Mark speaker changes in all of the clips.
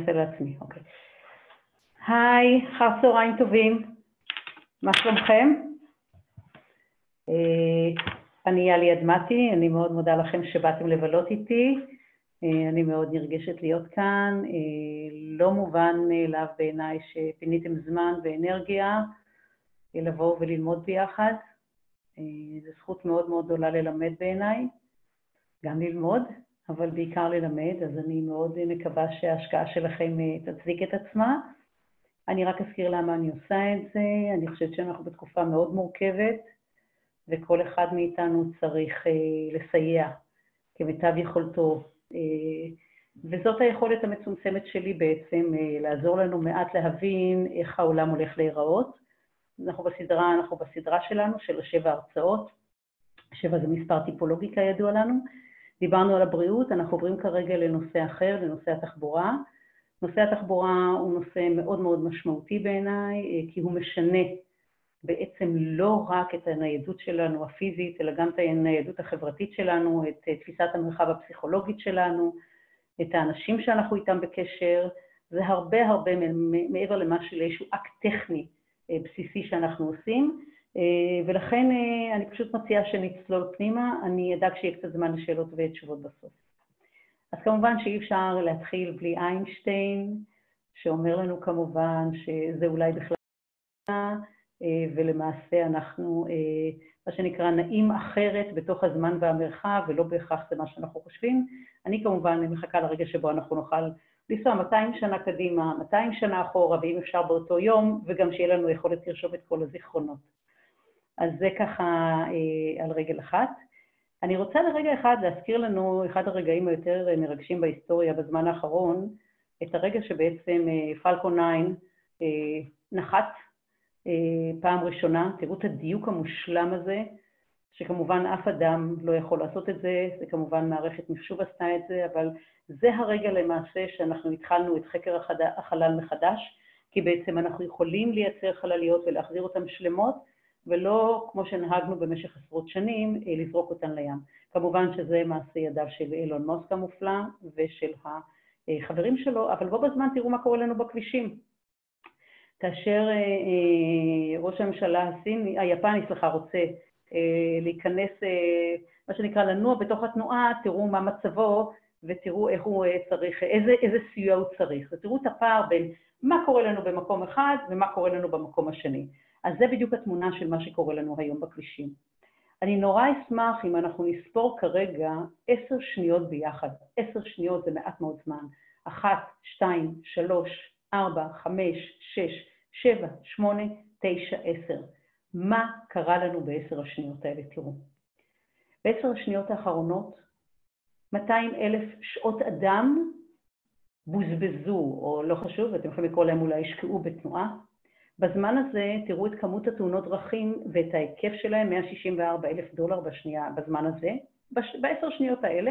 Speaker 1: אעשה לעצמי, אוקיי. היי, אחר צהריים טובים. מה שלומכם? אני יאלי אדמתי, אני מאוד מודה לכם שבאתם לבלות איתי. אני מאוד נרגשת להיות כאן. לא מובן מאליו בעיניי שפיניתם זמן ואנרגיה לבוא וללמוד ביחד. זו זכות מאוד מאוד גדולה ללמד בעיניי, גם ללמוד, אבל בעיקר ללמד, אז אני מאוד מקווה שההשקעה שלכם תצדיק את עצמה. אני רק אזכיר למה אני עושה את זה. אני חושבת שאנחנו בתקופה מאוד מורכבת, וכל אחד מאיתנו צריך לסייע כמיטב יכולתו, וזאת היכולת המצומצמת שלי בעצם, לעזור לנו מעט להבין איך העולם הולך להיראות. אנחנו בסדרה שלנו של 7 הרצאות, 7 זה מספר טיפולוגי כידוע לנו. דיברנו על הבריאות, אנחנו עוברים כרגע לנושא אחר, לנושא התחבורה. נושא התחבורה הוא נושא מאוד מאוד משמעותי בעיניי, כי הוא משנה בעצם לא רק את הניידות שלנו הפיזית, אלא גם את הניידות החברתית שלנו, את תפיסת המרחב הפסיכולוגית שלנו, את האנשים שאנחנו איתם בקשר. זה הרבה מעבר למה לאיזשהו אקט טכני בסיסי שאנחנו עושים, ולכן אני פשוט מציעה שנצלול פנימה. אני אדאג שיהיה קצת זמן לשאלות ותשובות בסוף. אז כמובן שאי אפשר להתחיל בלי איינשטיין, שאומר לנו כמובן שזה אולי בכלל, ולמעשה אנחנו, מה שנקרא, נעים אחרת בתוך הזמן והמרחב, ולא בהכרח זה מה שאנחנו חושבים. אני כמובן מחכה לרגע שבו אנחנו נוכל לנסוע 200 שנה קדימה, 200 שנה אחורה, ואם אפשר באותו יום, וגם שיהיה לנו יכולת לרשום את כל הזיכרונות. אז זה ככה על רגל אחת. אני רוצה לרגע אחד להזכיר לנו אחד הרגעים היותר מרגשים בהיסטוריה בזמן האחרון, את הרגע שבעצם פלקון 9 נחת פעם ראשונה. תראו את הדיוק המושלם הזה, שכמובן אף אדם לא יכול לעשות את זה, זה כמובן מערכת מחשוב עשתה את זה, אבל זה הרגע למעשה שאנחנו התחלנו את חקר החלל מחדש, כי בעצם אנחנו יכולים לייצר חלליות ולהחזיר אותן שלמות, ולא כמו שנהגנו במשך עשרות שנים, לזרוק אותן לים. כמובן שזה מעשה ידיו של אילון מאסק המופלא ושל החברים שלו, אבל בו בזמן תראו מה קורה לנו בכבישים. כאשר ראש הממשלה היפני רוצה להיכנס, מה שנקרא לנוע בתוך התנועה, תראו מה מצבו ותראו איך הוא צריך, איזה סיוע הוא צריך. ותראו את הפער בין מה קורה לנו במקום אחד ומה קורה לנו במקום השני. אז זה בדיוק התמונה של מה שקורה לנו היום בכבישים. אני נורא אשמח אם אנחנו נספור כרגע 10 שניות ביחד. 10 שניות זה מעט מאוד זמן. 1, 2, 3, 4, 5, 6, 7, 8, 9, 10. מה קרה לנו ב10 השניות האלה? תראו. ב10 השניות האחרונות, 200,000 שעות אדם בוזבזו, או לא חשוב, אתם יכולים לקרוא להם אולי השקעו בתנועה. בזמן הזה תראו את כמות התאונות דרכים ואת ההיקף שלהם, $164,000 בשנייה, בזמן הזה, ב10 שניות האלה.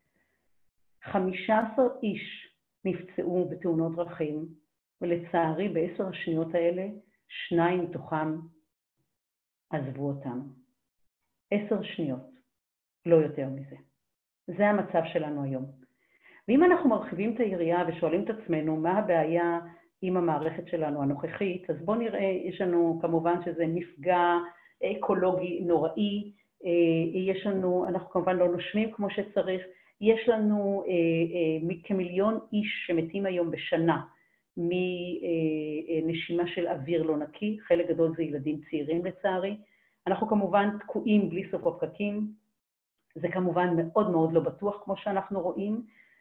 Speaker 1: 15 איש נפצעו בתאונות דרכים, ולצערי ב10 השניות האלה, 2 מתוכם עזבו אותם. 10 שניות, לא יותר מזה. זה המצב שלנו היום. ואם אנחנו מרחיבים את היריעה ושואלים את עצמנו מה הבעיה עם המערכת שלנו הנוכחית, אז בואו נראה, יש לנו כמובן שזה מפגע אקולוגי נוראי, אנחנו כמובן לא נושמים כמו שצריך, יש לנו כמיליון איש שמתים היום בשנה מנשימה של אוויר לא נקי, חלק גדול זה ילדים צעירים לצערי, אנחנו כמובן תקועים בלי סוף הפקקים, זה כמובן מאוד מאוד לא בטוח כמו שאנחנו רואים,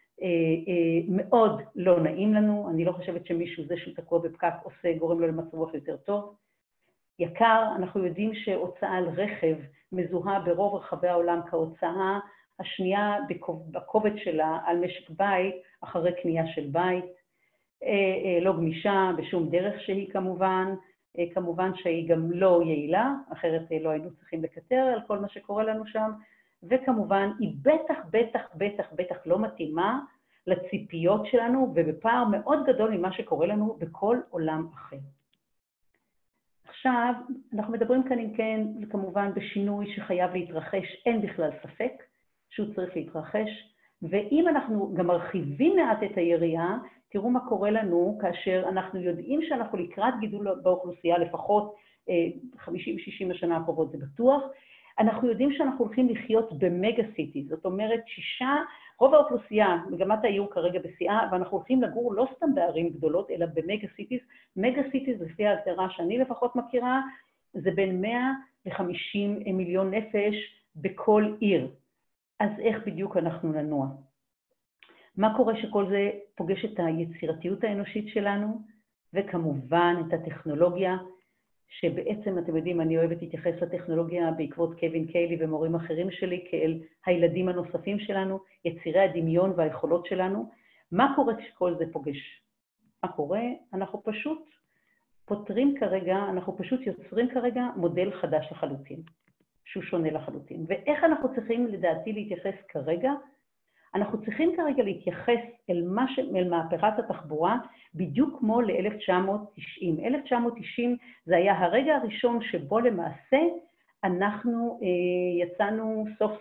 Speaker 1: מאוד לא נעים לנו, אני לא חושבת שמישהו זה שהוא תקוע בפקק גורם לו למצב רוח יותר טוב. יקר, אנחנו יודעים שהוצאה על רכב מזוהה ברוב רחבי העולם כהוצאה השנייה בכובד שלה על משק בית אחרי קנייה של בית, לא גמישה בשום דרך שהיא כמובן שהיא גם לא יעילה, אחרת לא היינו צריכים לקטר על כל מה שקורה לנו שם, וכמובן היא בטח לא מתאימה לציפיות שלנו, ובפער מאוד גדול ממה שקורה לנו בכל עולם אחר. עכשיו, אנחנו מדברים כאן אם כן, כמובן בשינוי שחייב להתרחש, אין בכלל ספק שהוא צריך להתרחש, ואם אנחנו גם מרחיבים מעט את היריעה, תראו מה קורה לנו כאשר אנחנו יודעים שאנחנו לקראת גידול באוכלוסייה, לפחות 50-60 השנה הקרובות זה בטוח, אנחנו יודעים שאנחנו הולכים לחיות במגה סיטי, זאת אומרת רוב האוכלוסייה, מגמת האיום כרגע בשיאה, ואנחנו הולכים לגור לא סתם בערים גדולות, אלא במגה סיטיז. מגה סיטיז, לפי ההגדרה שאני לפחות מכירה, זה בין 150 מיליון נפש בכל עיר. אז איך בדיוק אנחנו ננוע? מה קורה שכל זה פוגש את היצירתיות האנושית שלנו, וכמובן את הטכנולוגיה, שבעצם, אתם יודעים, אני אוהבת להתייחס לטכנולוגיה בעקבות קווין קיילי ומורים אחרים שלי, כאל הילדים הנוספים שלנו, יצירי הדמיון והיכולות שלנו. מה קורה כשכל זה פוגש? מה קורה? אנחנו פשוט יוצרים כרגע מודל חדש לחלוטין, שהוא שונה לחלוטין. ואיך אנחנו צריכים לדעתי להתייחס כרגע? אנחנו צריכים כרגע להתייחס אל מהפכת התחבורה בדיוק כמו ל-1990. 1990 זה היה הרגע הראשון שבו למעשה אנחנו יצאנו סוף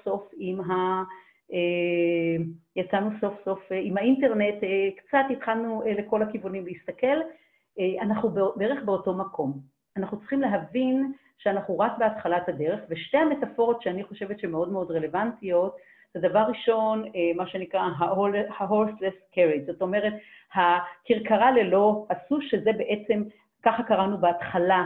Speaker 1: סוף עם האינטרנט, קצת התחלנו לכל הכיוונים להסתכל, אנחנו בערך באותו מקום. אנחנו צריכים להבין שאנחנו רק בהתחלת הדרך, ושתי המטאפורות שאני חושבת שמאוד מאוד רלוונטיות, זה דבר ראשון, מה שנקרא ה-horseless carriage, זאת אומרת, הכרכרה ללא הסוס, שזה בעצם, ככה קראנו בהתחלה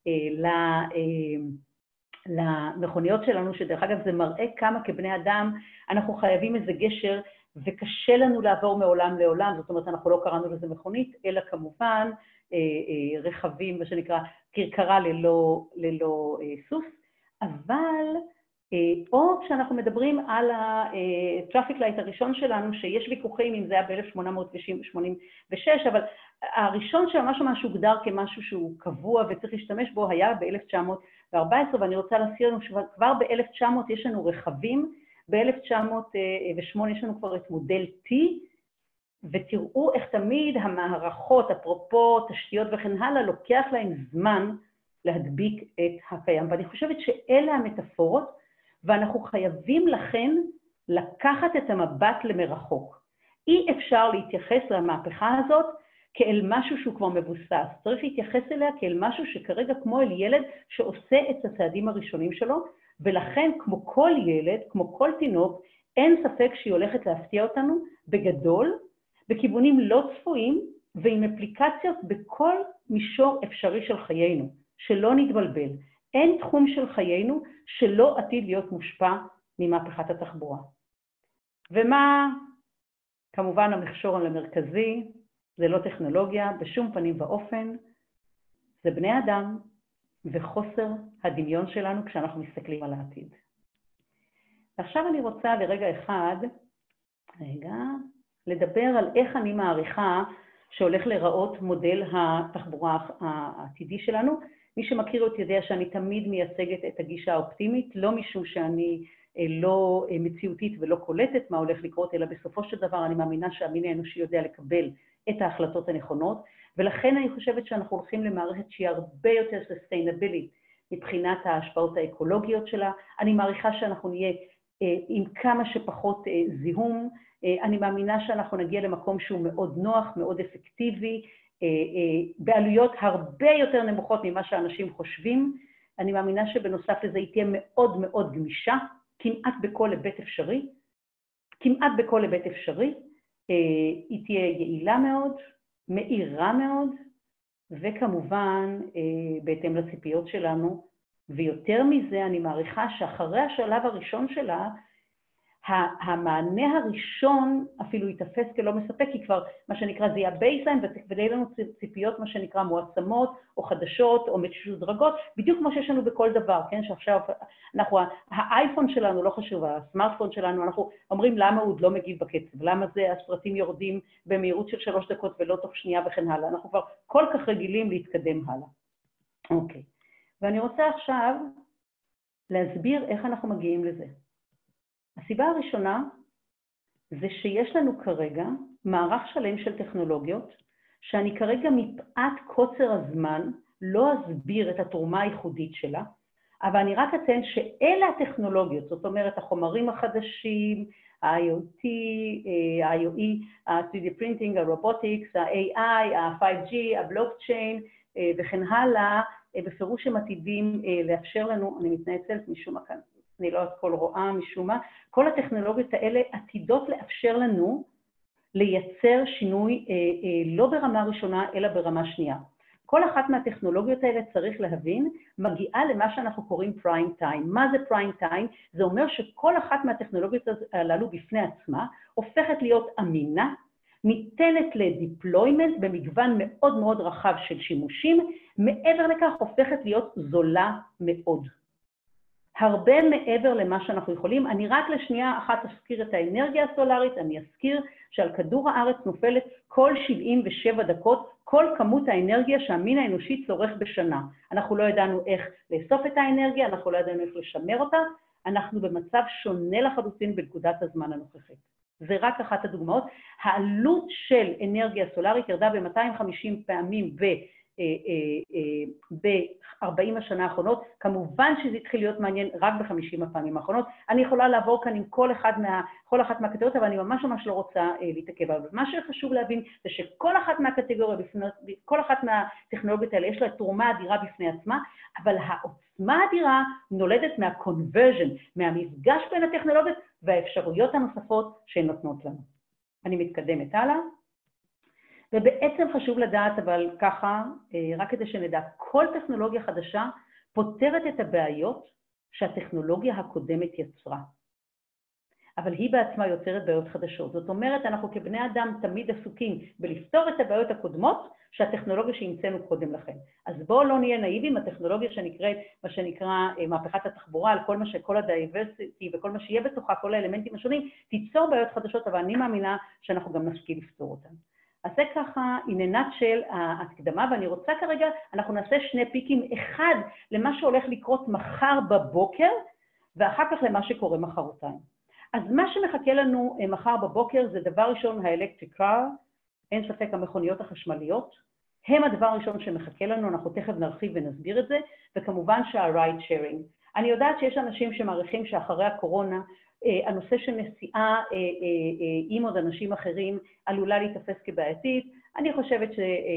Speaker 1: למכוניות שלנו, שדרך אגב זה מראה כמה כבני אדם, אנחנו חייבים איזה גשר, וקשה לנו לעבור מעולם לעולם, זאת אומרת, אנחנו לא קראנו לזה מכונית, אלא כמובן רכבים, מה שנקרא, כרכרה ללא סוס, אבל או כשאנחנו מדברים על הטראפיק לייט הראשון שלנו, שיש ויכוחים אם זה היה ב-1886, אבל הראשון שממש הוגדר כמשהו שהוא קבוע וצריך להשתמש בו היה ב-1914, ואני רוצה להזכיר לנו שכבר ב-1900 יש לנו רכבים, ב-1908 יש לנו כבר את מודל T, ותראו איך תמיד המערכות, אפרופו תשתיות וכן הלאה, לוקח להם זמן להדביק את הקיים. ואני חושבת שאלה המטאפורות, ואנחנו חייבים לכן לקחת את המבט למרחוק. אי אפשר להתייחס למהפכה הזאת כאל משהו שהוא כבר מבוסס. צריך להתייחס אליה כאל משהו שכרגע כמו אל ילד שעושה את הצעדים הראשונים שלו, ולכן כמו כל ילד, כמו כל תינוק, אין ספק שהיא הולכת להפתיע אותנו בגדול, בכיוונים לא צפויים, ועם אפליקציות בכל מישור אפשרי של חיינו, שלא נתבלבל. אין תחום של חיינו שלא עתיד להיות מושפע ממהפכת התחבורה. ומה, כמובן המכשור המרכזי, זה לא טכנולוגיה, בשום פנים ואופן, זה בני אדם וחוסר הדמיון שלנו כשאנחנו מסתכלים על העתיד. עכשיו אני רוצה לרגע אחד, לדבר על איך אני מעריכה שהולך לראות מודל התחבורה העתידי שלנו. מי שמכיר אותי יודע שאני תמיד מייצגת את הגישה האופטימית, לא משום שאני לא מציאותית ולא קולטת מה הולך לקרות, אלא בסופו של דבר אני מאמינה שהמין האנושי יודע לקבל את ההחלטות הנכונות, ולכן אני חושבת שאנחנו הולכים למערכת שהיא הרבה יותר sustainability מבחינת ההשפעות האקולוגיות שלה. אני מעריכה שאנחנו נהיה עם כמה שפחות זיהום, אני מאמינה שאנחנו נגיע למקום שהוא מאוד נוח, מאוד אפקטיבי, בעלויות הרבה יותר נמוכות ממה שאנשים חושבים. אני מאמינה שבנוסף לזה היא תהיה מאוד מאוד גמישה, כמעט בכל היבט אפשרי, היא תהיה יעילה מאוד, מהירה מאוד, וכמובן בהתאם לציפיות שלנו, ויותר מזה אני מעריכה שאחרי השלב הראשון שלה, המענה הראשון אפילו יתפס כלא מספק, כי כבר מה שנקרא זה יהיה בייסליין, ותהיה לנו ציפיות מה שנקרא מועצמות או חדשות או משודרגות, בדיוק כמו שיש לנו בכל דבר, כן? שעכשיו האייפון שלנו לא חשוב, הסמארטפון שלנו, אנחנו אומרים למה הוא עוד לא מגיב בקצב, למה זה הסרטים יורדים במהירות של 3 דקות ולא תוך שנייה וכן הלאה, אנחנו כבר כל כך רגילים להתקדם הלאה. אוקיי, ואני רוצה עכשיו להסביר איך אנחנו מגיעים לזה. הסיבה הראשונה זה שיש לנו כרגע מערך שלם של טכנולוגיות, שאני כרגע מפאת קוצר הזמן לא אסביר את התרומה הייחודית שלה, אבל אני רק אציין שאלה הטכנולוגיות, זאת אומרת, החומרים החדשים, ה-IoT, ה-IoE, ה-3D Printing, הרובוטיקס, ה-AI, ה-5G, הבלוקצ'יין וכן הלאה, בפירוש הם עתידים לאפשר לנו, אני מתנצלת משום מה כאן, אני לא הכל רואה משום מה, כל הטכנולוגיות האלה עתידות לאפשר לנו לייצר שינוי לא ברמה ראשונה אלא ברמה שנייה. כל אחת מהטכנולוגיות האלה צריך להבין, מגיעה למה שאנחנו קוראים פריים טיים. מה זה פריים טיים? זה אומר שכל אחת מהטכנולוגיות הללו בפני עצמה הופכת להיות אמינה, ניתנת לדיפלוימנט במגוון מאוד מאוד רחב של שימושים, מעבר לכך הופכת להיות זולה מאוד. הרבה מעבר למה שאנחנו יכולים. אני רק לשנייה אחת אזכיר את האנרגיה הסולרית, אני אזכיר שעל כדור הארץ נופלת כל 77 דקות כל כמות האנרגיה שהמין האנושי צורך בשנה. אנחנו לא ידענו איך לאסוף את האנרגיה, אנחנו לא ידענו איך לשמר אותה, אנחנו במצב שונה לחלוטין בנקודת הזמן הנוכחית. זה רק אחת הדוגמאות. העלות של אנרגיה סולרית ירדה ב-250 פעמים ב-40 השנה האחרונות, כמובן שזה התחיל להיות מעניין רק ב-50 הפעמים האחרונות. אני יכולה לעבור כאן עם כל אחת מהקטגוריות, אבל אני ממש לא רוצה להתעכב. אבל מה שחשוב להבין זה שכל אחת מהקטגוריות, כל אחת מהטכנולוגיות האלה יש לה תרומה אדירה בפני עצמה, אבל העוצמה האדירה נולדת מהקונברז'ן, מהמפגש בין הטכנולוגיות והאפשרויות הנוספות שהן נותנות לנו. אני מתקדמת הלאה. ובעצם חשוב לדעת, אבל ככה, רק כדי שנדע, כל טכנולוגיה חדשה פותרת את הבעיות שהטכנולוגיה הקודמת יצרה. אבל היא בעצמה יוצרת בעיות חדשות. זאת אומרת, אנחנו כבני אדם תמיד עסוקים בלפתור את הבעיות הקודמות שהטכנולוגיה שהמצאנו קודם לכן. אז בואו לא נהיה נאיבים, הטכנולוגיה שנקראת, מה שנקרא מהפכת התחבורה, על כל הדייברסיטי וכל מה שיהיה בתוכה, כל האלמנטים השונים, תיצור בעיות חדשות, אבל אני מאמינה שאנחנו גם נשכיל לפתור אותן. אז זה ככה עניינת של ההקדמה, ואני רוצה כרגע, אנחנו נעשה שני פיקים, אחד למה שהולך לקרות מחר בבוקר, ואחר כך למה שקורה מחרתיים. אז מה שמחכה לנו מחר בבוקר זה דבר ראשון האלקטריק קאר, אין ספק המכוניות החשמליות, הם הדבר הראשון שמחכה לנו, אנחנו תכף נרחיב ונסביר את זה, וכמובן שה-ride sharing. אני יודעת שיש אנשים שמעריכים שאחרי הקורונה, הנושא של נסיעה עם עוד אנשים אחרים עלולה להתאפס כבעייתית. אני חושבת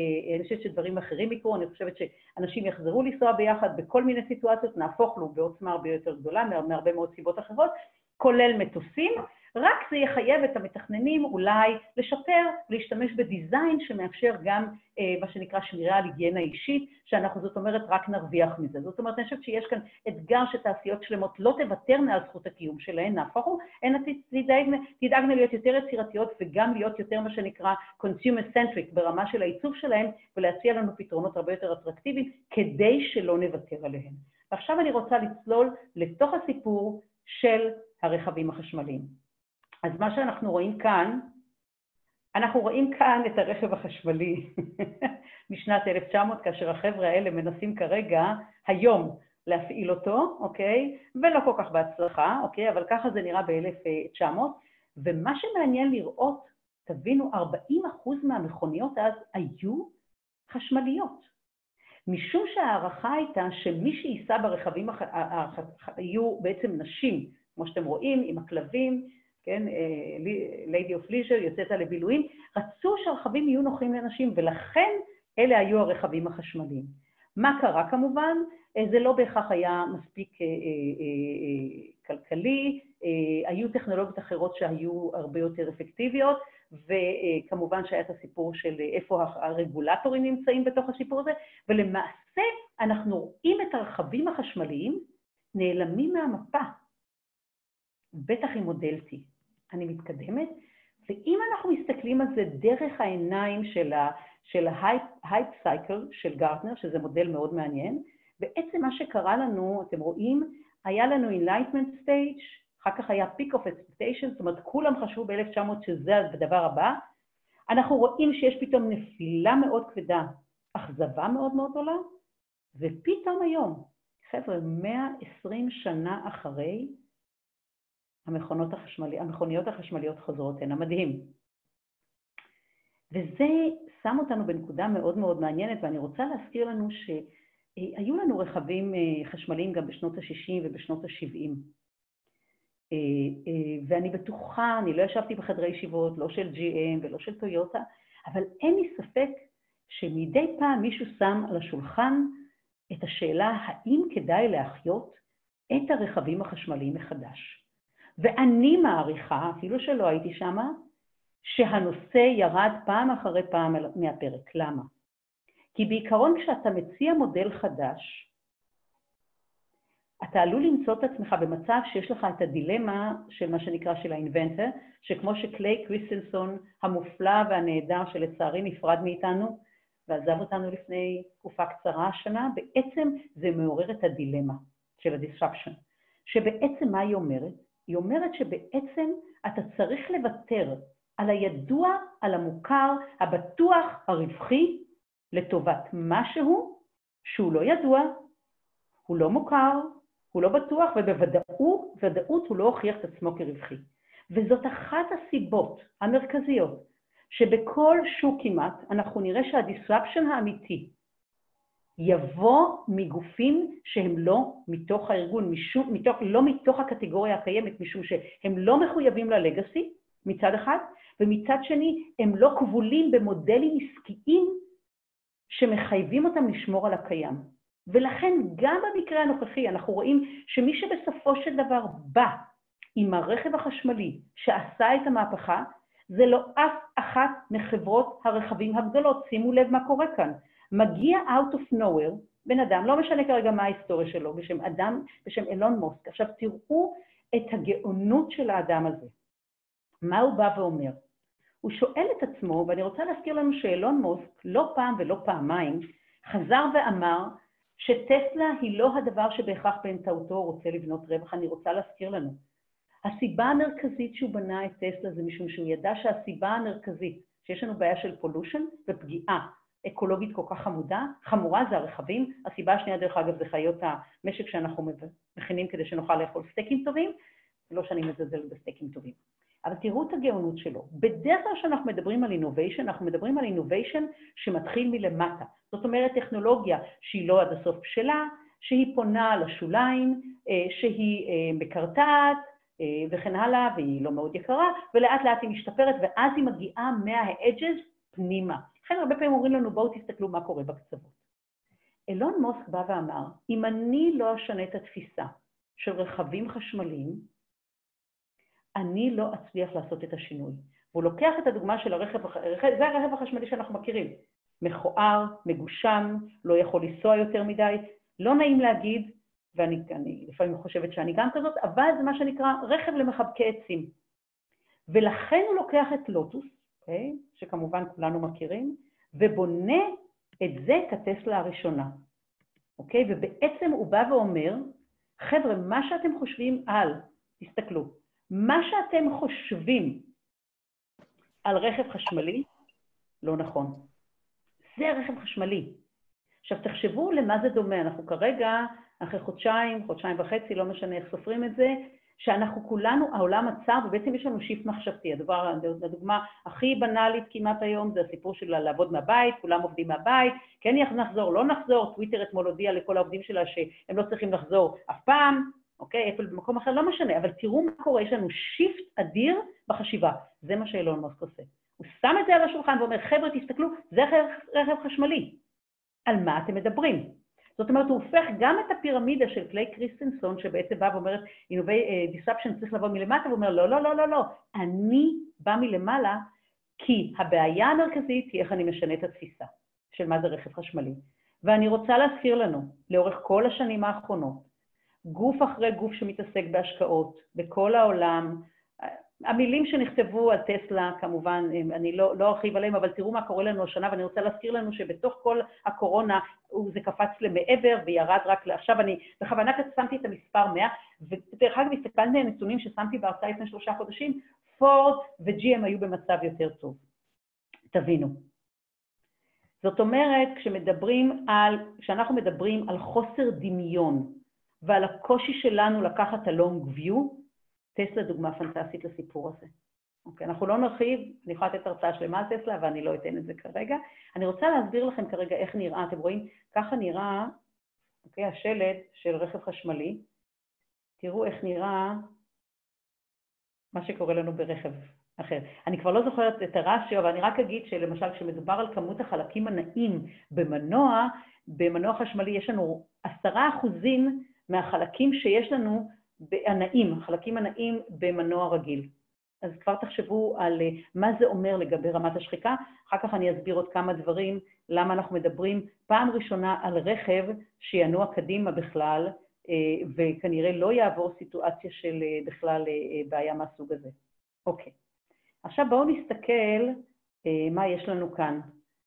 Speaker 1: שדברים אחרים יקרו, אני חושבת שאנשים יחזרו לנסוע ביחד בכל מיני סיטואציות, נהפוך לו בעוצמה הרבה יותר גדולה, מהרבה מאוד סיבות אחרות, כולל מטוסים, רק זה יחייב את המתכננים אולי לשפר, להשתמש בדיזיין שמאפשר גם מה שנקרא שמירה על היגיינה אישית, שאנחנו זאת אומרת רק נרוויח מזה. זאת אומרת, אני חושבת שיש כאן אתגר שתעשיות שלמות לא תוותרנה על זכות הקיום שלהן, נהפכו, הן תדאגנה להיות יותר יצירתיות וגם להיות יותר מה שנקרא consumer centric ברמה של העיצוב שלהן, ולהציע לנו פתרונות הרבה יותר אטרקטיביים כדי שלא נוותר עליהן. ועכשיו אני רוצה לצלול לתוך הסיפור של הרכבים החשמליים. אז מה שאנחנו רואים כאן, אנחנו רואים כאן את הרכב החשמלי משנת 1900, כאשר החבר'ה האלה מנסים כרגע, היום, להפעיל אותו, אוקיי? ולא כל כך בהצלחה, אוקיי? אבל ככה זה נראה ב-1900, ומה שמעניין לראות, תבינו, 40% מהמכוניות אז היו חשמליות. משום שהערכה הייתה שמי שייסע ברכבים היו בעצם נשים, כמו שאתם רואים, עם הכלבים, כן, Lady of Leisure יוצאת על לבילויים, רצו שהרכבים יהיו נוחים לאנשים, ולכן אלה היו הרכבים החשמליים. מה קרה כמובן? זה לא בהכרח היה מספיק כלכלי, היו טכנולוגיות אחרות שהיו הרבה יותר אפקטיביות, וכמובן שהיה את הסיפור של איפה הרגולטורים נמצאים בתוך הסיפור הזה, ולמעשה אנחנו רואים את הרכבים החשמליים נעלמים מהמפה, בטח עם מודל T. אני מתקדמת, ואם אנחנו מסתכלים על זה דרך העיניים של ה-Hype Cycle של גרטנר, שזה מודל מאוד מעניין, בעצם מה שקרה לנו, אתם רואים, היה לנו Enlightenment Stage, אחר כך היה Peak of Expectation, זאת אומרת, כולם חשבו ב-1900 שזה הדבר הבא, אנחנו רואים שיש פתאום נפילה מאוד כבדה, אכזבה מאוד מאוד גדולה, ופתאום היום, חבר'ה, 120 שנה אחרי, המכוניות החשמליות חוזרות הנה, מדהים. וזה שם אותנו בנקודה מאוד מאוד מעניינת, ואני רוצה להזכיר לנו היו לנו רכבים חשמליים גם בשנות ה-60 ובשנות ה-70. ואני בטוחה, אני לא ישבתי בחדרי ישיבות, לא של GM ולא של טויוטה, אבל אין לי ספק שמדי פעם מישהו שם על השולחן את השאלה האם כדאי להחיות את הרכבים החשמליים מחדש. ואני מעריכה, אפילו שלא הייתי שמה, שהנושא ירד פעם אחרי פעם מהפרק. למה? כי בעיקרון כשאתה מציע מודל חדש, אתה עלול למצוא את עצמך במצב שיש לך את הדילמה של מה שנקרא של האינבנטר, שכמו שקליי קריסטנסון המופלא והנהדר שלצערי נפרד מאיתנו, ועזב אותנו לפני תקופה קצרה השנה, בעצם זה מעורר את הדילמה של ה-disruption. שבעצם מה היא אומרת? היא אומרת שבעצם אתה צריך לוותר על הידוע, על המוכר, הבטוח, הרווחי, לטובת משהו שהוא לא ידוע, הוא לא מוכר, הוא לא בטוח, ובוודאות הוא לא הוכיח את עצמו כרווחי. וזאת אחת הסיבות המרכזיות, שבכל שוק כמעט אנחנו נראה שהדיסרפשן האמיתי יבוא מגופים שהם לא מתוך הארגון, לא מתוך הקטגוריה הקיימת, משום שהם לא מחויבים ללגאסי מצד אחד, ומצד שני הם לא כבולים במודלים עסקיים שמחייבים אותם לשמור על הקיים. ולכן גם במקרה הנוכחי אנחנו רואים שמי שבסופו של דבר בא עם הרכב החשמלי שעשה את המהפכה, זה לא אף אחת מחברות הרכבים הגדולות. שימו לב מה קורה כאן. מגיע out of nowhere, בן אדם, לא משנה כרגע מה ההיסטוריה שלו, בשם אילון מוסק. עכשיו תראו את הגאונות של האדם הזה. מה הוא בא ואומר? הוא שואל את עצמו, ואני רוצה להזכיר לנו שאילון מוסק לא פעם ולא פעמיים, חזר ואמר שטסלה היא לא הדבר שבהכרח באמצעותו רוצה לבנות רווח. אני רוצה להזכיר לנו. הסיבה המרכזית שהוא בנה את טסלה זה משום שהוא ידע שהסיבה המרכזית שיש לנו בעיה של פולושן ופגיעה אקולוגית כל כך חמורה זה הרכבים. הסיבה השנייה דרך אגב זה חיות המשק שאנחנו מכינים כדי שנוכל לאכול סטייקים טובים, לא שאני מזלזל בסטייקים טובים. אבל תראו את הגאונות שלו. בדרך כלל שאנחנו מדברים על innovation, אנחנו מדברים על innovation שמתחיל מלמטה. זאת אומרת טכנולוגיה שהיא לא עד הסוף בשלה, שהיא פונה לשוליים, שהיא מקרטעת, וכן הלאה, והיא לא מאוד יקרה, ולאט לאט היא משתפרת, ואז היא מגיעה מה-edges פנימה. לכן הרבה פעמים אומרים לנו, בואו תסתכלו מה קורה בקצוות. אילון מוסק בא ואמר, אם אני לא אשנה את התפיסה של רכבים חשמליים, אני לא אצליח לעשות את השינוי. והוא לוקח את הדוגמה של הרכב, זה הרכב החשמלי שאנחנו מכירים. מכוער, מגושם, לא יכול לנסוע יותר מדי, לא נעים להגיד, ואני לפעמים חושבת שאני גם כזאת, אבל זה מה שנקרא רכב למחבקי עצים. ולכן הוא לוקח את לוטוס, שכמובן כולנו מכירים, ובונה את זה כטסלה הראשונה. ובעצם הוא בא ואומר, חבר'ה, מה שאתם חושבים תסתכלו, מה שאתם חושבים על רכב חשמלי, לא נכון. זה רכב חשמלי. עכשיו תחשבו למה זה דומה, אנחנו כרגע, אחרי חודשיים וחצי, לא משנה איך סופרים את זה, שאנחנו כולנו, העולם עצר, ובעצם יש לנו שיפט מחשבתי. הדוגמה הכי בנאלית כמעט היום, זה הסיפור של לעבוד מהבית, כולם עובדים מהבית, כן נחזור, לא נחזור, טוויטר אתמול הודיע לכל העובדים שלה שהם לא צריכים לחזור אף פעם, אפל במקום אחר, לא משנה, אבל תראו מה קורה, יש לנו שיפט אדיר בחשיבה, זה מה שאילון מוסק עושה. הוא שם את זה על השולחן ואומר, חבר'ה תסתכלו, זה רכב חשמלי. על מה אתם מדברים? זאת אומרת, הוא הופך גם את הפירמידה של קליי קריסטנסון, שבעצם בא ואומרת, disruption צריך לבוא מלמטה, והוא אומר, לא, לא, לא, לא, לא, אני בא מלמעלה, כי הבעיה המרכזית היא איך אני משנה את התפיסה של מה זה רכב חשמלי. ואני רוצה להזכיר לנו, לאורך כל השנים האחרונות, גוף אחרי גוף שמתעסק בהשקעות, בכל העולם, המילים שנכתבו על טסלה, כמובן, אני לא ארחיב עליהם, אבל תראו מה קורה לנו השנה, ואני רוצה להזכיר לנו שבתוך כל הקורונה, זה קפץ למעבר וירד רק לעכשיו, אני בכוונה שמתי את המספר 100, ודרך אגב, הסתכלתי על נתונים ששמתי בהרצאה לפני 3 חודשים, פורד ו-GM היו במצב יותר טוב. תבינו. זאת אומרת, כשאנחנו מדברים על חוסר דמיון, ועל הקושי שלנו לקחת ה-long view, טסלה דוגמה פנטסטית לסיפור הזה. אנחנו לא נרחיב, אני יכולה לתת הרצאה שלמה על טסלה, אבל אני לא אתן את זה כרגע. אני רוצה להסביר לכם כרגע איך נראה, אתם רואים, ככה נראה אוקיי? השלד של רכב חשמלי, תראו איך נראה מה שקורה לנו ברכב אחר. אני כבר לא זוכרת את הרשיו, אבל אני רק אגיד שלמשל כשמדובר על כמות החלקים הנעים במנוע חשמלי יש לנו 10% מהחלקים שיש לנו חלקים הנעים במנוע רגיל. אז כבר תחשבו על מה זה אומר לגבי רמת השחיקה, אחר כך אני אסביר עוד כמה דברים, למה אנחנו מדברים פעם ראשונה על רכב שינוע קדימה בכלל, וכנראה לא יעבור סיטואציה של בכלל בעיה מהסוג הזה. אוקיי. עכשיו בואו נסתכל מה יש לנו כאן.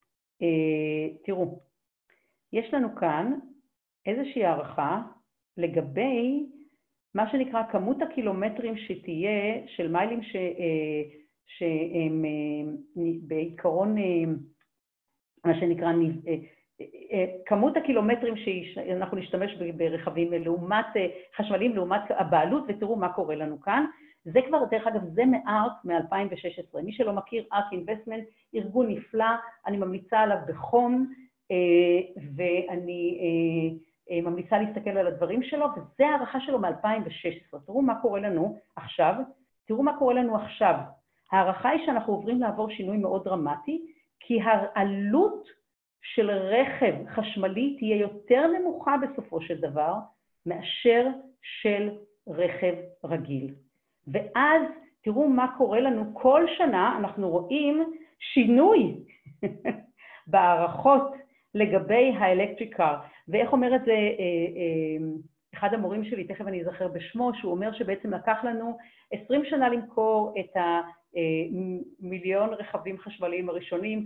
Speaker 1: תראו, יש לנו כאן איזושהי הערכה לגבי מה שנקרא כמות הקילומטרים שתהיה של מיילים שהם בעיקרון, מה שנקרא, כמות הקילומטרים שאנחנו נשתמש ברכבים חשמליים לעומת הבעלות, ותראו מה קורה לנו כאן. זה כבר, דרך אגב, זה מארק מ-2016. מי שלא מכיר, ARK Investment, ארגון נפלא, אני ממליצה עליו בחום, ואני ממליצה להסתכל על הדברים שלו, וזה הערכה שלו מ-2016. תראו מה קורה לנו עכשיו. הערכה היא שאנחנו עוברים לעבור שינוי מאוד דרמטי, כי העלות של רכב חשמלי תהיה יותר נמוכה בסופו של דבר, מאשר של רכב רגיל. ואז תראו מה קורה לנו, כל שנה אנחנו רואים שינוי בהערכות לגבי האלקטריק קאר. ואיך אומר את זה אחד המורים שלי, תכף אני אזכר בשמו, שהוא אומר שבעצם לקח לנו 20 שנה למכור את המיליון רכבים חשמליים הראשונים,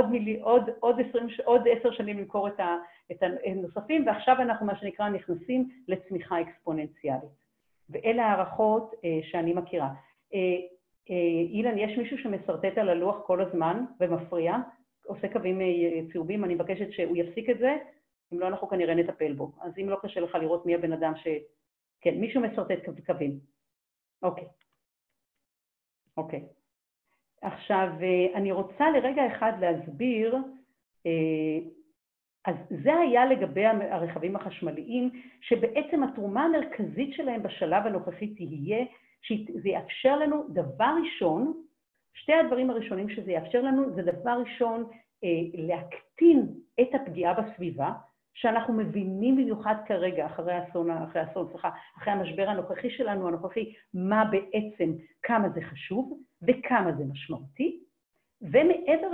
Speaker 1: עוד 10 שנים למכור את הנוספים, ועכשיו אנחנו מה שנקרא נכנסים לצמיחה אקספוננציאלית. ואלה הערכות שאני מכירה. אילן, יש מישהו שמסרטט על הלוח כל הזמן ומפריע, עושה קווים צהובים, אני מבקשת שהוא יפסיק את זה, אם לא אנחנו כנראה נטפל בו. אז אם לא קשה לך לראות מי הבן אדם כן, מישהו מסרטט קווים. אוקיי. עכשיו, אני רוצה לרגע אחד להסביר, אז זה היה לגבי הרכבים החשמליים, שבעצם התרומה המרכזית שלהם בשלב הנוכחי תהיה, שזה יאפשר לנו דבר ראשון, שתי הדברים הראשונים שזה יאפשר לנו, זה דבר ראשון להקטין את הפגיעה בסביבה, שאנחנו מבינים במיוחד כרגע, אחרי המשבר הנוכחי שלנו, מה בעצם, כמה זה חשוב וכמה זה משמעותי, ומעבר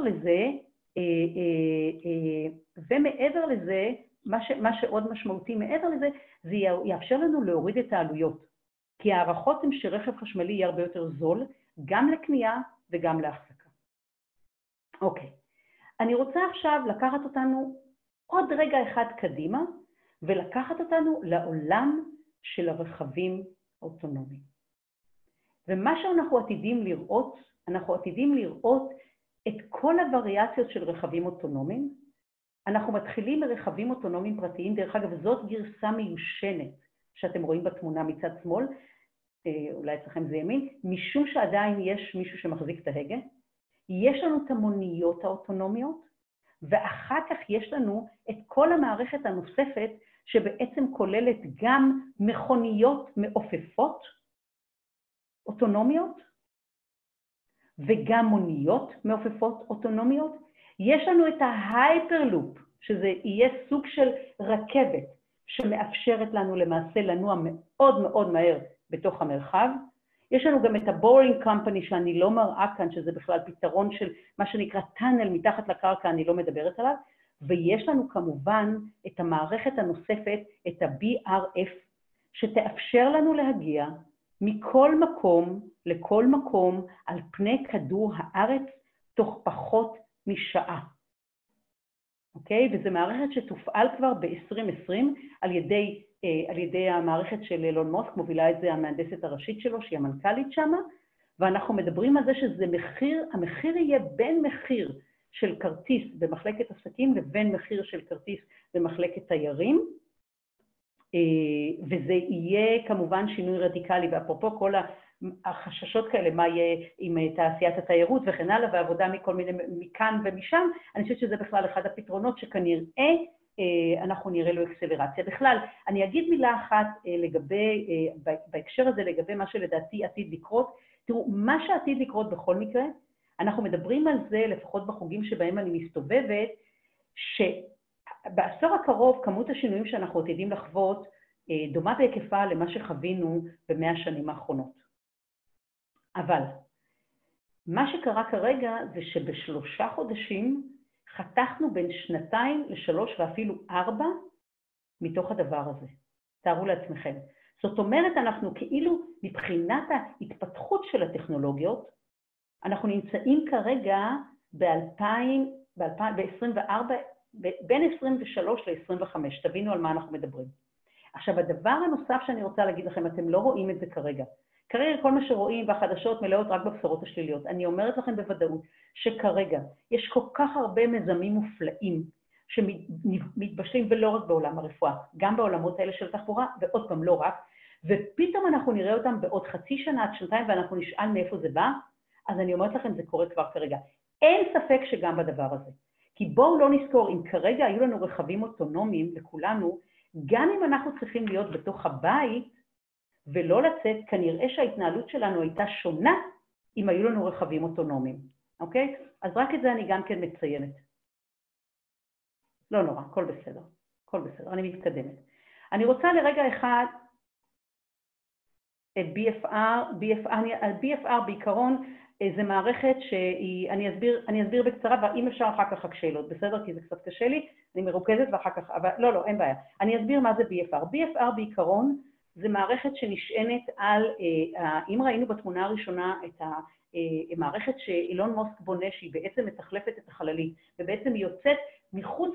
Speaker 1: לזה, מה שעוד משמעותי מעבר לזה, זה יאפשר לנו להוריד את העלויות, כי הערכות הן שרכב חשמלי יהיה הרבה יותר זול, גם לקנייה וגם להחזקה. אוקיי, אני רוצה עכשיו לקחת אותנו עוד רגע אחד קדימה, ולקחת אותנו לעולם של הרכבים האוטונומיים. ומה שאנחנו עתידים לראות, את כל הווריאציות של רכבים אוטונומיים. אנחנו מתחילים מרכבים אוטונומיים פרטיים, דרך אגב זאת גרסה מיושנת שאתם רואים בתמונה מצד שמאל, אולי אצלכם זה ימין, משום שעדיין יש מישהו שמחזיק את ההגה. יש לנו את המוניות האוטונומיות, ואחר כך יש לנו את כל המערכת הנוספת שבעצם כוללת גם מכוניות מעופפות אוטונומיות, וגם מוניות מעופפות אוטונומיות. יש לנו את ההייפרלופ, שזה יהיה סוג של רכבת, שמאפשרת לנו למעשה לנוע מאוד מאוד מהר בתוך המרחב. יש לנו גם את הבורינג קמפני שאני לא מראה כאן, שזה בכלל פתרון של מה שנקרא טאנל מתחת לקרקע, אני לא מדברת עליו. ויש לנו כמובן את המערכת הנוספת, את ה-BRF, שתאפשר לנו להגיע מכל מקום לכל מקום על פני כדור הארץ תוך פחות משעה. אוקיי? וזו מערכת שתופעל כבר ב-2020 על ידי המערכת של אילון מאסק, מובילה את זה המהנדסת הראשית שלו, שהיא המנכ"לית שמה, ואנחנו מדברים על זה שזה המחיר יהיה בין מחיר של כרטיס במחלקת עסקים לבין מחיר של כרטיס במחלקת תיירים, וזה יהיה כמובן שינוי רדיקלי, ואפרופו כל החששות כאלה, מה יהיה עם תעשיית התיירות וכן הלאה, ועבודה מכל מיני, מכאן ומשם, אני חושבת שזה בכלל אחד הפתרונות שכנראה אנחנו נראה לו אקסלרציה. בכלל, אני אגיד מילה אחת בהקשר הזה לגבי מה שלדעתי עתיד לקרות. תראו, מה שעתיד לקרות בכל מקרה, אנחנו מדברים על זה, לפחות בחוגים שבהם אני מסתובבת, שבעשור הקרוב כמות השינויים שאנחנו עתידים לחוות דומה בהיקפה למה שחווינו ב100 השנים האחרונות. אבל מה שקרה כרגע זה שבשלושה חודשים חתכנו בין 2 ל3 ואפילו 4 מתוך הדבר הזה. תארו לעצמכם. זאת אומרת, אנחנו כאילו מבחינת ההתפתחות של הטכנולוגיות, אנחנו נמצאים כרגע ב-2024, בין 23 ל-25, תבינו על מה אנחנו מדברים. עכשיו, הדבר הנוסף שאני רוצה להגיד לכם, אתם לא רואים את זה כרגע. כרגע כל מה שרואים בחדשות מלאות רק בבשורות השליליות. אני אומרת לכם בוודאות שכרגע יש כל כך הרבה מיזמים מופלאים שמתבשלים, ולא רק בעולם הרפואה, גם בעולמות האלה של תחבורה, ועוד פעם לא רק, ופתאום אנחנו נראה אותם בעוד חצי שנה עד שנתיים, ואנחנו נשאל מאיפה זה בא, אז אני אומרת לכם, זה קורה כבר כרגע. אין ספק שגם בדבר הזה. כי בואו לא נזכור, אם כרגע היו לנו רכבים אוטונומיים לכולנו, גם אם אנחנו צריכים להיות בתוך הבית ולא לצאת, כנראה שההתנהלות שלנו הייתה שונה אם היו לנו רכבים אוטונומיים. אוקיי? אז רק את זה אני גם כן מציינת. לא נורא, הכל בסדר. הכל בסדר, אני מתקדמת. אני רוצה לרגע אחד את BFR בעיקרון, זה מערכת שהיא, אני אסביר בקצרה, ואם אפשר אחר כך רק שאלות, בסדר? כי זה קצת קשה לי, אני מרוכזת ואחר כך, אבל לא, אין בעיה. אני אסביר מה זה BFR. BFR בעיקרון זה מערכת שנשענת על, אם ראינו בתמונה הראשונה את המערכת שאילון מוסק בונה, שהיא בעצם מתחלפת את החללית, ובעצם היא יוצאת מחוץ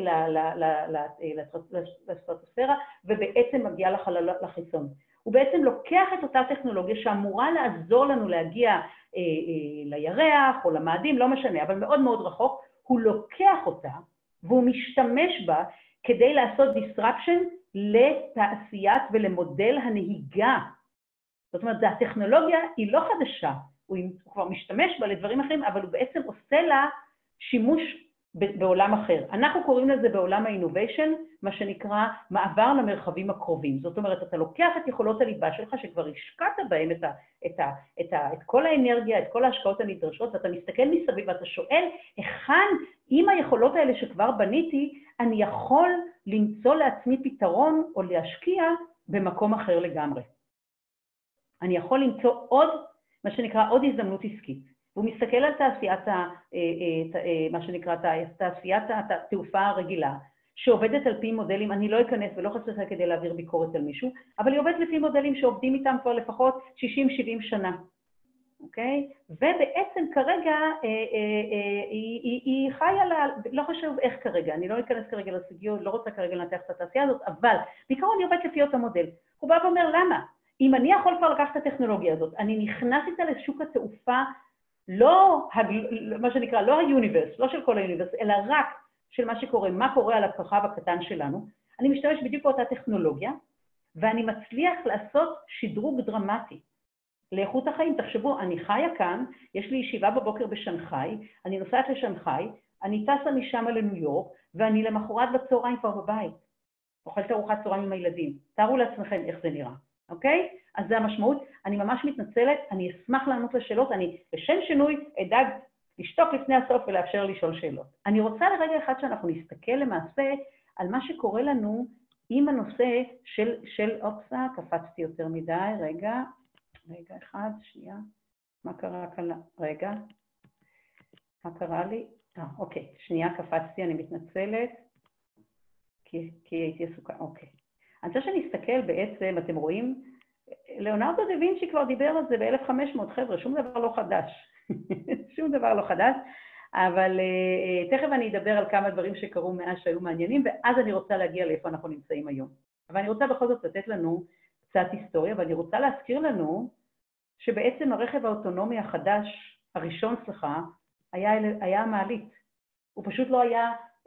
Speaker 1: לסטרטוספירה, ובעצם מגיעה לחיצון. הוא בעצם לוקח את אותה טכנולוגיה שאמורה לעזור לנו להגיע לירח או למאדים, לא משנה, אבל מאוד מאוד רחוק, הוא לוקח אותה והוא משתמש בה כדי לעשות disruption לתעשיית ולמודל הנהיגה. זאת אומרת, הטכנולוגיה היא לא חדשה, הוא כבר משתמש בה לדברים אחרים, אבל הוא בעצם עושה לה שימוש בעולם אחר. אנחנו קוראים לזה בעולם האינוביישן, מה שנקרא מעבר למרחבים הקרובים. זאת אומרת, אתה לוקח את יכולות הליבה שלך, שכבר השקעת בהם את כל האנרגיה, את כל ההשקעות הנדרשות, ואתה מסתכל מסביב ואתה שואל, היכן, עם היכולות האלה שכבר בניתי, אני יכול למצוא לעצמי פתרון או להשקיע במקום אחר לגמרי. אני יכול למצוא עוד, מה שנקרא עוד הזדמנות עסקית. והוא מסתכל על תעשיית, מה שנקרא, תעשיית התעופה הרגילה, שעובדת על פי מודלים, אני לא אכנס ולא חסר כדי להעביר ביקורת על מישהו, אבל היא עובדת לפי מודלים שעובדים איתם כבר לפחות 60-70 שנה. אוקיי? ובעצם כרגע היא חיה, לא חשוב איך כרגע, אני לא אכנס כרגע לסוגיות, לא רוצה כרגע לנתח את התעשייה הזאת, אבל בעיקרון היא עובדת לפי אותו מודל. הוא בא ואומר, למה? אם אני יכול כבר לקחת את הטכנולוגיה הזאת, אני נכנס איתה לשוק התעופה, לא, מה שנקרא, לא היוניברס, לא של כל היוניברס, אלא רק של מה שקורה, מה קורה על הכוכב הקטן שלנו, אני משתמש בדיוק באותה טכנולוגיה, ואני מצליח לעשות שדרוג דרמטי לאיכות החיים. תחשבו, אני חיה כאן, יש לי ישיבה בבוקר בשנגחאי, אני נוסעת לשנגחאי, אני טסה משם לניו יורק, ואני למחרת בצהריים כבר בבית. אוכלת ארוחת צהריים עם הילדים. תארו לעצמכם איך זה נראה, אוקיי? אז זה המשמעות. אני ממש מתנצלת, אני אשמח לענות לשאלות, אני בשם שינוי אדאג לשתוק לפני הסוף ולאפשר לשאול שאלות. אני רוצה לרגע אחד שאנחנו נסתכל למעשה על מה שקורה לנו עם הנושא של אופסה, קפצתי יותר מדי, רגע אחד, שנייה, מה קרה כאן? רגע, מה קרה לי? אוקיי, שנייה קפצתי, אני מתנצלת, כי הייתי עסוקה, אוקיי. אני רוצה שנסתכל בעצם, אתם רואים, ליאונרדו דה וינצ'י כבר דיבר על זה ב-1500, חבר'ה, שום דבר לא חדש, שום דבר לא חדש, אבל תכף אני אדבר על כמה דברים שקרו מאז שהיו מעניינים, ואז אני רוצה להגיע לאיפה אנחנו נמצאים היום. אבל אני רוצה בכל זאת לתת לנו קצת היסטוריה, ואני רוצה להזכיר לנו שבעצם הרכב האוטונומי החדש, הראשון סליחה, היה המעלית. הוא פשוט לא היה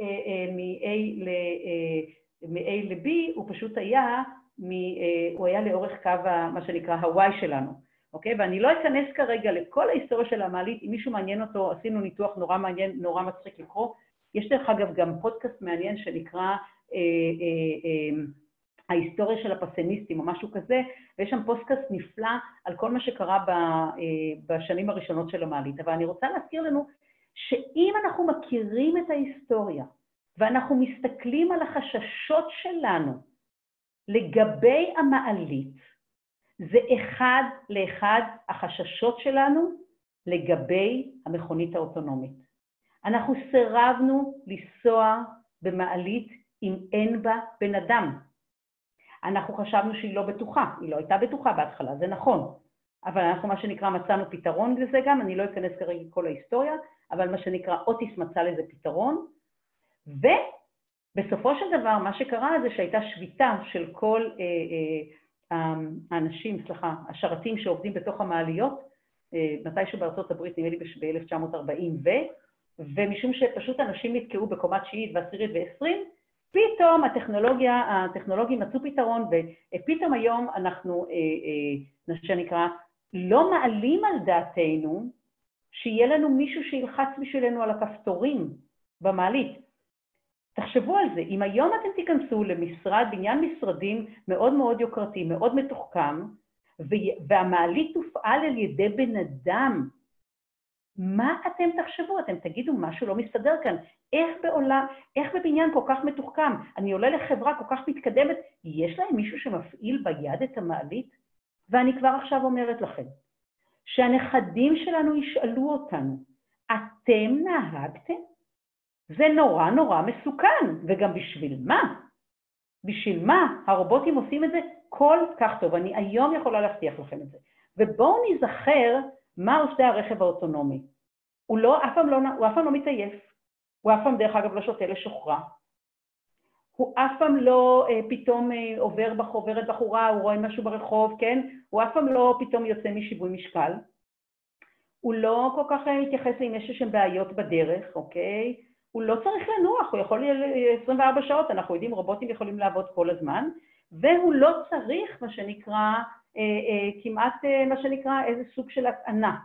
Speaker 1: מ-A ל-B, הוא פשוט היה, הוא היה לאורך קו מה שנקרא הוואי שלנו. אוקיי? ואני לא אכנס כרגע לכל ההיסטוריה של המעלית, אם מישהו מעניין אותו, עשינו ניתוח נורא מעניין, נורא מצחיק לקרוא, יש דרך אגב גם פודקאסט מעניין שנקרא ההיסטוריה של הפסימיסטים או משהו כזה, ויש שם פודקאסט נפלא על כל מה שקרה בשנים הראשונות של המעלית. אבל אני רוצה להזכיר לנו שאם אנחנו מכירים את ההיסטוריה, ואנחנו מסתכלים על החששות שלנו לגבי המעלית, זה אחד לאחד החששות שלנו לגבי המכונית האוטונומית. אנחנו סירבנו לנסוע במעלית אם אין בה בן אדם. אנחנו חשבנו שהיא לא בטוחה, היא לא הייתה בטוחה בהתחלה, זה נכון. אבל אנחנו מה שנקרא מצאנו פתרון לזה גם, אני לא אכנס כרגע כל ההיסטוריה, אבל מה שנקרא אוטיס מצא לזה פתרון, ובסופו של דבר מה שקרה זה שהייתה שביתה של כל האנשים, השרתים שעובדים בתוך המעליות, מתישהו בארצות הברית נראה לי ב-1940, ומשום שפשוט אנשים נתקעו בקומה 9 ו10 ו20, פתאום הטכנולוגים מצאו פתרון, ופתאום היום אנחנו, שנקרא, לא מעלים על דעתנו שיהיה לנו מישהו שילחץ בשבילנו על הכפתורים במעלית. תחשבו על זה, אם היום אתם תיכנסו בניין משרדים מאוד מאוד יוקרתי, מאוד מתוחכם, והמעלית תופעל על ידי בן אדם, מה אתם תחשבו? אתם תגידו משהו לא מסתדר כאן. איך בבניין כל כך מתוחכם? אני עולה לחברה כל כך מתקדמת, יש להם מישהו שמפעיל ביד את המעלית? ואני כבר עכשיו אומרת לכם, שהנכדים שלנו ישאלו אותנו, אתם נהגתם? זה נורא נורא מסוכן, וגם בשביל מה? בשביל מה? הרובוטים עושים את זה כל כך טוב, אני היום יכולה להבטיח לכם את זה. ובואו נזכר מה עושה הרכב האוטונומי. הוא אף פעם לא מתעייף, הוא אף פעם דרך אגב לא שותה לשוחרה, הוא אף פעם לא פתאום עוברת בחורה, הוא רואה משהו ברחוב, כן? הוא אף פעם לא פתאום יוצא משיווי משקל, הוא לא כל כך מתייחס אם יש שם בעיות בדרך, אוקיי? הוא לא צריך לנוח, הוא יכול 24 שעות, אנחנו יודעים, רובוטים יכולים לעבוד כל הזמן, והוא לא צריך מה שנקרא, כמעט מה שנקרא איזה סוג של הטענה,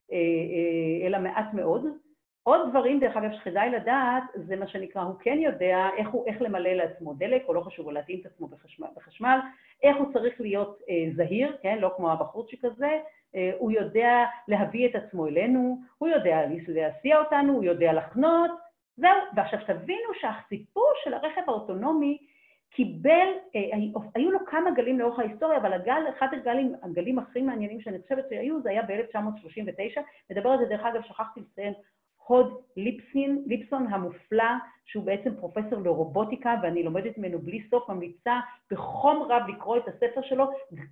Speaker 1: אלא מעט מאוד. עוד דברים, דרך אגב, שכדאי לדעת, זה מה שנקרא, הוא כן יודע איך למלא לעצמו דלק, או לא חשוב, או להתאים את עצמו בחשמל, איך הוא צריך להיות זהיר, כן, לא כמו הבחורצ'יק הזה, הוא יודע להביא את עצמו אלינו, הוא יודע להסיע אותנו, הוא יודע לחנות, זהו. ועכשיו תבינו שהסיפור של הרכב האוטונומי קיבל, היו לו כמה גלים לאורך ההיסטוריה, אבל אחד הגלים הכי מעניינים שאני חושבת שהיו, זה היה ב-1939, מדבר על זה דרך אגב, שכחתי לציין, הוד ליפסון המופלא, שהוא בעצם פרופסור לרובוטיקה, ואני לומדת ממנו בלי סוף, ממליצה בחום רב לקרוא את הספר שלו,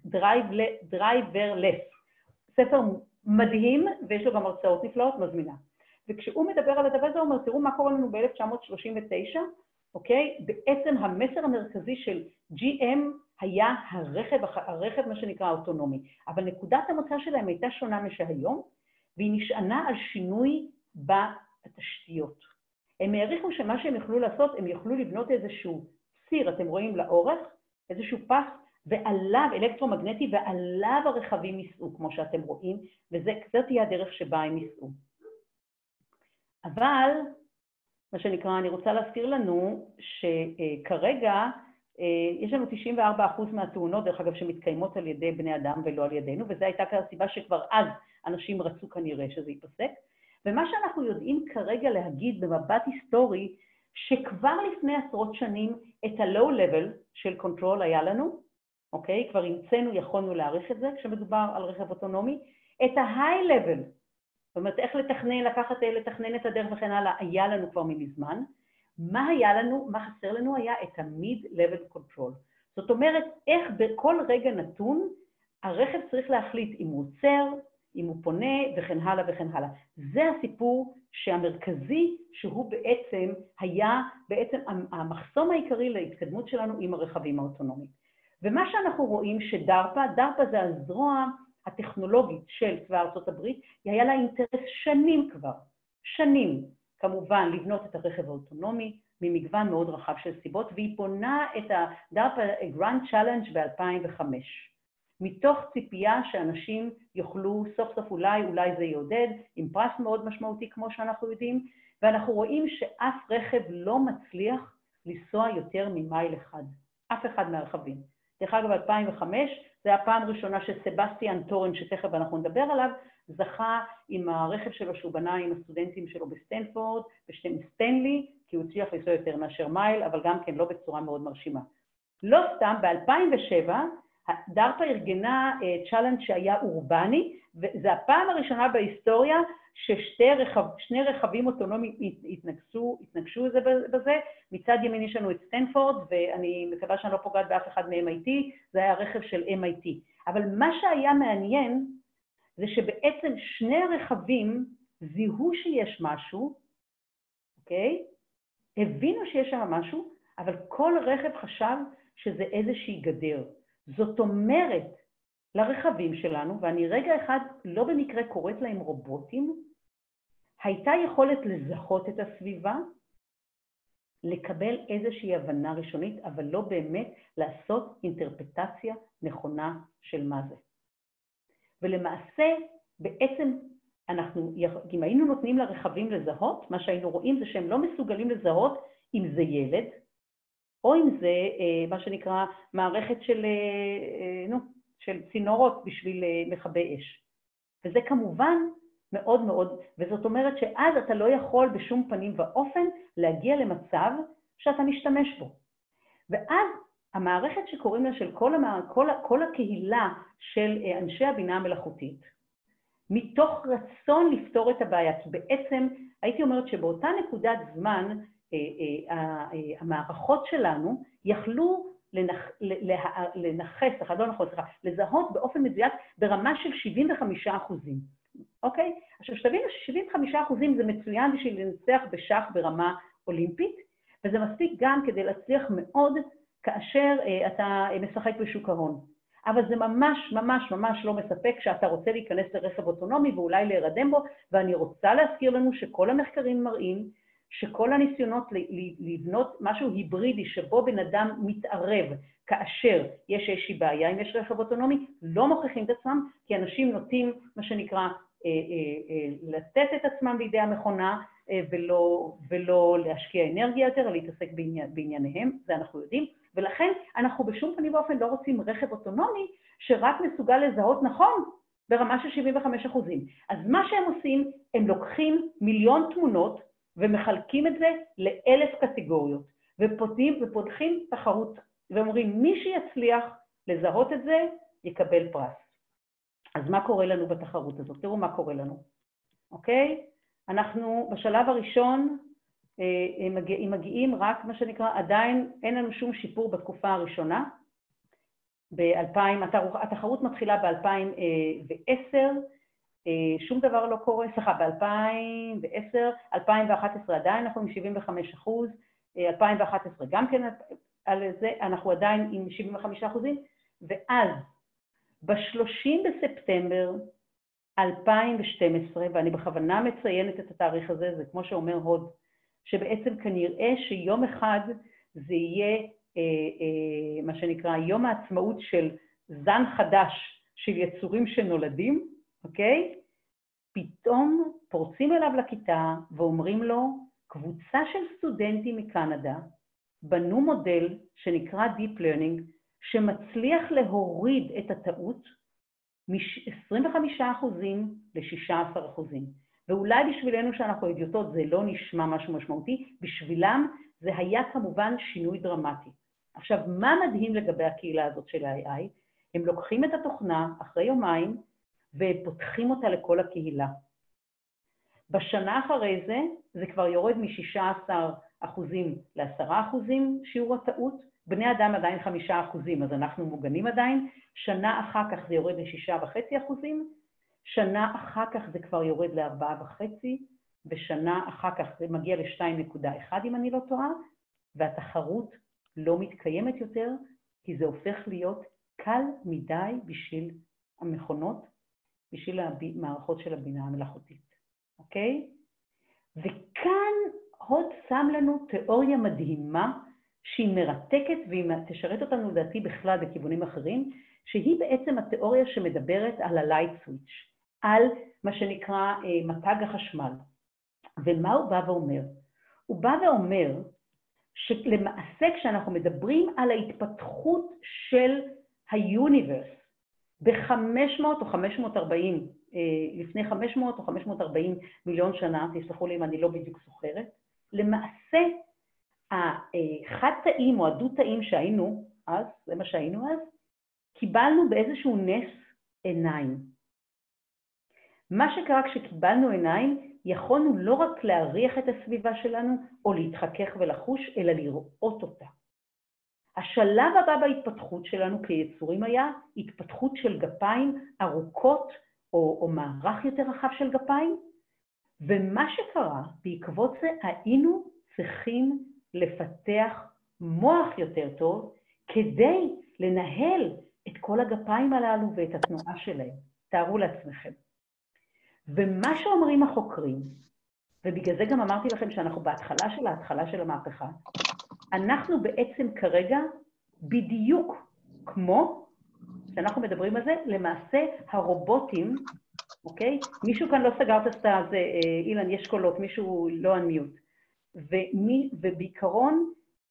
Speaker 1: Driverless. ספר מדהים, ויש לו גם הרצאות נפלאות, מזמינה. וכשהוא מדבר על הדבר הזה, הוא אומר, תראו מה קורה לנו ב-1939, אוקיי? בעצם המסר המרכזי של GM היה הרכב מה שנקרא האוטונומי, אבל נקודת המוצא שלהם הייתה שונה משהיום, והיא נשענה על שינוי בתשתיות. הם העריכו שמה שהם יכלו לעשות, הם יכלו לבנות איזשהו ציר, אתם רואים לאורך, איזשהו פס, ועליו אלקטרומגנטי, ועליו הרכבים ייסעו, כמו שאתם רואים, וזאת תהיה הדרך שבה הם ייסעו. אבל, מה שנקרא, אני רוצה להזכיר לנו שכרגע יש לנו 94% מהתאונות, דרך אגב, שמתקיימות על ידי בני אדם ולא על ידינו, וזו הייתה הסיבה שכבר אז אנשים רצו כנראה שזה ייפסק. ומה שאנחנו יודעים כרגע להגיד במבט היסטורי, שכבר לפני עשרות שנים את ה-low level של control היה לנו, אוקיי? כבר המצאנו, יכולנו להעריך את זה כשמדובר על רכב אוטונומי, את ה-high level, זאת אומרת, איך לתכנן את הדרך וכן הלאה, היה לנו כבר מזמן. מה היה לנו, מה חסר לנו היה את ה-mid-level control. זאת אומרת, איך בכל רגע נתון, הרכב צריך להחליט אם הוא עוצר, אם הוא פונה וכן הלאה וכן הלאה. זה הסיפור שהמרכזי, שהוא בעצם היה בעצם המחסום העיקרי להתקדמות שלנו עם הרכבים האוטונומיים. ומה שאנחנו רואים דרפה זה הזרוע הטכנולוגית של צבא ארצות הברית, היה לה אינטרס שנים, כמובן לבנות את הרכב האוטונומי, ממגוון מאוד רחב של סיבות, והיא פונה את הדארפה גרנד צ'אלנג' ב-2005. מתוך ציפייה שאנשים יוכלו סוף סוף אולי זה יעודד, עם פרס מאוד משמעותי כמו שאנחנו יודעים, ואנחנו רואים שאף רכב לא מצליח לנסוע יותר ממייל אחד, אף אחד מהרכבים. דרך אגב, 2005, זה הפעם הראשונה שסבסטיאן טורן, שתכף אנחנו נדבר עליו, זכה עם הרכב שלו שהוא בנה עם הסטודנטים שלו בסטנפורד, בשם סטנלי, כי הוא הצליח לנסוע יותר מאשר מייל, אבל גם כן לא בצורה מאוד מרשימה. לא סתם, ב-2007, דארפה ארגנה צ'אלנג' שהיה אורבני, וזו הפעם הראשונה בהיסטוריה ששני רכבים אוטונומיים התנגשו זה בזה. מצד ימין יש לנו את סטנפורד, ואני מקווה שאני לא פוגעת באף אחד מ-MIT, זה היה רכב של MIT. אבל מה שהיה מעניין, זה שבעצם שני הרכבים זיהו שיש משהו, אוקיי? הבינו שיש שם משהו, אבל כל רכב חשב שזה איזושהי גדר. זאת אומרת, לרכבים שלנו, ואני רגע אחד לא במקרה קוראת להם רובוטים, הייתה יכולת לזהות את הסביבה, לקבל איזושהי הבנה ראשונית, אבל לא באמת לעשות אינטרפטציה נכונה של מה זה. ולמעשה, בעצם אם היינו נותנים לרכבים לזהות, מה שהיינו רואים זה שהם לא מסוגלים לזהות אם זה ילד, או אם זה מה שנקרא מערכת של צינורות בשביל מכבי אש. וזה כמובן מאוד מאוד, וזאת אומרת שאז אתה לא יכול בשום פנים ואופן להגיע למצב שאתה משתמש בו. ואז המערכת שקוראים לה של כל הקהילה של אנשי הבינה המלאכותית, מתוך רצון לפתור את הבעיה, כי בעצם הייתי אומרת שבאותה נקודת זמן, המערכות שלנו יכלו לזהות באופן מדויק ברמה של 75%. אוקיי? עכשיו שתבינו ש75% זה מצוין בשביל לנצח בשח ברמה אולימפית, וזה מספיק גם כדי להצליח מאוד כאשר אתה משחק בשוק ההון. אבל זה ממש ממש ממש לא מספק שאתה רוצה להיכנס לרכב אוטונומי ואולי להירדם בו, ואני רוצה להזכיר לנו שכל המחקרים מראים שכל הניסיונות לבנות משהו היברידי שבו בן אדם מתערב כאשר יש איזושהי בעיה, אם יש רכב אוטונומי, לא מוכיחים את עצמם, כי אנשים נוטים מה שנקרא לתת את עצמם בידי המכונה ולא להשקיע אנרגיה יותר, אלא להתעסק בענייניהם, זה אנחנו יודעים, ולכן אנחנו בשום פנים ואופן לא רוצים רכב אוטונומי שרק מסוגל לזהות נכון ברמה של 75%. אז מה שהם עושים, הם לוקחים מיליון תמונות ומחלקים את זה ל1,000 קטגוריות, ופותחים תחרות, ואומרים מי שיצליח לזהות את זה יקבל פרס. אז מה קורה לנו בתחרות הזאת? תראו מה קורה לנו, אוקיי? אנחנו בשלב הראשון, הם מגיעים רק מה שנקרא, עדיין אין לנו שום שיפור בתקופה הראשונה. התחרות מתחילה ב-2010, שום דבר לא קורה, ב-2010, 2011 עדיין אנחנו עם 75%, 2011 גם כן על זה, אנחנו עדיין עם 75%, ואז ב-30 בספטמבר 2012, ואני בכוונה מציינת את התאריך הזה, זה כמו שאומר הוד, שבעצם כנראה שיום אחד זה יהיה מה שנקרא יום העצמאות של זן חדש של יצורים שנולדים, אוקיי? פתאום פורצים אליו לכיתה ואומרים לו, קבוצה של סטודנטים מקנדה בנו מודל שנקרא Deep Learning, שמצליח להוריד את הטעות מ-25% ל-16%. ואולי בשבילנו שאנחנו אידיוטות זה לא נשמע משהו משמעותי, בשבילם זה היה כמובן שינוי דרמטי. עכשיו, מה מדהים לגבי הקהילה הזאת של ה-AI? הם לוקחים את התוכנה אחרי יומיים ופותחים אותה לכל הקהילה. בשנה אחרי זה, זה כבר יורד מ-16% ל-10% שיעור הטעות, בני אדם עדיין 5%, אז אנחנו מוגנים עדיין, שנה אחר כך זה יורד ל6.5%, שנה אחר כך זה כבר יורד ל4.5%, ושנה אחר כך זה מגיע ל2.1 אם אני לא טועה, והתחרות לא מתקיימת יותר, כי זה הופך להיות קל מדי בשביל המכונות, בשביל המערכות של הבינה המלאכותית, אוקיי? וכאן הוד שם לנו תיאוריה מדהימה, שהיא מרתקת והיא תשרת אותנו לדעתי בכלל בכיוונים אחרים, שהיא בעצם התיאוריה שמדברת על ה-light switch, על מה שנקרא מתג החשמל. ומה הוא בא ואומר? הוא בא ואומר שלמעשה כשאנחנו מדברים על ההתפתחות של היוניברס ב-500 או 540, לפני 500 או 540 מיליון שנה, תסלחו לי אם אני לא בדיוק זוכרת, למעשה החד-תאים או הדו-תאים שהיינו אז, זה מה שהיינו אז, קיבלנו באיזשהו נס עיניים. מה שקרה כשקיבלנו עיניים, יכולנו לא רק להריח את הסביבה שלנו או להתחכך ולחוש, אלא לראות אותה. השלב הבא בהתפתחות שלנו כיצורים היה התפתחות של גפיים ארוכות או מערך יותר רחב של גפיים, ומה שקרה בעקבות זה היינו צריכים לפתח מוח יותר טוב כדי לנהל את כל הגפיים הללו ואת התנועה שלהם. תארו לעצמכם. ומה שאומרים החוקרים, ובגלל זה גם אמרתי לכם שאנחנו בהתחלה של המהפכה, אנחנו בעצם כרגע בדיוק כמו שאנחנו מדברים על זה, למעשה הרובוטים, אוקיי? מישהו כאן לא סגר את זה, אילן, יש קולות, מישהו לא אנמיוט. ובעיקרון,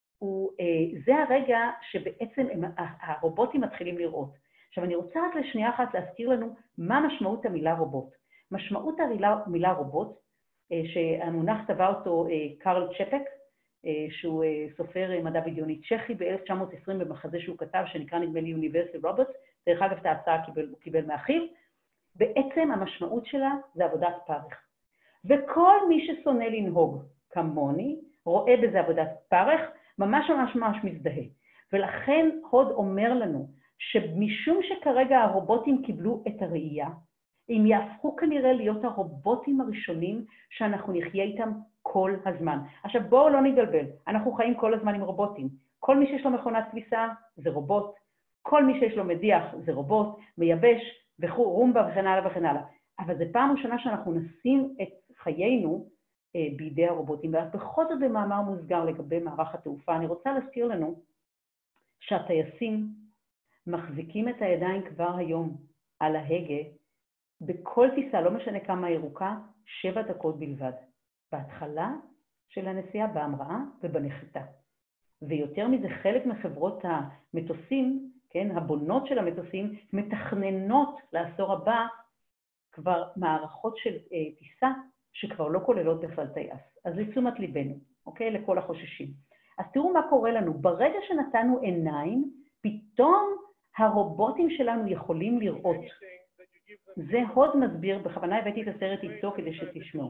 Speaker 1: זה הרגע שבעצם הרובוטים מתחילים לראות. עכשיו, אני רוצה רק לשנייה אחת להזכיר לנו מה משמעות המילה רובוט. משמעות המילה רובוט, שהמונח טבע אותו קרל צ'פק, שהוא סופר מדע בדיוני צ'כי ב-1920 במחזה שהוא כתב, שנקרא נדמה לי Universal Robots, דרך אגב את ההצעה הוא קיבל מאחיו, בעצם המשמעות שלה זה עבודת פרך. וכל מי ששונא לנהוג כמוני, רואה בזה עבודת פרך, ממש ממש ממש מזדהה. ולכן הוד אומר לנו, שמשום שכרגע הרובוטים קיבלו את הראייה, הם יהפכו כנראה להיות הרובוטים הראשונים שאנחנו נחיה איתם כל הזמן. עכשיו בואו לא נתבלבל, אנחנו חיים כל הזמן עם רובוטים. כל מי שיש לו מכונת כביסה זה רובוט, כל מי שיש לו מדיח זה רובוט, מייבש רומבה וכן הלאה וכן הלאה. אבל זו פעם ראשונה שאנחנו נשים את חיינו בידי הרובוטים. ובכל זאת במאמר מוסגר לגבי מערך התעופה, אני רוצה להזכיר לנו שהטייסים מחזיקים את הידיים כבר היום על ההגה, בכל טיסה, לא משנה כמה ירוקה, 7 דקות בלבד. בהתחלה של הנסיעה, בהמראה ובנחיתה. ויותר מזה, חלק מחברות המטוסים, כן, הבונות של המטוסים, מתכננות לעשור הבא כבר מערכות של טיסה, שכבר לא כוללות בכלל טייס. אז לתשומת ליבנו, אוקיי? לכל החוששים. אז תראו מה קורה לנו. ברגע שנתנו עיניים, פתאום הרובוטים שלנו יכולים לראות. זה הוד מסביר, בכוונה הבאתי את הסרט איתו כדי שתשמעו.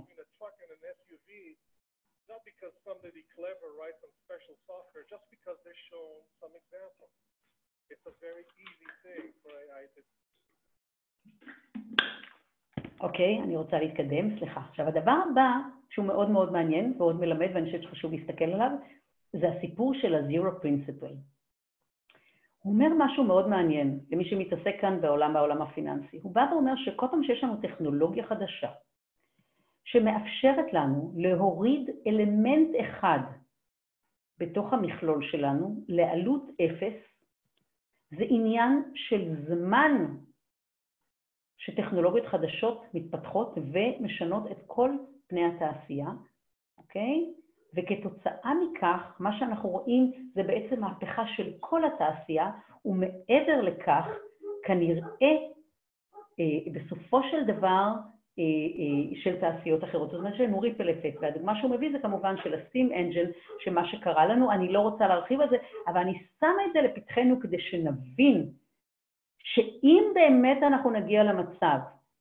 Speaker 1: אוקיי, אני רוצה להתקדם, סליחה. עכשיו, הדבר הבא, שהוא מאוד מאוד מעניין ועוד מלמד, ואני חושבת שחשוב להסתכל עליו, זה הסיפור של ה-Zero Principle. הוא אומר משהו מאוד מעניין למי שמתעסק כאן בעולם הפיננסי. הוא בא ואומר שכל פעם שיש לנו טכנולוגיה חדשה, שמאפשרת לנו להוריד אלמנט אחד בתוך המכלול שלנו, לעלות 0, זה עניין של זמן שטכנולוגיות חדשות מתפתחות ומשנות את כל פני התעשייה, אוקיי? וכתוצאה מכך, מה שאנחנו רואים זה בעצם מהפכה של כל התעשייה, ומעבר לכך, כנראה בסופו של דבר של תעשיות אחרות. זאת אומרת שנורי פלפט, והדוגמה שהוא מביא זה כמובן של הסטים אנג'ן, שמה שקרה לנו, אני לא רוצה להרחיב על זה, אבל אני שמה את זה לפתחנו כדי שנבין שאם באמת אנחנו נגיע למצב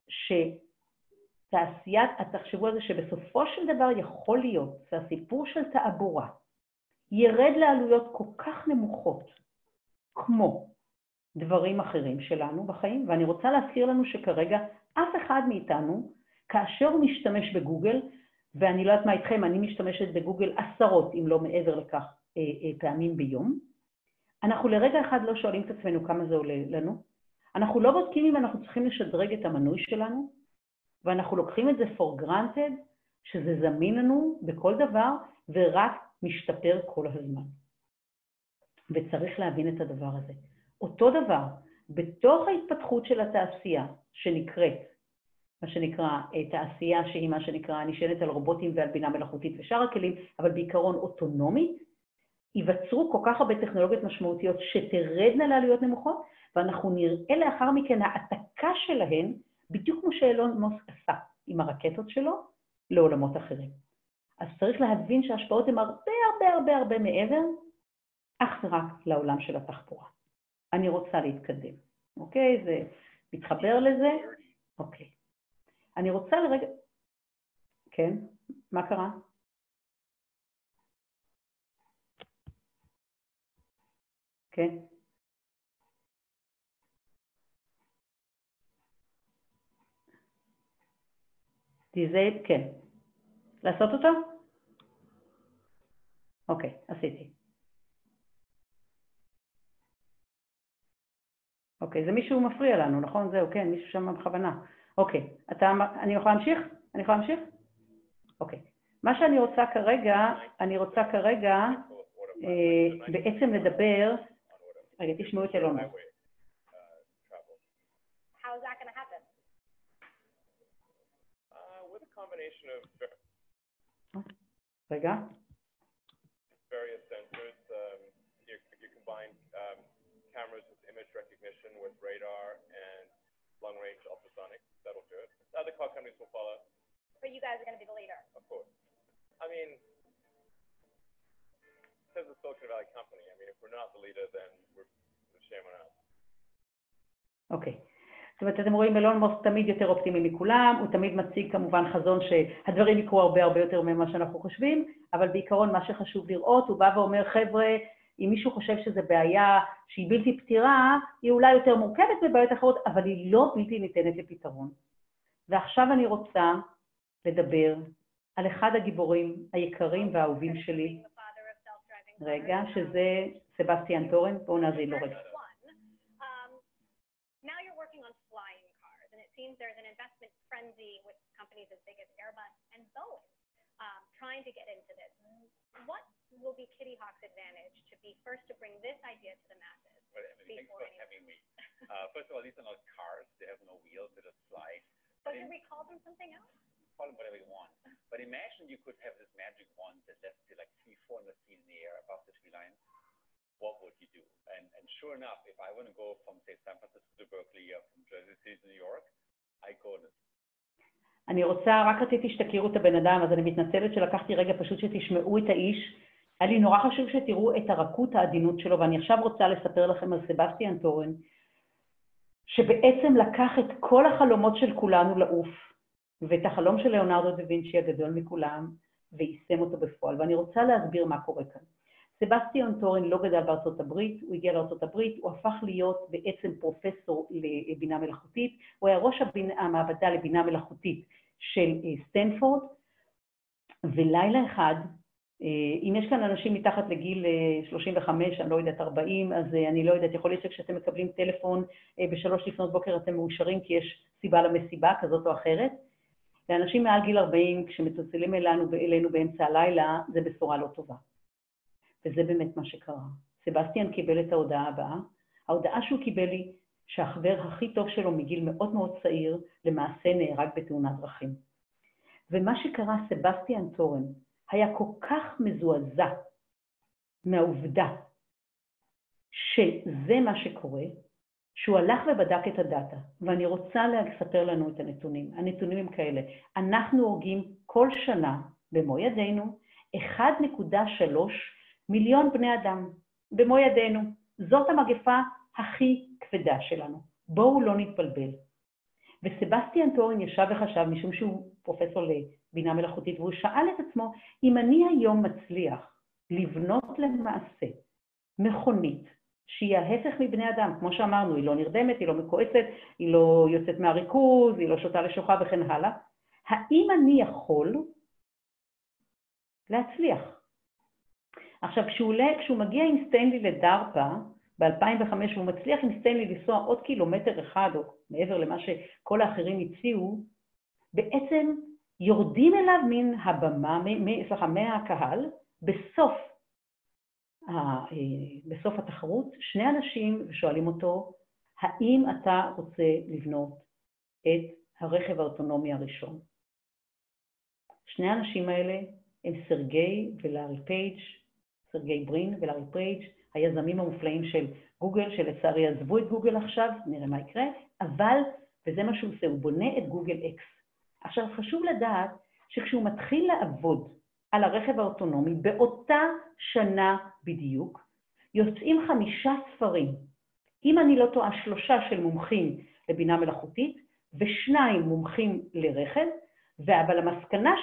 Speaker 1: תעשיית, תחשבו על זה שבסופו של דבר יכול להיות שהסיפור של תעבורה ירד לעלויות כל כך נמוכות כמו דברים אחרים שלנו בחיים, ואני רוצה להזכיר לנו שכרגע אף אחד מאיתנו, כאשר הוא משתמש בגוגל, ואני לא יודעת מה איתכם, אני משתמשת בגוגל 10 אם לא מעבר לכך פעמים ביום, אנחנו לרגע אחד לא שואלים את עצמנו כמה זה עולה לנו, אנחנו לא בודקים אם אנחנו צריכים לשדרג את המנוי שלנו, ואנחנו לוקחים את זה for granted, שזה זמין לנו בכל דבר, ורק משתפר כל הזמן. וצריך להבין את הדבר הזה. אותו דבר, בתוך ההתפתחות של התעשייה, שנקראת מה שנקרא תעשייה שהיא מה שנקרא נשענת על רובוטים ועל בינה מלאכותית ושאר הכלים, אבל בעיקרון אוטונומית, ייווצרו כל כך הרבה טכנולוגיות משמעותיות שתרדנה לעלויות נמוכות, ואנחנו נראה לאחר מכן העתקה שלהן, בדיוק כמו שאילון מאסק עשה עם הרקטות שלו, לעולמות אחרים. אז צריך להבין שההשפעות הן הרבה הרבה הרבה הרבה מעבר, אך ורק לעולם של התחבורה. אני רוצה להתקדם, אוקיי? זה מתחבר לזה? אוקיי. אני רוצה לרגע... כן? מה קרה? כן? דיזייד? כן. לעשות אותו? אוקיי, עשיתי. אוקיי, זה מישהו מפריע לנו, נכון? זהו, כן, מישהו שם בכוונה. אוקיי, אני יכולה להמשיך? אני יכולה להמשיך? אוקיי. מה שאני רוצה כרגע, בעצם לדבר, רגע, תשמעו את אילון. רגע.
Speaker 2: Various sensors, you combine cameras with image recognition with radar and long-range ultrasonic. That'll do it. The other car companies will follow.
Speaker 3: But you guys are going to be the leader.
Speaker 2: Of course. I mean, this is a Silicon Valley company. I mean, if we're not the leader, then we're shame on us.
Speaker 1: אוקיי. זאת אומרת, אתם רואים, אילון מאסק תמיד יותר אופטימי מכולם, הוא תמיד מציג כמובן חזון שהדברים יקרו הרבה הרבה יותר ממה שאנחנו חושבים, אבל בעיקרון מה שחשוב לראות, הוא בא ואומר, חבר'ה, אם מישהו חושב שזו בעיה שהיא בלתי פתירה, היא אולי יותר מורכבת מבעיות אחרות, אבל היא לא בלתי ניתנת לפתרון. ועכשיו אני רוצה לדבר על אחד הגיבורים היקרים והאהובים שלי, רגע, שזה סבסטיאן טורן, בואו נאזין לו רגע.
Speaker 3: Seems there's an investment frenzy with companies as big as Airbus and Boeing trying to get into this. What will be Kitty Hawk's advantage to be first to bring this idea to the masses?
Speaker 4: Well, thanks for having me. First of all, these are not cars. They have no wheels. They just slide.
Speaker 3: So can we call them something else?
Speaker 4: Call them whatever you want. But imagine you could have this magic wand that lets you like 300-400 feet in the air above the tree line. What would you do? And sure enough, if I want to go from, say, San Francisco to Berkeley or from Jersey City to New York,
Speaker 1: אני רוצה, רק רציתי שתכירו את הבן אדם, אז אני מתנצלת שלקחתי רגע פשוט שתשמעו את האיש. היה לי נורא חשוב שתראו את הרכות העדינות שלו, ואני עכשיו רוצה לספר לכם על סבסטיאן טורן, שבעצם לקח את כל החלומות של כולנו לעוף, ואת החלום של ליאונרדו דה וינצ'י הגדול מכולם, ויישם אותו בפועל. ואני רוצה להסביר מה קורה כאן. סבסטיאן טורן לא גדל בארצות הברית, הוא הגיע לארצות הברית, הוא הפך להיות בעצם פרופסור לבינה מלאכותית, הוא היה ראש המעבדה לבינה מלאכותית של סטנפורד, ולילה אחד, אם יש כאן אנשים מתחת לגיל 35, אני לא יודעת 40, אז אני לא יודעת, יכול להיות שכשאתם מקבלים טלפון ב3 לפנות בוקר אתם מאושרים כי יש סיבה למסיבה כזאת או אחרת, לאנשים מעל גיל 40 כשמצלצלים אלינו באמצע הלילה זה בשורה לא טובה. וזה באמת מה שקרה. סבסטיאן קיבל את ההודעה הבאה. ההודעה שהוא קיבל היא שהחבר הכי טוב שלו מגיל מאוד מאוד צעיר למעשה נהרג בתאונת דרכים. ומה שקרה, סבסטיאן טורן היה כל כך מזועזע מהעובדה שזה מה שקורה, שהוא הלך ובדק את הדאטה. ואני רוצה לספר לנו את הנתונים. הנתונים הם כאלה. אנחנו הורגים כל שנה במו ידינו 1.3 מיליון בני אדם, במו ידינו. זאת המגפה הכי כבדה שלנו. בואו לא נתבלבל. וסבסטיאן טורן ישב וחשב, משום שהוא פרופסור לבינה מלאכותית, והוא שאל את עצמו, אם אני היום מצליח לבנות למעשה מכונית, שהיא ההפך מבני אדם, כמו שאמרנו, היא לא נרדמת, היא לא מקועצת, היא לא יוצאת מהריכוז, היא לא שותה לשוחה וכן הלאה, האם אני יכול להצליח? עכשיו, כשהוא מגיע עם סטיינלי לדארפה, ב-2005 הוא מצליח עם סטיינלי לנסוע עוד קילומטר אחד, או מעבר למה שכל האחרים הציעו, בעצם יורדים אליו מן הבמה, מהקהל, בסוף התחרות, שני אנשים ושואלים אותו, האם אתה רוצה לבנות את הרכב האוטונומי הראשון. שני האנשים האלה הם סרגי ולארי פייג', סרגי ברין ולארי פייג', היזמים המופלאים של גוגל, שלצערי עזבו את גוגל עכשיו, נראה מה יקרה, אבל, וזה מה שהוא עושה, הוא בונה את גוגל אקס. עכשיו חשוב לדעת שכשהוא מתחיל לעבוד על הרכב האוטונומי, באותה שנה בדיוק, יוצאים 5 ספרים. אם אני לא טועה, 3 של מומחים לבינה מלאכותית, ו2 מומחים לרכב, אבל המסקנה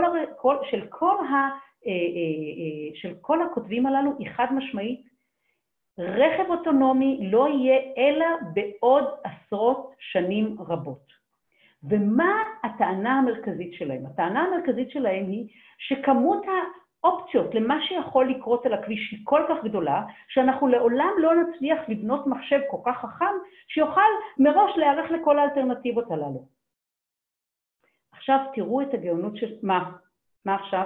Speaker 1: של כל הכותבים הללו היא חד משמעית, רכב אוטונומי לא יהיה אלא בעוד עשרות שנים רבות. ומה הטענה המרכזית שלהם? הטענה המרכזית שלהם היא שכמות האופציות למה שיכול לקרות על הכביש היא כל כך גדולה, שאנחנו לעולם לא נצליח לבנות מחשב כל כך חכם, שיוכל מראש להיערך לכל האלטרנטיבות הללו. עכשיו תראו את הגאונות של... מה עכשיו?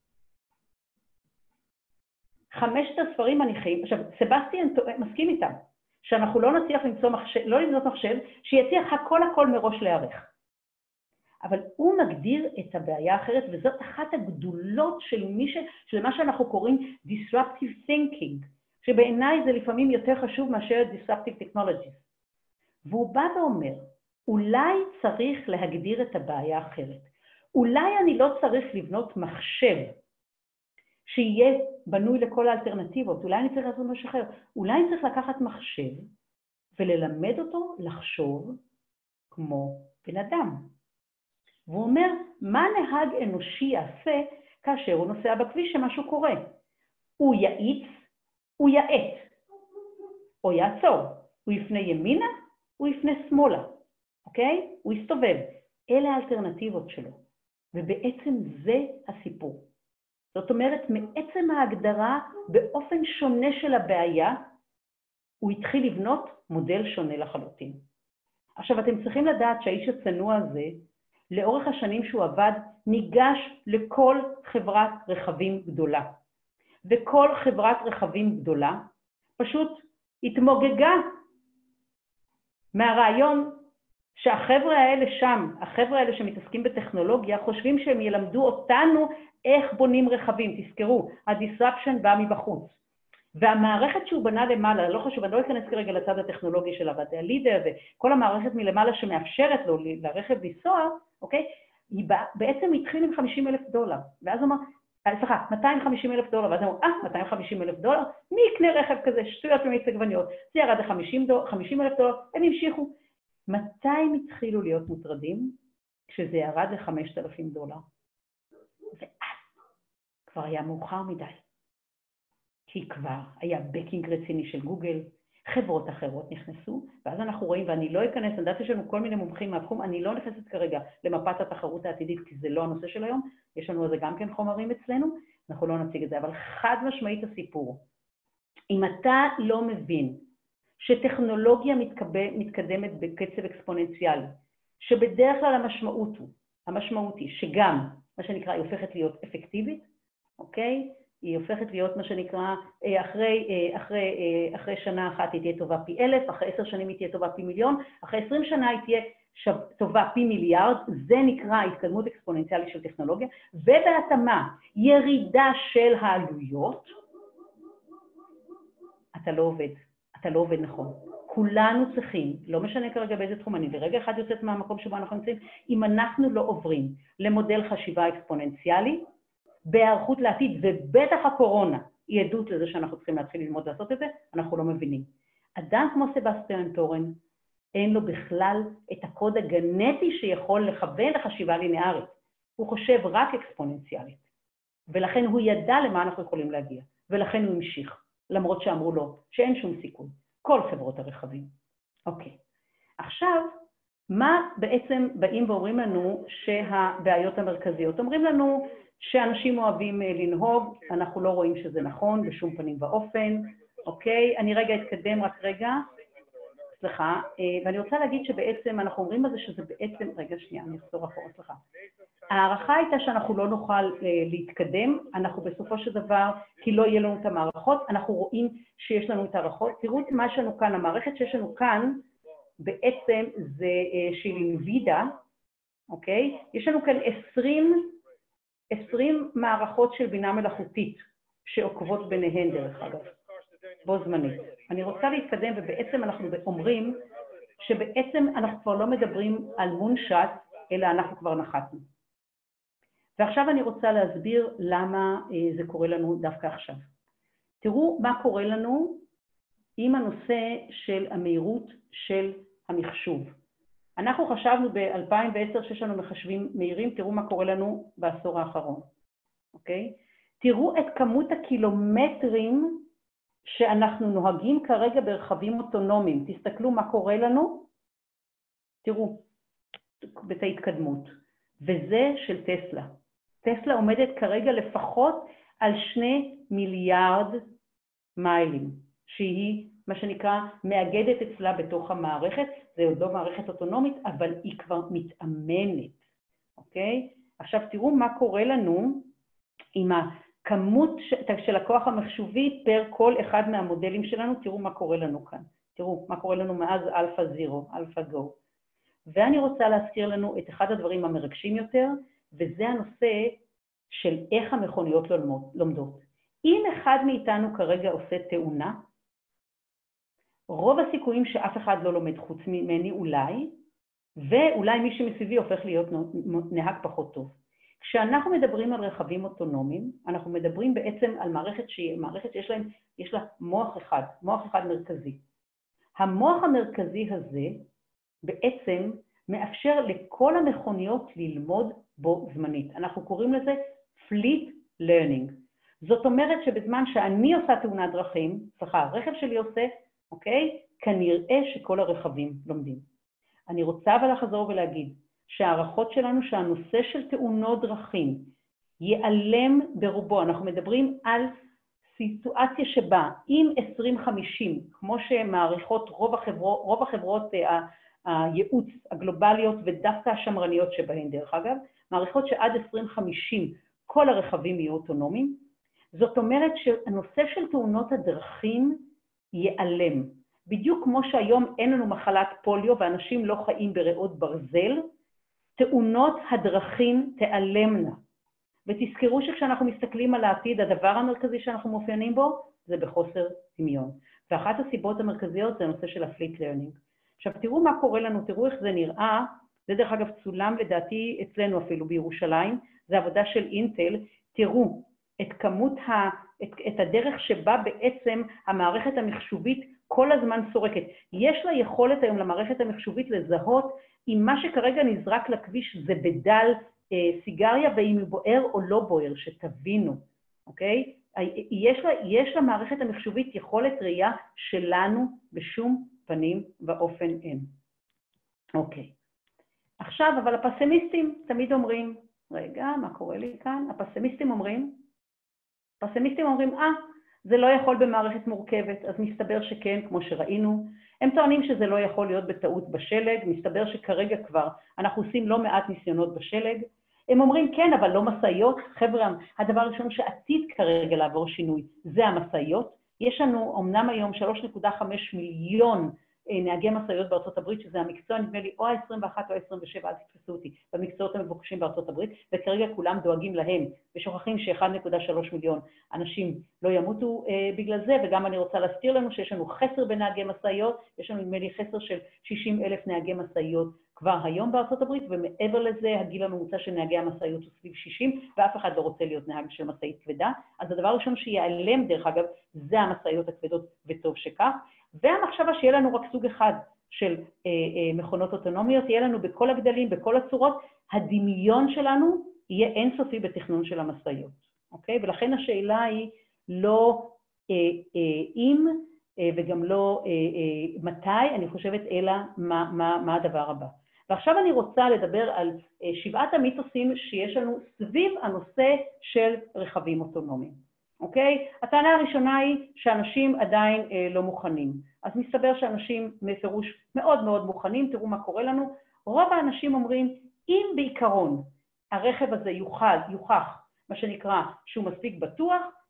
Speaker 1: 5 הספרים מניחים, עכשיו סבסטיאן מסכים איתם, שאנחנו לא נצליח לא לבנות מחשב, שיצליח הכל מראש להיערך. אבל הוא מגדיר את הבעיה האחרת, וזאת אחת הגדולות של מה שאנחנו קוראים disruptive thinking, שבעיניי זה לפעמים יותר חשוב מאשר disruptive technologies. והוא בא ואומר, אולי צריך להגדיר את הבעיה האחרת. אולי אני לא צריך לבנות מחשב שיהיה בנוי לכל האלטרנטיבות, אולי אני צריך לעשות משהו אחר. אולי אני צריך לקחת מחשב וללמד אותו לחשוב כמו בן אדם. והוא אומר, מה נהג אנושי יעשה כאשר הוא נוסע בכביש שמשהו קורה? הוא יאיץ, הוא יאט, או יעצור. הוא יפנה ימינה, הוא יפנה שמאלה, אוקיי? הוא יסתובב. אלה האלטרנטיבות שלו. ובעצם זה הסיפור. זאת אומרת, מעצם ההגדרה באופן שונה של הבעיה, הוא התחיל לבנות מודל שונה לחלוטין. עכשיו, אתם צריכים לדעת שהאיש הצנוע הזה, לאורך השנים שהוא עבד, ניגש לכל חברת רכבים גדולה. וכל חברת רכבים גדולה פשוט התמוגגה מהרעיון שהחבר'ה האלה שם, החבר'ה האלה שמתעסקים בטכנולוגיה, חושבים שהם ילמדו אותנו איך בונים רכבים. תזכרו, הדיסרפשן בא מבחוץ. והמערכת שהוא בנה למעלה, לא חשוב, אני לא אכנס כרגע לצד הטכנולוגי של הבתי הלידר, וכל המערכת מלמעלה שמאפשרת לו לרכב לנסוע, אוקיי? היא בעצם התחיל עם $50,000. ואז הוא אמר, סליחה, $250,000, ואז הוא אמר, $250,000? מי יקנה רכב כזה? שטויות ומיץ עגבניות. זה ירד $50,000, הם המשיכו. מתי הם התחילו להיות מוטרדים? כשזה ירד $5,000. ואז כבר היה מאוחר מדי. כי כבר היה בקינג רציני של גוגל, חברות אחרות נכנסו, ואז אנחנו רואים, ואני לא אכנס, אני יודעת שיש לנו כל מיני מומחים מהתחום, אני לא נכנסת כרגע למפת התחרות העתידית, כי זה לא הנושא של היום, יש לנו על זה גם כן חומרים אצלנו, אנחנו לא נציג את זה, אבל חד משמעית הסיפור. אם אתה לא מבין שטכנולוגיה מתקדמת בקצב אקספוננציאלי, שבדרך כלל המשמעות היא שגם, מה שנקרא, היא הופכת להיות אפקטיבית, אוקיי? היא הופכת להיות מה שנקרא, אחרי שנה אחת היא תהיה טובה פי 1,000, אחרי 10 שנים היא תהיה טובה פי 1,000,000, אחרי 20 שנה היא תהיה טובה פי 1,000,000,000, זה נקרא התקדמות אקספוננציאלית של טכנולוגיה, ובהתאמה ירידה של העלויות, אתה לא עובד נכון. כולנו צריכים, לא משנה כרגע באיזה תחום, אני לרגע אחד יוצאת מהמקום שבו אנחנו נמצאים, אם אנחנו לא עוברים למודל חשיבה אקספוננציאלי, בהיערכות לעתיד, ובטח הקורונה היא עדות לזה שאנחנו צריכים להתחיל ללמוד לעשות את זה, אנחנו לא מבינים. אדם כמו סבסטיאן טורן, אין לו בכלל את הקוד הגנטי שיכול לכוון לחשיבה לינארית. הוא חושב רק אקספוננציאלית, ולכן הוא ידע למה אנחנו יכולים להגיע, ולכן הוא המשיך, למרות שאמרו לו שאין שום סיכוי, כל חברות הרכבים. אוקיי. עכשיו, מה בעצם באים ואומרים לנו שהבעיות המרכזיות? אומרים לנו שאנשים אוהבים לנהוג, אנחנו לא רואים שזה נכון בשום פנים ואופן, אוקיי? אני רגע אתקדם, רק רגע, סליחה, ואני רוצה להגיד שבעצם אנחנו אומרים בזה שזה בעצם, רגע שנייה, אני אחזור אחורה, סליחה. הערכה הייתה שאנחנו לא נוכל להתקדם, אנחנו בסופו של דבר, כי לא יהיה לנו את המערכות, אנחנו רואים שיש לנו את הערכות, תראו את מה שלנו כאן, המערכת שיש לנו כאן, בעצם זה של אינווידה, אוקיי? יש לנו כאן 20 מערכות של בינה מלאכותית שעוקבות ביניהן דרך אגב, בו זמנית. אני רוצה להתקדם ובעצם אנחנו אומרים שבעצם אנחנו כבר לא מדברים על מונשט, אלא אנחנו כבר נחתנו. ועכשיו אני רוצה להסביר למה זה קורה לנו דווקא עכשיו. תראו מה קורה לנו עם הנושא של המהירות של המחשוב. אנחנו חשבנו ב-2010 שיש לנו מחשבים מהירים, תראו מה קורה לנו בעשור האחרון, אוקיי? תראו את כמות הקילומטרים שאנחנו נוהגים כרגע ברכבים אוטונומיים. תסתכלו מה קורה לנו, תראו את ההתקדמות. וזה של טסלה. טסלה עומדת כרגע לפחות על 2 מיליארד מיילים, שהיא מה שנקרא מאגדת אצלה בתוך המערכת. זה עוד לא מערכת אוטונומית, אבל היא כבר מתאמנת, אוקיי? עכשיו תראו מה קורה לנו עם הכמות של הכוח המחשובי פר כל אחד מהמודלים שלנו. תראו מה קורה לנו כאן. תראו מה קורה לנו מאז אלפא זירו, אלפא גו. ואני רוצה להזכיר לנו את אחד הדברים המרגשים יותר, וזה הנושא של איך המכוניות לומדות. אם אחד מאיתנו כרגע עושה תאונה, רוב הסיכויים שאף אחד לא לומד חוץ ממני אולי, ואולי מי שמסביבי הופך להיות נהג פחות טוב. כשאנחנו מדברים על רכבים אוטונומיים, אנחנו מדברים בעצם על מערכת שיש לה מוח אחד מרכזי. המוח המרכזי הזה בעצם מאפשר לכל המכוניות ללמוד בו זמנית. אנחנו קוראים לזה fleet learning. זאת אומרת שבזמן שאני עושה תאונת דרכים, הרכב שלי עושה, אוקיי? כנראה שכל הרכבים לומדים. אני רוצה אבל לחזור ולהגיד שהערכות שלנו שהנושא של תאונות דרכים ייעלם ברובו. אנחנו מדברים על סיטואציה שבה אם 2050, כמו שמעריכות רוב החברות הייעוץ הגלובליות ודווקא השמרניות שבהן דרך אגב, מעריכות שעד 2050 כל הרכבים יהיו אוטונומיים. זאת אומרת שהנושא של תאונות הדרכים ייעלם. בדיוק כמו שהיום אין לנו מחלת פוליו ואנשים לא חיים בריאות ברזל, תאונות הדרכים תיעלמנה. ותזכרו שכשאנחנו מסתכלים על העתיד, הדבר המרכזי שאנחנו מאופיינים בו זה בחוסר דמיון. ואחת הסיבות המרכזיות זה הנושא של ה-fleet learning. עכשיו תראו מה קורה לנו, תראו איך זה נראה, זה דרך אגב צולם לדעתי אצלנו אפילו בירושלים, זה עבודה של אינטל. תראו את הדרך שבה בעצם המערכת המחשובית כל הזמן סורקת. יש לה יכולת היום למערכת המחשובית לזהות אם מה שכרגע נזרק לכביש זה בדל סיגריה, ואם הוא בוער או לא בוער, שתבינו, אוקיי? יש למערכת המחשובית יכולת ראייה שלנו בשום פנים ואופן אין. אוקיי. עכשיו, אבל הפסימיסטים תמיד אומרים, רגע, מה קורה לי כאן? הפסימיסטים אומרים, זה לא יכול במערכת מורכבת, אז מסתבר שכן, כמו שראינו. הם טוענים שזה לא יכול להיות בטעות בשלג, מסתבר שכרגע כבר אנחנו עושים לא מעט ניסיונות בשלג. הם אומרים כן, אבל לא מסעיות. חבר'ה, הדבר הראשון שעתיד כרגע לעבור שינוי זה המסעיות. יש לנו אמנם היום 3.5 מיליון נהגי מסעיות בארצות הברית, שזה המקצוע נדמה לי או ה-21 או ה-27, אל תתפסו אותי, במקצועות המבוקשים בארצות הברית, וכרגע כולם דואגים להם, ושוכחים ש1.3 מיליון אנשים לא ימותו בגלל זה. וגם אני רוצה להזכיר לנו שיש לנו חסר בנהגי מסעיות, יש לנו נדמה לי חסר של 60,000 נהגי מסעיות כבר היום בארצות הברית, ומעבר לזה הגיל הממוצע של נהגי המסעיות הוא סביב 60, ואף אחד לא רוצה להיות נהג של מסעית כבדה. אז הדבר הראשון שיעלם דרך אגב זה המסעיות הכבדות, וטוב שכך. והמחשבה שיהיה לנו רק סוג אחד של מכונות אוטונומיות, יהיה לנו בכל הגדלים, בכל הצורות, הדמיון שלנו יהיה אינסופי בתכנון של המסעיות, אוקיי? ולכן השאלה היא לא אם וגם לא מתי, אני חושבת אלא מה הדבר הבא. ועכשיו אני רוצה לדבר על 7 המיתוסים שיש לנו סביב הנושא של רכבים אוטונומיים. אוקיי? הטענה הראשונה היא שאנשים עדיין לא מוכנים. אז מסתבר שאנשים מפירוש מאוד מאוד מוכנים. תראו מה קורה לנו. רוב האנשים אומרים, אם בעיקרון הרכב הזה יוכח, מה שנקרא, שהוא מספיק בטוח,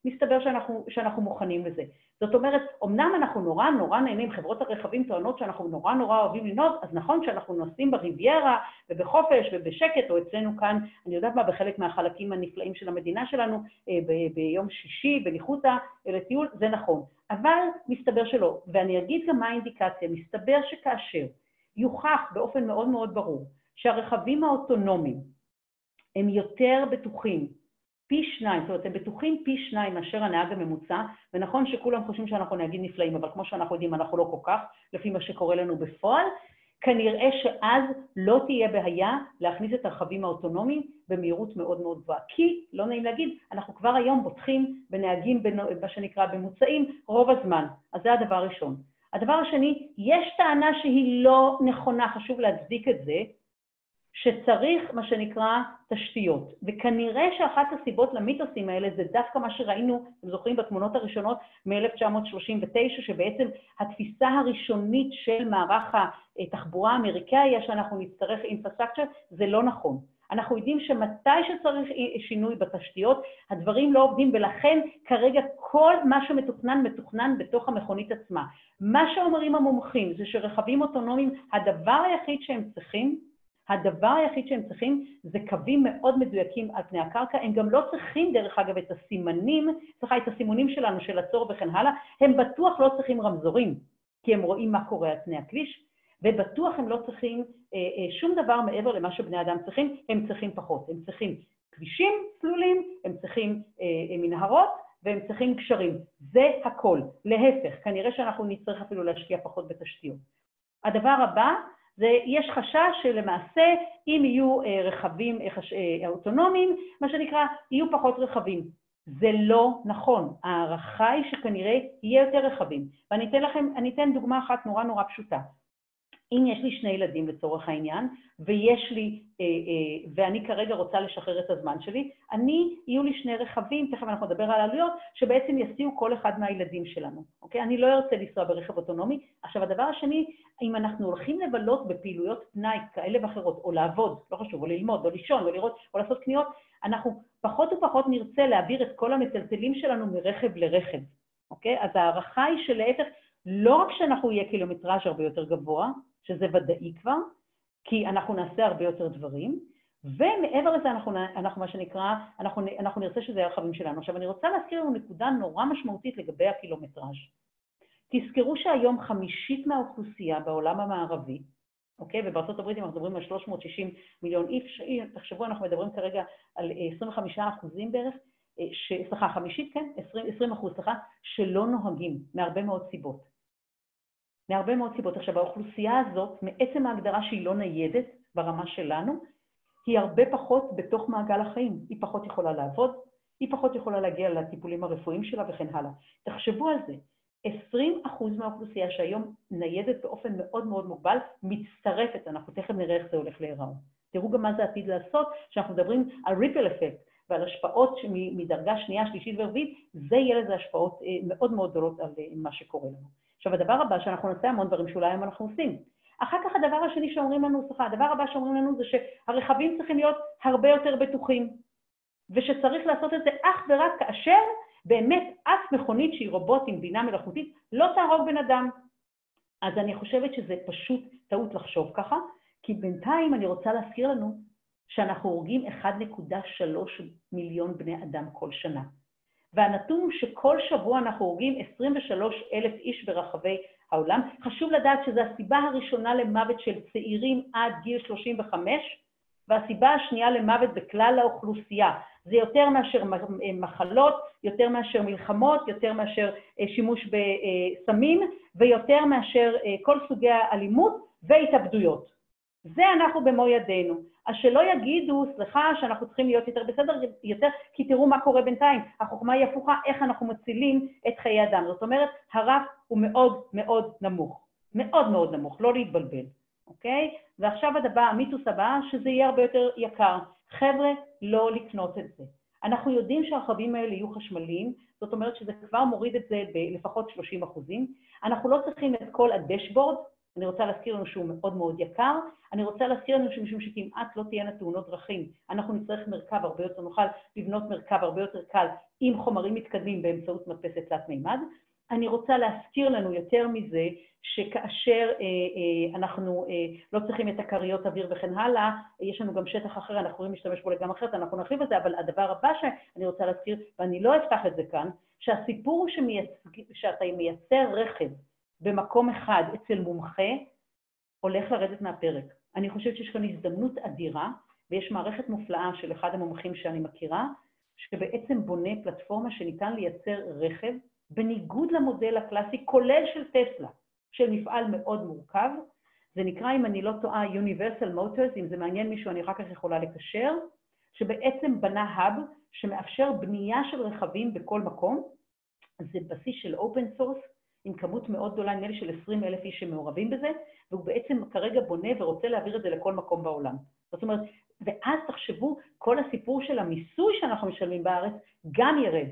Speaker 1: מסתבר שאנחנו מוכנים לזה. זאת אומרת, אמנם אנחנו נורא נהנים, חברות הרכבים טוענות שאנחנו נורא אוהבים לנהוג, אז נכון שאנחנו נוסעים בריביירה ובחופש ובשקט, או אצלנו כאן, אני יודעת מה, בחלק מהחלקים הנפלאים של המדינה שלנו, ביום שישי, בניחותא, לטיול, זה נכון. אבל מסתבר שלא, ואני אגיד גם מה האינדיקציה, מסתבר שכאשר יוכח באופן מאוד מאוד ברור, שהרכבים האוטונומיים הם יותר בטוחים, פי 2, זאת אומרת, הם בטוחים פי 2 מאשר הנהג הממוצע, ונכון שכולם חושבים שאנחנו נהגים נפלאים, אבל כמו שאנחנו יודעים, אנחנו לא כל כך, לפי מה שקורה לנו בפועל, כנראה שאז לא תהיה בעיה להכניס את הרכבים האוטונומיים במהירות מאוד מאוד גבוהה. כי, לא נעים להגיד, אנחנו כבר היום בוטחים בנהגים, מה שנקרא, במוצאים, רוב הזמן. אז זה הדבר הראשון. הדבר השני, יש טענה שהיא לא נכונה, חשוב להצדיק את זה, שצריך מה שנקרא תשתיות. וכנראה שאחת הסיבות למיתוסים האלה זה דווקא מה שראינו, אתם זוכרים בתמונות הראשונות מ-1939, שבעצם התפיסה הראשונית של מערך התחבורה האמריקאי היה שאנחנו נצטרך אינפרסטרקצ'ר, זה לא נכון. אנחנו יודעים שמתי שצריך שינוי בתשתיות, הדברים לא עובדים, ולכן כרגע כל מה שמתוכנן, מתוכנן בתוך המכונית עצמה. מה שאומרים המומחים זה שרכבים אוטונומיים, הדבר היחיד שהם צריכים זה קווים מאוד מדויקים על פני הקרקע, הם גם לא צריכים דרך אגב את הסימונים שלנו של עצור וכן הלאה, הם בטוח לא צריכים רמזורים, כי הם רואים מה קורה על פני הכביש, ובטוח הם לא צריכים שום דבר מעבר למה שבני אדם צריכים, הם צריכים פחות, הם צריכים כבישים סלולים, הם צריכים מנהרות, והם צריכים גשרים, זה הכל, להפך, כנראה שאנחנו נצטרך אפילו להשקיע פחות בתשתיות. הדבר הבא, יש חשש שלמעשה אם יהיו רכבים אוטונומיים, מה שנקרא, יהיו פחות רכבים. זה לא נכון. הערכה היא שכנראה יהיה יותר רכבים. ואני אתן דוגמה אחת נורא פשוטה. אם יש לי 2 ילדים לצורך העניין, ואני כרגע רוצה לשחרר את הזמן שלי, יהיו לי 2 רכבים, תכף אנחנו נדבר על העלויות, שבעצם יסיעו כל אחד מהילדים שלנו. אוקיי? אני לא ארצה לנסוע ברכב אוטונומי. עכשיו, הדבר השני, אם אנחנו הולכים לבלות בפעילויות פנאי כאלה ואחרות, או לעבוד, לא חשוב, או ללמוד, או לישון, או לראות, או לעשות קניות, אנחנו פחות ופחות נרצה להעביר את כל המטלטלים שלנו מרכב לרכב. אוקיי? אז הערכה היא שלהפך, לא רק שאנחנו יהיה קילומטראז' הרבה יותר גבוה, שזה ודאי כבר, כי אנחנו נעשה הרבה יותר דברים, ומעבר לזה אנחנו מה שנקרא, אנחנו נרצה שזה הרכבים שלנו. עכשיו אני רוצה להזכיר לנו נקודה נורא משמעותית לגבי הקילומטראז'. תזכרו שהיום 50% מהאוכלוסייה בעולם המערבי, אוקיי? ובארצות הברית אנחנו מדברים על 360 מיליון איש, תחשבו אנחנו מדברים כרגע על 25% בערך, 20%, שלא נוהגים מהרבה מאוד סיבות. מהרבה מאוד סיבות. עכשיו, האוכלוסייה הזאת, מעצם ההגדרה שהיא לא ניידת ברמה שלנו, היא הרבה פחות בתוך מעגל החיים. היא פחות יכולה לעבוד, היא פחות יכולה להגיע לטיפולים הרפואיים שלה וכן הלאה. תחשבו על זה. 20% מהאוכלוסייה שהיום ניידת באופן מאוד מאוד מוגבל, מצטרפת, אנחנו תכף נראה איך זה הולך להיראות. תראו גם מה זה עתיד לעשות, שאנחנו מדברים על ריפל אפקט, ועל השפעות מדרגה שנייה, שלישית ורביעית, זה יהיה לזה השפעות מאוד מאוד גדולות על מה שקורה לנו. עכשיו, הדבר הבא שאנחנו נעשה המון דברים שאולי היום אנחנו עושים. אחר כך הדבר השני שאומרים לנו, הדבר הבא שאומרים לנו זה שהרכבים צריכים להיות הרבה יותר בטוחים, ושצריך לעשות את זה אך ורק כאשר באמת אף מכונית שהיא רובוט עם בינה מלאכותית לא תהרוג בן אדם. אז אני חושבת שזה פשוט טעות לחשוב ככה, כי בינתיים אני רוצה להזכיר לנו שאנחנו הורגים 1.3 מיליון בני אדם כל שנה. והנתון הוא שכל שבוע אנחנו הורגים 23,000 איש ברחבי העולם. חשוב לדעת שזו הסיבה הראשונה למוות של צעירים עד גיל 35, והסיבה השנייה למוות בכלל האוכלוסייה. זה יותר מאשר מחלות, יותר מאשר מלחמות, יותר מאשר שימוש בסמים, ויותר מאשר כל סוגי האלימות והתאבדויות. זה אנחנו במו ידינו. אז שלא יגידו, סליחה, שאנחנו צריכים להיות יותר בסדר, כי תראו מה קורה בינתיים. החוכמה היא הפוכה, איך אנחנו מצילים את חיי אדם. זאת אומרת, הרף הוא מאוד מאוד נמוך. מאוד מאוד נמוך, לא להתבלבל. אוקיי? ועכשיו המיתוס הבא, שזה יהיה הרבה יותר יקר. חבר'ה, לא לקנות את זה. אנחנו יודעים שהרכבים האלה יהיו חשמליים, זאת אומרת שזה כבר מוריד את זה בלפחות 30%. אנחנו לא צריכים את כל הדשבורד, אני רוצה להזכיר לנו שהוא מאוד מאוד יקר, אני רוצה להזכיר לנו שמשום שכמעט לא תהיינה תאונות דרכים, אנחנו נצטרך מרכב הרבה יותר, נוכל לבנות מרכב הרבה יותר קל עם חומרים מתקדמים באמצעות מדפסת תלת מימד. אני רוצה להזכיר לנו יותר מזה שכאשר אנחנו לא צריכים את הכריות אוויר וכן הלאה, יש לנו גם שטח אחר, אנחנו יכולים להשתמש בו לגמרי אחרת, אנחנו נרחיב את זה, אבל הדבר הבא שאני רוצה להזכיר, ואני לא אפתח את זה כאן, שהסיפור שאתה מייצר רכב במקום אחד אצל מומחה, הולך לרדת מהפרק. אני חושבת שיש כאן הזדמנות אדירה, ויש מערכת מופלאה של אחד המומחים שאני מכירה, שבעצם בונה פלטפורמה שניתן לייצר רכב, בניגוד למודל הקלאסי, כולל של טסלה, של מפעל מאוד מורכב. זה נקרא, אם אני לא טועה, Universal Motors, אם זה מעניין מישהו, אני אחר כך יכולה לקשר, שבעצם בנה האב שמאפשר בנייה של רכבים בכל מקום. זה בסיס של אופן סורס, עם כמות מאוד גדולה, נראה לי של 20,000 איש שמעורבים בזה, והוא בעצם כרגע בונה ורוצה להעביר את זה לכל מקום בעולם. זאת אומרת, ואז תחשבו, כל הסיפור של המיסוי שאנחנו משלמים בארץ גם ירד.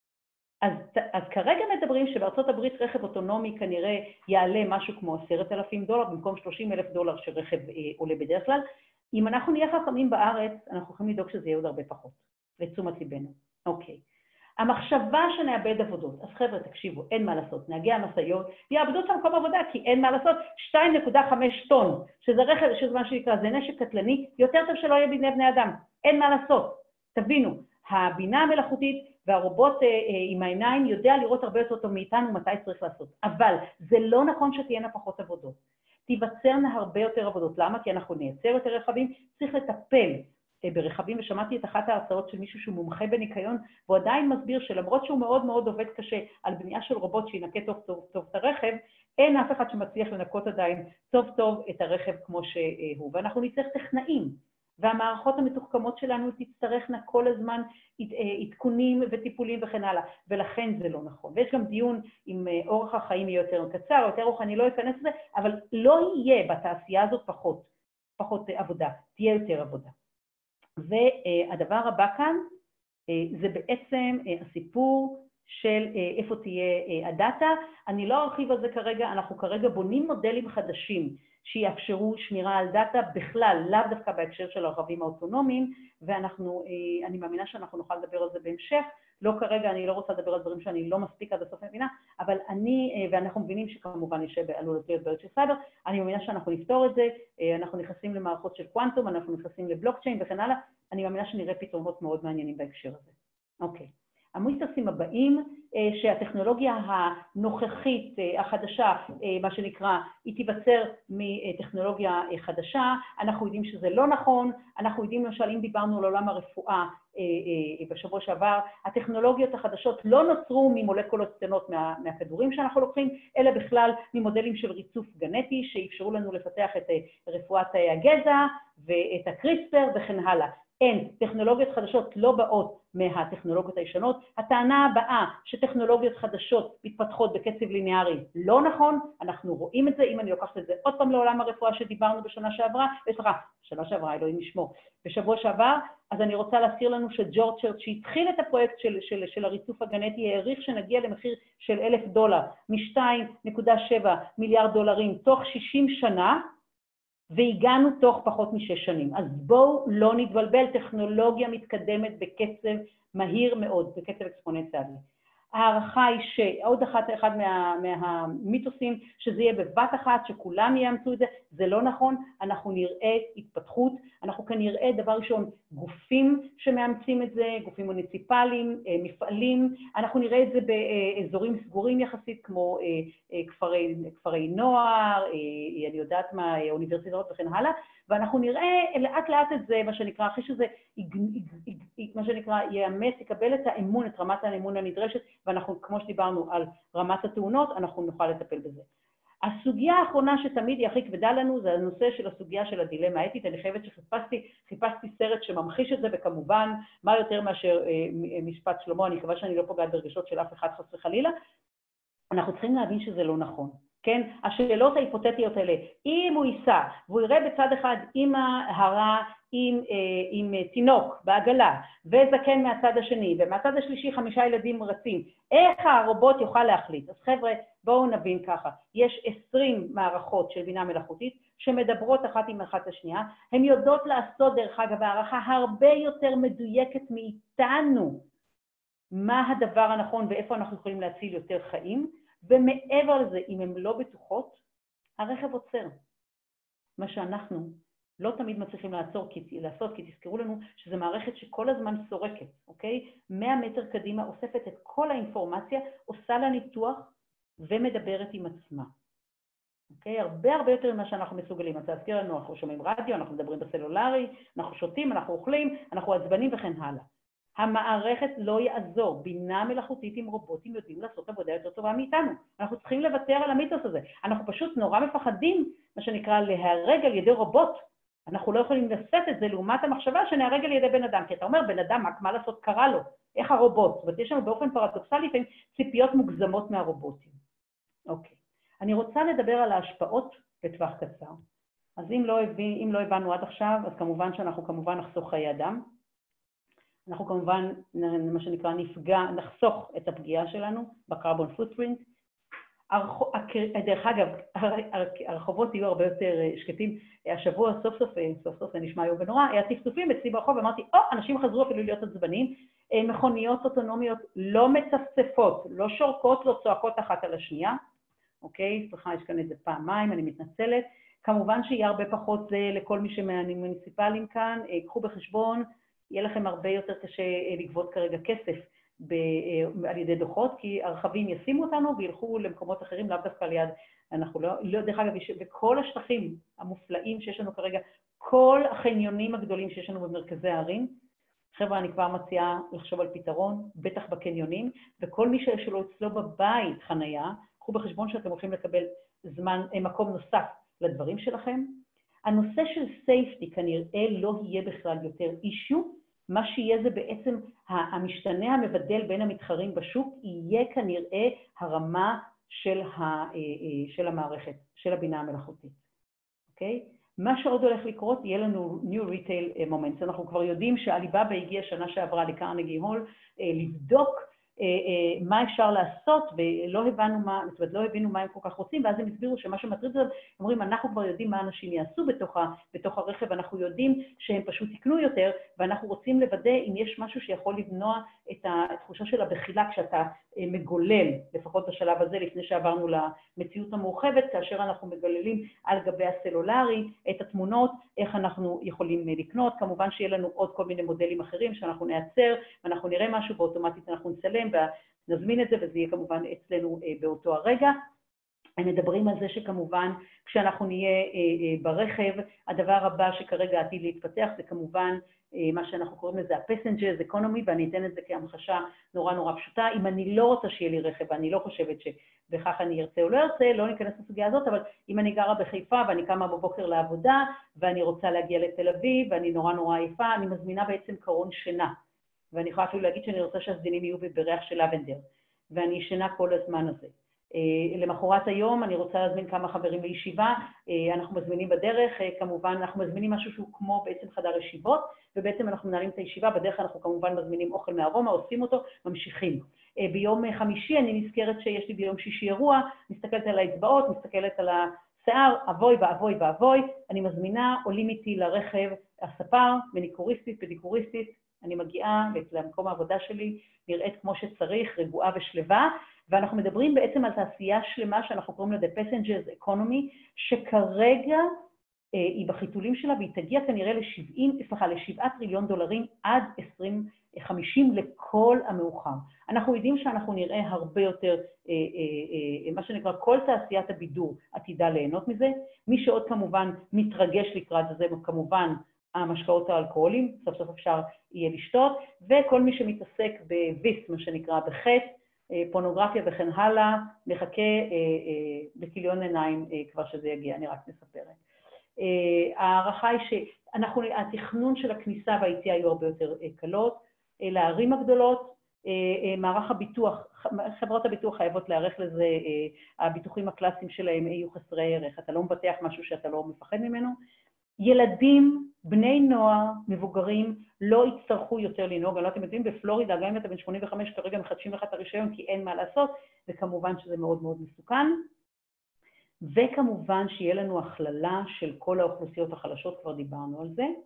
Speaker 1: אז כרגע מדברים שבארצות הברית רכב אוטונומי כנראה יעלה משהו כמו $10,000 במקום $30,000 שרכב עולה בדרך כלל. אם אנחנו נהיה חכמים בארץ, אנחנו יכולים לדאוג שזה יהיה עוד הרבה פחות, לתשומת ליבנו. אוקיי. המחשבה שנאבד עבודות, אז חבר'ה תקשיבו, אין מה לעשות, נהגי המשאיות יאבדו את המקום עבודה, כי אין מה לעשות, 2.5 טון, שזה רכב, שזה מה שנקרא, זה נשק קטלני, יותר טוב שלא יהיה בידי בני אדם, אין מה לעשות. תבינו, הבינה המלאכותית והרובוט עם העיניים יודע לראות הרבה יותר טוב מאיתנו מתי צריך לעשות, אבל זה לא נכון שתהיינה פחות עבודות. תיווצרנה הרבה יותר עבודות, למה? כי אנחנו נייצר יותר רכבים, צריך לטפל ברכבים, ושמעתי את אחת ההרצאות של מישהו שהוא מומחה בניקיון, והוא עדיין מסביר שלמרות שהוא מאוד מאוד עובד קשה על בנייה של רובוט שינקה טוב את הרכב, אין אף אחד שמצליח לנקות עדיין טוב את הרכב כמו שהוא, ואנחנו נצטרך טכנאים, והמערכות המתוחכמות שלנו תצטרכנה כל הזמן עדכונים וטיפולים וכן הלאה, ולכן זה לא נכון. ויש גם דיון אם אורך החיים יהיה יותר קצר או יותר ארוך, אני לא אכנס לזה, אבל לא יהיה בתעשייה הזאת פחות עבודה, תהיה יותר עבודה. והדבר הבא כאן זה בעצם הסיפור של איפה תהיה הדאטה. אני לא ארחיב על זה כרגע, אנחנו כרגע בונים מודלים חדשים שיאפשרו שמירה על דאטה בכלל, לאו דווקא בהקשר של הרכבים האוטונומיים, ואני מאמינה שאנחנו נוכל לדבר על זה בהמשך. לא כרגע, אני לא רוצה לדבר על דברים שאני לא מספיק עד הסוף מבינה, אבל ואנחנו מבינים שכמובן יש עלולות להיות בעיות של סייבר, אני מאמינה שאנחנו נפתור את זה, אנחנו נכנסים למערכות של קוונטום, אנחנו נכנסים לבלוקצ'יין וכן הלאה, אני מאמינה שנראה פתרונות מאוד מעניינים בהקשר הזה. אוקיי. המיתוסים הבאים, שהטכנולוגיה הנוכחית החדשה, מה שנקרא, היא תיווצר מטכנולוגיה חדשה, אנחנו יודעים שזה לא נכון, אנחנו יודעים למשל, אם דיברנו על עולם הרפואה בשבוע שעבר, הטכנולוגיות החדשות לא נוצרו ממולקולות קטנות מהכדורים שאנחנו לוקחים, אלא בכלל ממודלים של ריצוף גנטי, שאפשרו לנו לפתח את רפואת הגזע ואת הקריספר וכן הלאה. אין, טכנולוגיות חדשות לא באות מהטכנולוגיות הישנות. הטענה הבאה שטכנולוגיות חדשות מתפתחות בקצב ליניארי לא נכון, אנחנו רואים את זה, אם אני לוקחת את זה עוד פעם לעולם הרפואה שדיברנו בשנה שעברה, שנה שעברה, אלוהים ישמור, בשבוע שעבר, אז אני רוצה להזכיר לנו שג'ורג' צ'רץ' שהתחיל את הפרויקט של הריצוף הגנטי, העריך שנגיע למחיר של $1,000, מ-2.7 מיליארד דולרים תוך 60 שנה, והגענו תוך פחות מ6 שנים. אז בואו לא נתבלבל, טכנולוגיה מתקדמת בקצב מהיר מאוד, בקצב אקספוננציאלי. הערכה היא שעוד אחד מהמיתוסים, שזה יהיה בבת אחת, שכולם יאמצו את זה, זה לא נכון, אנחנו נראה התפתחות, אנחנו כאן נראה דבר ראשון גופים שמאמצים את זה, גופים מוניציפליים, מפעלים, אנחנו נראה את זה באזורים סגורים יחסית, כמו כפרי נוער, אני יודעת מה, אוניברסיטאות וכן הלאה, ואנחנו נראה לאט לאט את זה, מה שנקרא, אחרי שזה מה שנקרא יאמץ, יקבל את האמון, את רמת האמון הנדרשת, ואנחנו, כמו שדיברנו על רמת התאונות, אנחנו נוכל לטפל בזה. הסוגיה האחרונה שתמיד היא הכי כבדה לנו, זה הנושא של הסוגיה של הדילמה האתית. אני חייבת שחיפשתי סרט שממחיש את זה, וכמובן, מה יותר מאשר משפט שלמה, אני מקווה שאני לא פוגעת ברגשות של אף אחד חס וחלילה, אנחנו צריכים להבין שזה לא נכון. כן? השאלות ההיפותטיות האלה, אם הוא ייסע, והוא יראה בצד אחד אמא הרה עם תינוק בעגלה, וזקן מהצד השני, ומהצד השלישי 5 ילדים רצים, איך הרובוט יוכל להחליט? אז חבר'ה, בואו נבין ככה, יש 20 מערכות של בינה מלאכותית שמדברות אחת עם אחת השנייה, הן יודעות לעשות דרך אגב הערכה הרבה יותר מדויקת מאיתנו, מה הדבר הנכון ואיפה אנחנו יכולים להציל יותר חיים, ומעבר לזה, אם הן לא בטוחות, הרכב עוצר. מה שאנחנו לא תמיד מצליחים לעשות, כי תזכרו לנו שזו מערכת שכל הזמן סורקת, אוקיי? 100 מטר קדימה אוספת את כל האינפורמציה, עושה לה ניתוח ומדברת עם עצמה. אוקיי? הרבה יותר ממה שאנחנו מסוגלים. אז תזכיר לנו, אנחנו שומעים רדיו, אנחנו מדברים בסלולרי, אנחנו שותים, אנחנו אוכלים, אנחנו עצבנים וכן הלאה. המערכת לא יעזור, בינה מלאכותית עם רובוטים יודעים לעשות עבודה יותר טובה מאיתנו. אנחנו צריכים לוותר על המיתוס הזה. אנחנו פשוט נורא מפחדים, מה שנקרא, להיהרג על ידי רובוט. אנחנו לא יכולים לשאת את זה לעומת המחשבה שנהרג על ידי בן אדם, כי אתה אומר, בן אדם, מה לעשות קרה לו? איך הרובוט? זאת אומרת, יש לנו באופן פרדוקסלי ציפיות מוגזמות מהרובוטים. אוקיי. אני רוצה לדבר על ההשפעות בטווח קצר. אז אם לא הבנו עד עכשיו, אז כמובן שאנחנו נחסוך חיי אדם. אנחנו כמובן, מה שנקרא, נחסוך את הפגיעה שלנו בקרבון פוטפרינט. דרך אגב, הרחובות יהיו הרבה יותר שקטים. השבוע סוף סוף, זה נשמע איום ונורא, היה טפטופים אצלי ברחוב, ואמרתי, אנשים חזרו אפילו להיות עצבניים, מכוניות אוטונומיות לא מצפצפות, לא שורקות, לא צועקות אחת על השנייה. אוקיי? סליחה, יש כאן איזה פעמיים, אני מתנצלת. כמובן שיהיה הרבה פחות זה לכל מי שמוניציפליים כאן, קחו בחשבון, יהיה לכם הרבה יותר קשה לגבות כרגע כסף על ידי דוחות, כי הרכבים ישימו אותנו וילכו למקומות אחרים, לאו דווקא ליד, אנחנו לא, דרך אגב, בכל השטחים המופלאים שיש לנו כרגע, כל החניונים הגדולים שיש לנו במרכזי הערים, חבר'ה, אני כבר מציעה לחשוב על פתרון, בטח בקניונים, וכל מי שיש לו אצלו בבית חנייה, קחו בחשבון שאתם הולכים לקבל מקום נוסף לדברים שלכם. הנושא של סייפטי כנראה לא יהיה בכלל יותר אישו, מה שיהיה זה בעצם המשתנה המבדל בין המתחרים בשוק, יהיה כנראה הרמה של המערכת, של הבינה המלאכותית. אוקיי? מה שעוד הולך לקרות, יהיה לנו New Retail Moments. אנחנו כבר יודעים שאליבאבא הגיע שנה שעברה לקרנגי הול לבדוק מה אפשר לעשות, ולא הבינו מה הם כל כך רוצים, ואז הם הסבירו שמה שמטריד אותם, אומרים, אנחנו כבר יודעים מה אנשים יעשו בתוך הרכב, אנחנו יודעים שהם פשוט יקנו יותר, ואנחנו רוצים לוודא אם יש משהו שיכול לבנוע את התחושה של הבחילה כשאתה מגולל, לפחות בשלב הזה, לפני שעברנו למציאות המורחבת, כאשר אנחנו מגוללים על גבי הסלולרי את התמונות, איך אנחנו יכולים לקנות. כמובן שיהיה לנו עוד כל מיני מודלים אחרים שאנחנו נעצר, ואנחנו נראה משהו, באוטומטית אנחנו נצלם ונזמין את זה, וזה יהיה כמובן אצלנו באותו הרגע. הם מדברים על זה שכמובן כשאנחנו נהיה ברכב, הדבר הבא שכרגע עתיד להתפתח זה כמובן מה שאנחנו קוראים לזה ה-Passengers Economy, ואני אתן את זה כהמחשה נורא פשוטה. אם אני לא רוצה שיהיה לי רכב, ואני לא חושבת שבכך אני ארצה או לא ארצה, לא ניכנס לסוגיה הזאת, אבל אם אני גרה בחיפה ואני קמה בבוקר לעבודה, ואני רוצה להגיע לתל אביב, ואני נורא עייפה, אני מזמינה בעצם קרון שינה. ואני יכולה אפילו להגיד שאני רוצה שהסדינים יהיו בריח של לבנדר, ואני ישנה כל הזמן הזה. למחרת היום אני רוצה להזמין כמה חברים לישיבה, אנחנו מזמינים בדרך, כמובן אנחנו מזמינים משהו שהוא כמו בעצם חדר ישיבות, ובעצם אנחנו מנהלים את הישיבה, בדרך אנחנו כמובן מזמינים אוכל מהרומא, עושים אותו, ממשיכים. ביום חמישי אני נזכרת שיש לי ביום שישי אירוע, מסתכלת על האצבעות, מסתכלת על השיער, אבוי, אני מזמינה, עולים איתי לרכב הספר, מניקוריסטית, פדיקוריסטית, אני מגיעה למקום העבודה שלי, נראית כמו שצריך, רגועה ושלווה, ואנחנו מדברים בעצם על תעשייה שלמה שאנחנו קוראים לה The Passengers Economy, שכרגע היא בחיתולים שלה, והיא תגיע כנראה ל$7 טריליון עד 2050 לכל המאוחר. אנחנו יודעים שאנחנו נראה הרבה יותר, מה שנקרא, כל תעשיית הבידור עתידה ליהנות מזה. מי שעוד כמובן מתרגש לקראת זה, כמובן המשקאות האלכוהולים, סוף סוף אפשר יהיה לשתות, וכל מי שמתעסק בוויס, מה שנקרא, בחץ, פורנוגרפיה וכן הלאה, מחכה בכיליון עיניים כבר שזה יגיע, אני רק מספרת. הערכה היא שהתכנון של הכניסה והיציאה יהיו הרבה יותר קלות, לערים הגדולות, מערך הביטוח, חברות הביטוח חייבות להיערך לזה, הביטוחים הקלאסיים שלהם יהיו חסרי ערך, אתה לא מבטח משהו שאתה לא מפחד ממנו, ילדים, בני נוער, מבוגרים, לא יצטרכו יותר לנהוג. אני לא יודעת אם אתם יודעים, בפלורידה, גם אם אתה בן 85, כרגע מחדשים לך את הרישיון, כי אין מה לעשות, וכמובן שזה מאוד מאוד מסוכן. וכמובן שיהיה לנו הכללה של כל האוכלוסיות החלשות, כבר דיברנו על זה.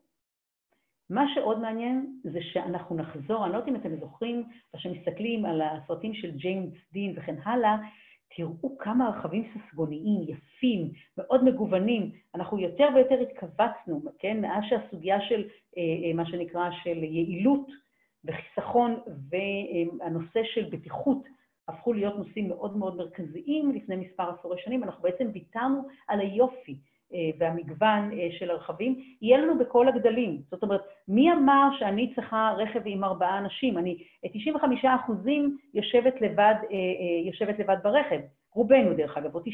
Speaker 1: מה שעוד מעניין זה שאנחנו נחזור, אני לא יודעת אם אתם זוכרים, כשמסתכלים על הסרטים של ג'יימס דין וכן הלאה, תראו כמה רכבים ססגוניים, יפים, מאוד מגוונים. אנחנו יותר ויותר התכווצנו, כן? מאז שהסוגיה של מה שנקרא של יעילות וחיסכון והנושא של בטיחות הפכו להיות נושאים מאוד מאוד מרכזיים לפני מספר עשורי שנים. אנחנו בעצם ויתרנו על היופי והמגוון של הרכבים, יהיה לנו בכל הגדלים. זאת אומרת, מי אמר שאני צריכה רכב עם 4 אנשים? אני 95% יושבת לבד ברכב, רובנו דרך אגב, או 90%.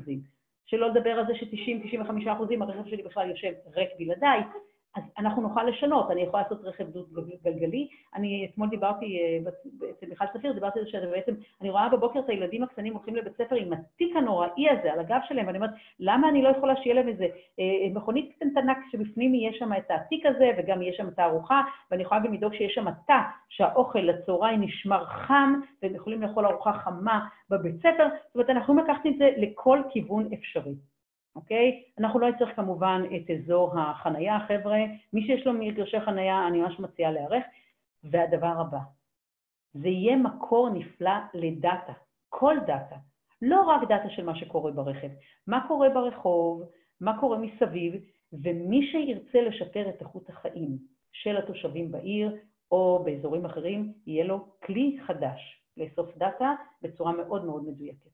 Speaker 1: שלא לדבר על זה ש90-95% הרכב שלי בכלל יושב ריק בלעדיי, אז אנחנו נוכל לשנות. אני יכולה לעשות רכב דו-גלגלי. אני אתמול דיברתי, אצל מיכל ספיר, דיברתי על זה שבעצם אני רואה בבוקר את הילדים הקטנים הולכים לבית ספר עם התיק הנוראי הזה על הגב שלהם, ואני אומרת, למה אני לא יכולה שיהיה להם איזה מכונית קטנטנה שבפנים יהיה שם את התיק הזה, וגם יהיה שם את הארוחה, ואני יכולה גם לדאוג שיש שם תא שהאוכל לצהריים נשמר חם, והם יכולים לאכול ארוחה חמה בבית ספר. זאת אומרת, אנחנו לקחת את זה לכל כיוון אפשרי. אוקיי? אנחנו לא נצטרך כמובן את אזור החנייה, חבר'ה. מי שיש לו מגרשי חנייה, אני ממש מציעה להיערך. והדבר הבא, זה יהיה מקור נפלא לדאטה, כל דאטה, לא רק דאטה של מה שקורה ברכב, מה קורה ברחוב, מה קורה מסביב, ומי שירצה לשפר את איכות החיים של התושבים בעיר או באזורים אחרים, יהיה לו כלי חדש לאסוף דאטה בצורה מאוד מאוד מדויקת.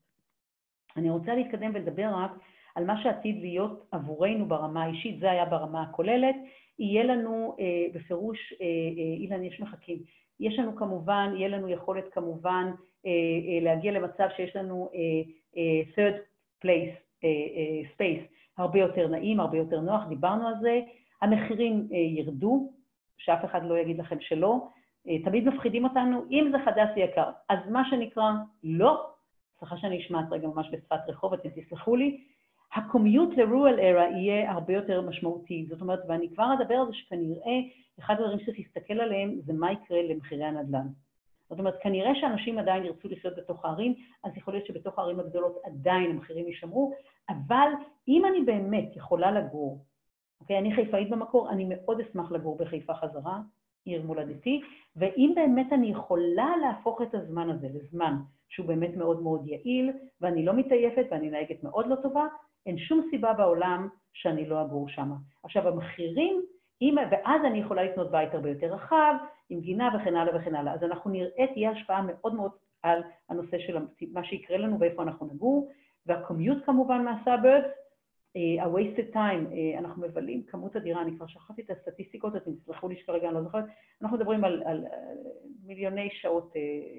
Speaker 1: אני רוצה להתקדם ולדבר רק על מה שעתיד להיות עבורנו ברמה האישית, זה היה ברמה הכוללת. יהיה לנו בפירוש, אילן, יש מחכים, יש לנו כמובן, יהיה לנו יכולת כמובן להגיע למצב שיש לנו third place space, הרבה יותר נעים, הרבה יותר נוח, דיברנו על זה. המחירים ירדו, שאף אחד לא יגיד לכם שלא, תמיד מפחידים אותנו, אם זה חדש זה יקר, אז מה שנקרא לא, סליחה שאני אשמעת רגע ממש בשפת רחוב, אתם תסלחו לי, הקומיוט ל-rural era יהיה הרבה יותר משמעותי. זאת אומרת, ואני כבר אדבר על זה שכנראה, אחד הדברים שצריך להסתכל עליהם זה מה יקרה למחירי הנדל"ן. זאת אומרת, כנראה שאנשים עדיין ירצו לחיות בתוך הערים, אז יכול להיות שבתוך הערים הגדולות עדיין המחירים יישמרו, אבל אם אני באמת יכולה לגור, אוקיי, אני חיפאית במקור, אני מאוד אשמח לגור בחיפה חזרה, עיר מולדתי, ואם באמת אני יכולה להפוך את הזמן הזה לזמן שהוא באמת מאוד מאוד יעיל, ואני לא מתעייפת ואני נהגת מאוד לא טובה, אין שום סיבה בעולם שאני לא אגור שם. עכשיו, המחירים, ואז אני יכולה לקנות בית הרבה יותר רחב, עם גינה וכן הלאה וכן הלאה. אז אנחנו נראה, תהיה השפעה מאוד מאוד על הנושא של מה שיקרה לנו ואיפה אנחנו נגור, והקומיוט כמובן מהסאברבס, ה-wasted time, אנחנו מבלים כמות אדירה, אני כבר שכחתי את הסטטיסטיקות, אתם תסלחו לי שכרגע, אני לא זוכרת, אנחנו מדברים על מיליוני שעות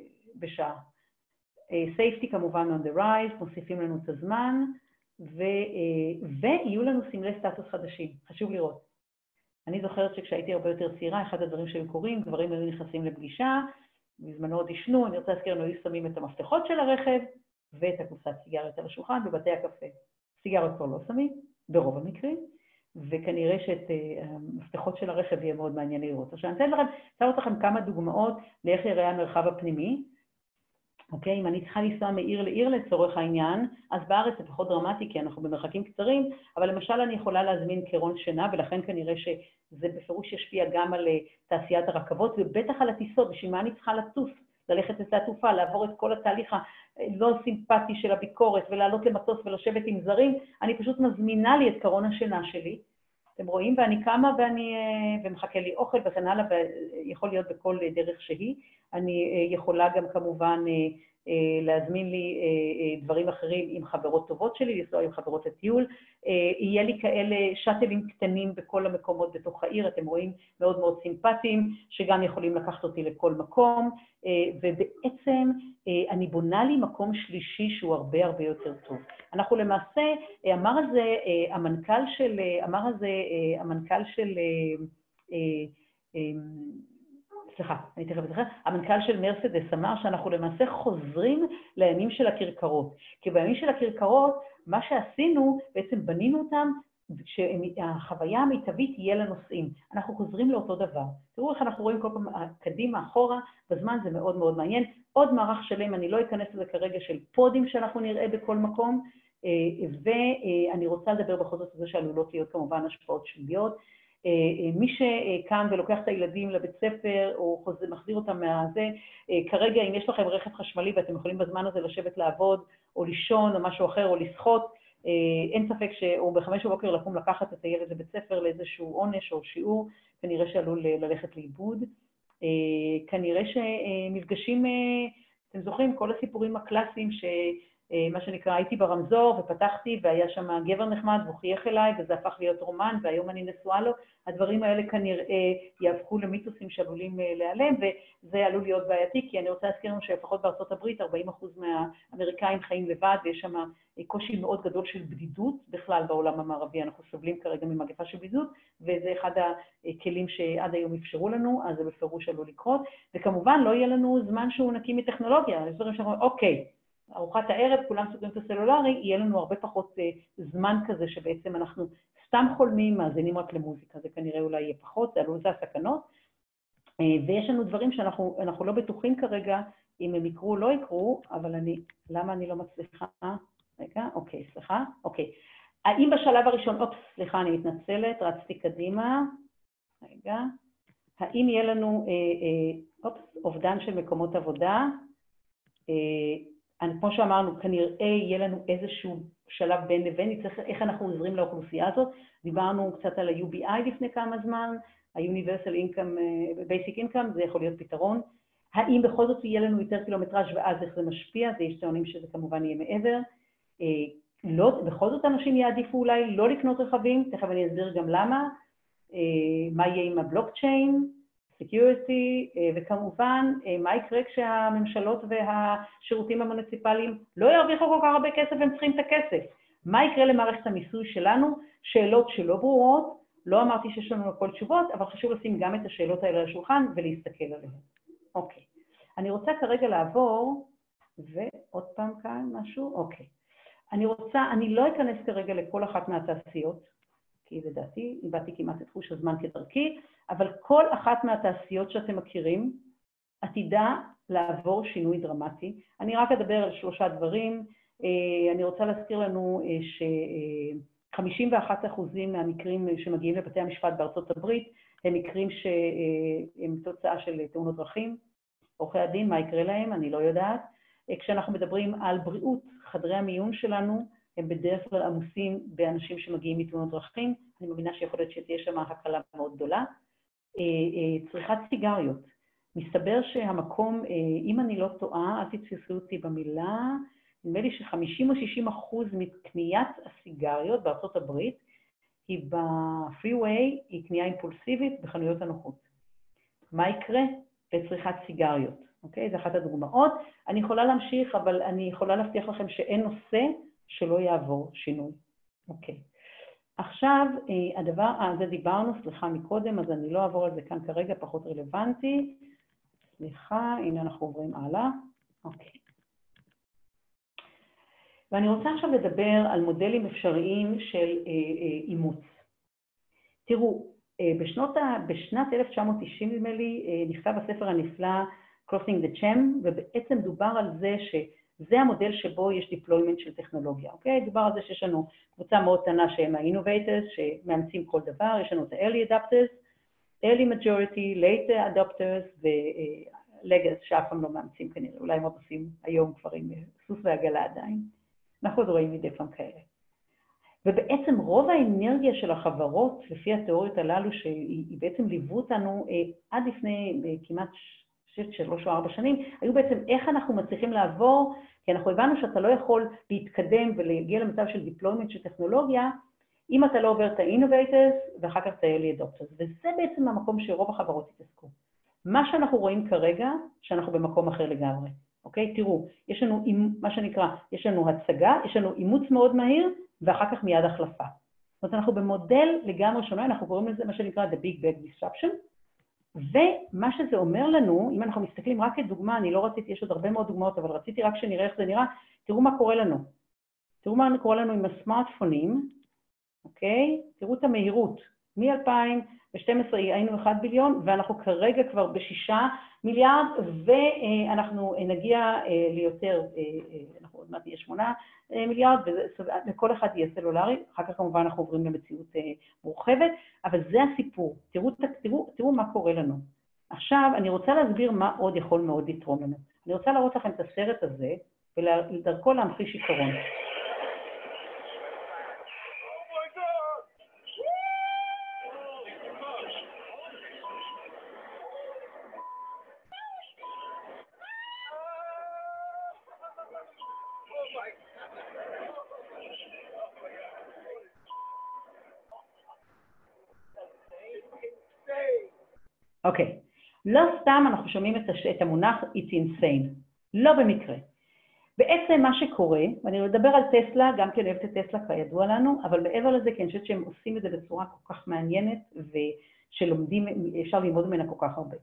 Speaker 1: בשעה. safety כמובן on the rise, מוסיפים לנו את הזמן, ויהיו לנו סמלי סטטוס חדשים, חשוב לראות. אני זוכרת שכשהייתי הרבה יותר צעירה, אחד הדברים שהם קורים, גברים היו נכנסים לפגישה, בזמנו עוד ישנו, אני רוצה להזכיר, היו שמים את המפתחות של הרכב, ואת הקופסת סיגריות על השולחן בבתי הקפה. סיגריות כבר לא שמים, ברוב המקרים, וכנראה שאת המפתחות של הרכב יהיה מאוד מעניין לראות. עכשיו, אני אתן לכם כמה דוגמאות לאיך יראה המרחב הפנימי. אוקיי, אם אני צריכה לנסוע מעיר לעיר לצורך העניין, אז בארץ זה פחות דרמטי, כי אנחנו במרחקים קצרים, אבל למשל אני יכולה להזמין קרון שינה, ולכן כנראה שזה בפירוש ישפיע גם על תעשיית הרכבות, ובטח על הטיסות, בשביל מה אני צריכה לטוס, ללכת לשדה התעופה, לעבור את כל התהליך הלא סימפטי של הביקורת, ולעלות למטוס ולשבת עם זרים, אני פשוט מזמינה לי את קרון השינה שלי, אתם רואים, ואני קמה ומחכה לי אוכל וכן הלאה, ויכול להיות בכל דרך שהיא. אני יכולה גם כמובן להזמין לי דברים אחרים עם חברות טובות שלי, לנסוע עם חברות לטיול. יהיה לי כאלה שטלים קטנים בכל המקומות בתוך העיר, אתם רואים, מאוד מאוד סימפטיים, שגם יכולים לקחת אותי לכל מקום, ובעצם אני בונה לי מקום שלישי שהוא הרבה הרבה יותר טוב. אנחנו למעשה, אמר על זה המנכ"ל של מרסדס אמר שאנחנו למעשה חוזרים לימים של הכרכרות. כי בימים של הכרכרות, מה שעשינו, בעצם בנינו אותם שהחוויה המיטבית תהיה לנושאים. אנחנו חוזרים לאותו דבר. תראו איך אנחנו רואים כל פעם קדימה, אחורה, בזמן זה מאוד מאוד מעניין. עוד מערך שלם, אני לא אכנס לזה כרגע, של פודים שאנחנו נראה בכל מקום, ואני רוצה לדבר בכל זאת על זה שעלולות להיות כמובן השפעות שליליות. מי שקם ולוקח את הילדים לבית ספר, או מחזיר אותם מהזה, כרגע אם יש לכם רכב חשמלי ואתם יכולים בזמן הזה לשבת לעבוד, או לישון, או משהו אחר, או לשחות, אין ספק או ב5 בבוקר לקום לקחת את הילד לבית ספר לאיזשהו עונש או שיעור, כנראה שעלול ללכת לאיבוד. כנראה שמפגשים, אתם זוכרים, כל הסיפורים הקלאסיים מה שנקרא, הייתי ברמזור ופתחתי והיה שם גבר נחמד והוא חייך אליי וזה הפך להיות רומן והיום אני נשואה לו, הדברים האלה כנראה יהפכו למיתוסים שעלולים להיעלם וזה עלול להיות בעייתי, כי אני רוצה להזכיר לנו שלפחות בארצות הברית 40% מהאמריקאים חיים לבד ויש שם קושי מאוד גדול של בדידות, בכלל בעולם המערבי אנחנו סובלים כרגע ממגפה של בדידות וזה אחד הכלים שעד היום אפשרו לנו, אז זה בפירוש עלול לקרות, וכמובן לא יהיה לנו זמן שהוא נקי מטכנולוגיה, יש דברים שאנחנו אוקיי, ארוחת הערב, כולם סוגרים את הסלולרי, יהיה לנו הרבה פחות זמן כזה שבעצם אנחנו סתם חולמים, מאזינים רק למוזיקה, זה כנראה אולי יהיה פחות, זה הסכנות, ויש לנו דברים שאנחנו לא בטוחים כרגע אם הם יקרו או לא יקרו, אבל למה אני לא מצליחה? רגע, אוקיי, סליחה, אוקיי. האם בשלב הראשון, סליחה, אני מתנצלת, רצתי קדימה, רגע, האם יהיה לנו, אובדן של מקומות עבודה, כמו שאמרנו, כנראה יהיה לנו איזשהו שלב בין לבין, נצטרך איך אנחנו עוזרים לאוכלוסייה הזאת, דיברנו קצת על ה-UBI לפני כמה זמן, ה-Universal Income, Basic Income, זה יכול להיות פתרון, האם בכל זאת יהיה לנו יותר קילומטראז' ואז איך זה משפיע, זה יש טוענים שזה כמובן יהיה מעבר, בכל זאת אנשים יעדיפו אולי לא לקנות רכבים, תכף אני אסביר גם למה, מה יהיה עם הבלוקצ'יין, security, וכמובן, מה יקרה כשהממשלות והשירותים המוניציפליים לא ירוויחו כל כך הרבה כסף והם צריכים את הכסף? מה יקרה למערכת המיסוי שלנו? שאלות שלא ברורות, לא אמרתי שיש לנו הכל תשובות, אבל חשוב לשים גם את השאלות האלה על השולחן ולהסתכל עליהן. אוקיי. אני רוצה כרגע לעבור, ועוד פעם כאן משהו, אוקיי. אני לא אכנס כרגע לכל אחת מהתעשיות, כי לדעתי, איבדתי כמעט את תחוש הזמן כדרכי, אבל כל אחת מהתעשיות שאתם מכירים, עתידה לעבור שינוי דרמטי. אני רק אדבר על 3 דברים. אני רוצה להזכיר לנו ש51% מהמקרים שמגיעים לבתי המשפט בארצות הברית, הם מקרים שהם תוצאה של תאונות דרכים. עורכי הדין, מה יקרה להם? אני לא יודעת. כשאנחנו מדברים על בריאות, חדרי המיון שלנו, הם בדרך כלל עמוסים באנשים שמגיעים מתאונות דרכים. אני מבינה שיכול להיות שתהיה שם הקלה מאוד גדולה. צריכת סיגריות. מסתבר שהמקום, אם אני לא טועה, אל תתפסו אותי במילה, נדמה לי ש50 או 60% מקניית הסיגריות בארצות הברית, היא בפרי-ווי, היא קנייה אימפולסיבית בחנויות הנוחות. מה יקרה לצריכת סיגריות? אוקיי? זו אחת הדוגמאות. אני יכולה להמשיך, אבל אני יכולה להבטיח לכם שאין נושא שלא יעבור שינוי. אוקיי. עכשיו, הדבר, זה דיברנו, סליחה מקודם, אז אני לא אעבור על זה כאן כרגע, פחות רלוונטי. סליחה, הנה אנחנו עוברים הלאה. אוקיי. ואני רוצה עכשיו לדבר על מודלים אפשריים של אימוץ. תראו, בשנת 1990, נדמה לי, נכתב הספר הנפלא Crossing the Chasm, ובעצם דובר על זה שזה המודל שבו יש deployment של טכנולוגיה, אוקיי? דובר על זה שיש לנו קבוצה מאוד קטנה שהם ה-innovators, שמאמצים כל דבר, יש לנו את ה-early adapters, early majority, late adopters ו-legacy שאף פעם לא מאמצים כנראה, אולי הם עושים היום כבר עם סוס ועגלה עדיין. אנחנו עוד רואים מדי פעם כאלה. ובעצם רוב האנרגיה של החברות, לפי התיאוריות הללו, שהיא בעצם ליוו אותנו עד לפני כמעט 3 או 4 שנים, היו בעצם איך אנחנו מצליחים לעבור, כי אנחנו הבנו שאתה לא יכול להתקדם ולהגיע למצב של deployment של טכנולוגיה, אם אתה לא עובר את ה-innovators ואחר כך את ה-early adopters. וזה בעצם המקום שרוב החברות יתעסקו. מה שאנחנו רואים כרגע, שאנחנו במקום אחר לגמרי. אוקיי? תראו, יש לנו מה שנקרא, יש לנו הצגה, יש לנו אימוץ מאוד מהיר, ואחר כך מיד החלפה. זאת אומרת, אנחנו במודל לגמרי שונה, אנחנו קוראים לזה מה שנקרא The Big Bang Disruption, ומה שזה אומר לנו, אם אנחנו מסתכלים רק כדוגמה, אני לא רציתי, יש עוד הרבה מאוד דוגמאות, אבל רציתי רק שנראה איך זה נראה, תראו מה קורה לנו. תראו מה קורה לנו עם הסמארטפונים, אוקיי? תראו את המהירות. מ-2012 היינו 1 ביליון, ואנחנו כרגע כבר ב6 מיליארד, ואנחנו נגיע ליותר, אנחנו עוד מעט נהיה 8 מיליארד, וכל אחד יהיה סלולרי, אחר כך כמובן אנחנו עוברים למציאות מורחבת, אבל זה הסיפור. תראו מה קורה לנו. עכשיו, אני רוצה להסביר מה עוד יכול מאוד לתרום לנו. אני רוצה להראות לכם את הסרט הזה, ולדרכו להמחיש עיקרון. אוקיי, לא סתם אנחנו שומעים את המונח It's insane, לא במקרה. בעצם מה שקורה, ואני מדבר על טסלה, גם כן אוהבת את טסלה כידוע לנו, אבל מעבר לזה, כי אני חושבת שהם עושים את זה בצורה כל כך מעניינת, ושלומדים, אפשר ללמוד ממנה כל כך הרבה.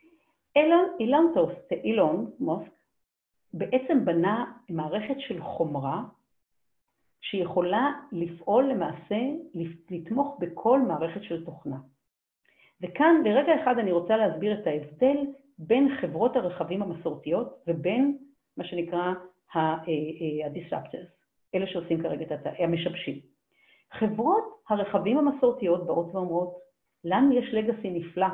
Speaker 1: אילון מוסק בעצם בנה מערכת של חומרה, שיכולה לפעול למעשה, לתמוך בכל מערכת של תוכנה. וכאן לרגע אחד אני רוצה להסביר את ההבדל בין חברות הרכבים המסורתיות ובין מה שנקרא ה-disruptors, אלה שעושים כרגע את המשבשים. חברות הרכבים המסורתיות באות ואומרות, לנו יש לגאסי נפלא,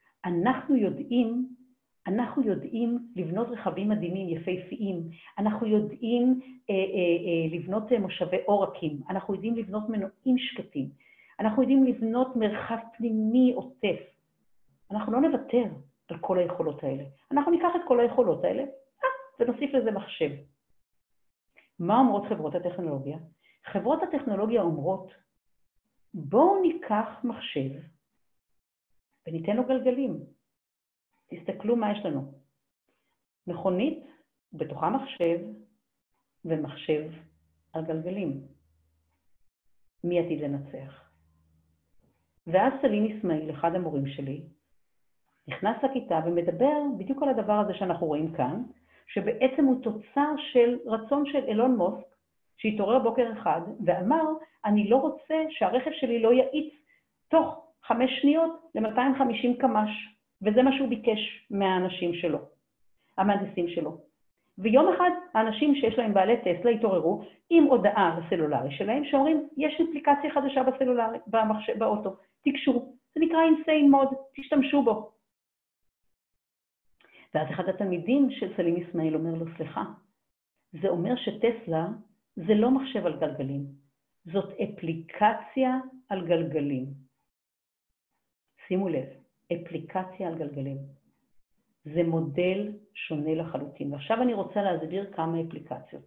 Speaker 1: אנחנו יודעים לבנות רכבים מדהימים, יפהפיים, אנחנו יודעים לבנות מושבי עורקים, אנחנו יודעים לבנות מנועים שקטים, אנחנו יודעים לבנות מרחב פנימי עוטף. אנחנו לא נוותר על כל היכולות האלה. אנחנו ניקח את כל היכולות האלה ונוסיף לזה מחשב. מה אומרות חברות הטכנולוגיה? חברות הטכנולוגיה אומרות, בואו ניקח מחשב וניתן לו גלגלים. תסתכלו מה יש לנו. מכונית, בתוכה מחשב ומחשב על גלגלים. מי עתיד לנצח? ואז סלים אסמאעיל, אחד המורים שלי, נכנס לכיתה ומדבר בדיוק על הדבר הזה שאנחנו רואים כאן, שבעצם הוא תוצר של רצון של אילון מוסק, שהתעורר בוקר אחד ואמר, אני לא רוצה שהרכב שלי לא יאיץ תוך 5 שניות ל-250 קמ"ש, וזה מה שהוא ביקש מהאנשים שלו, המהנדסים שלו. ויום אחד האנשים שיש להם בעלי טסלה התעוררו עם הודעה לסלולרי שלהם, שאומרים, יש אפליקציה חדשה בסלולרי, באוטו, תקשו, זה נקרא insane mode, תשתמשו בו. ואז אחד התלמידים של סלים אסמאעיל אומר לו, סליחה, זה אומר שטסלה זה לא מחשב על גלגלים, זאת אפליקציה על גלגלים. שימו לב, אפליקציה על גלגלים. זה מודל שונה לחלוטין. ועכשיו אני רוצה להסביר כמה אפליקציות.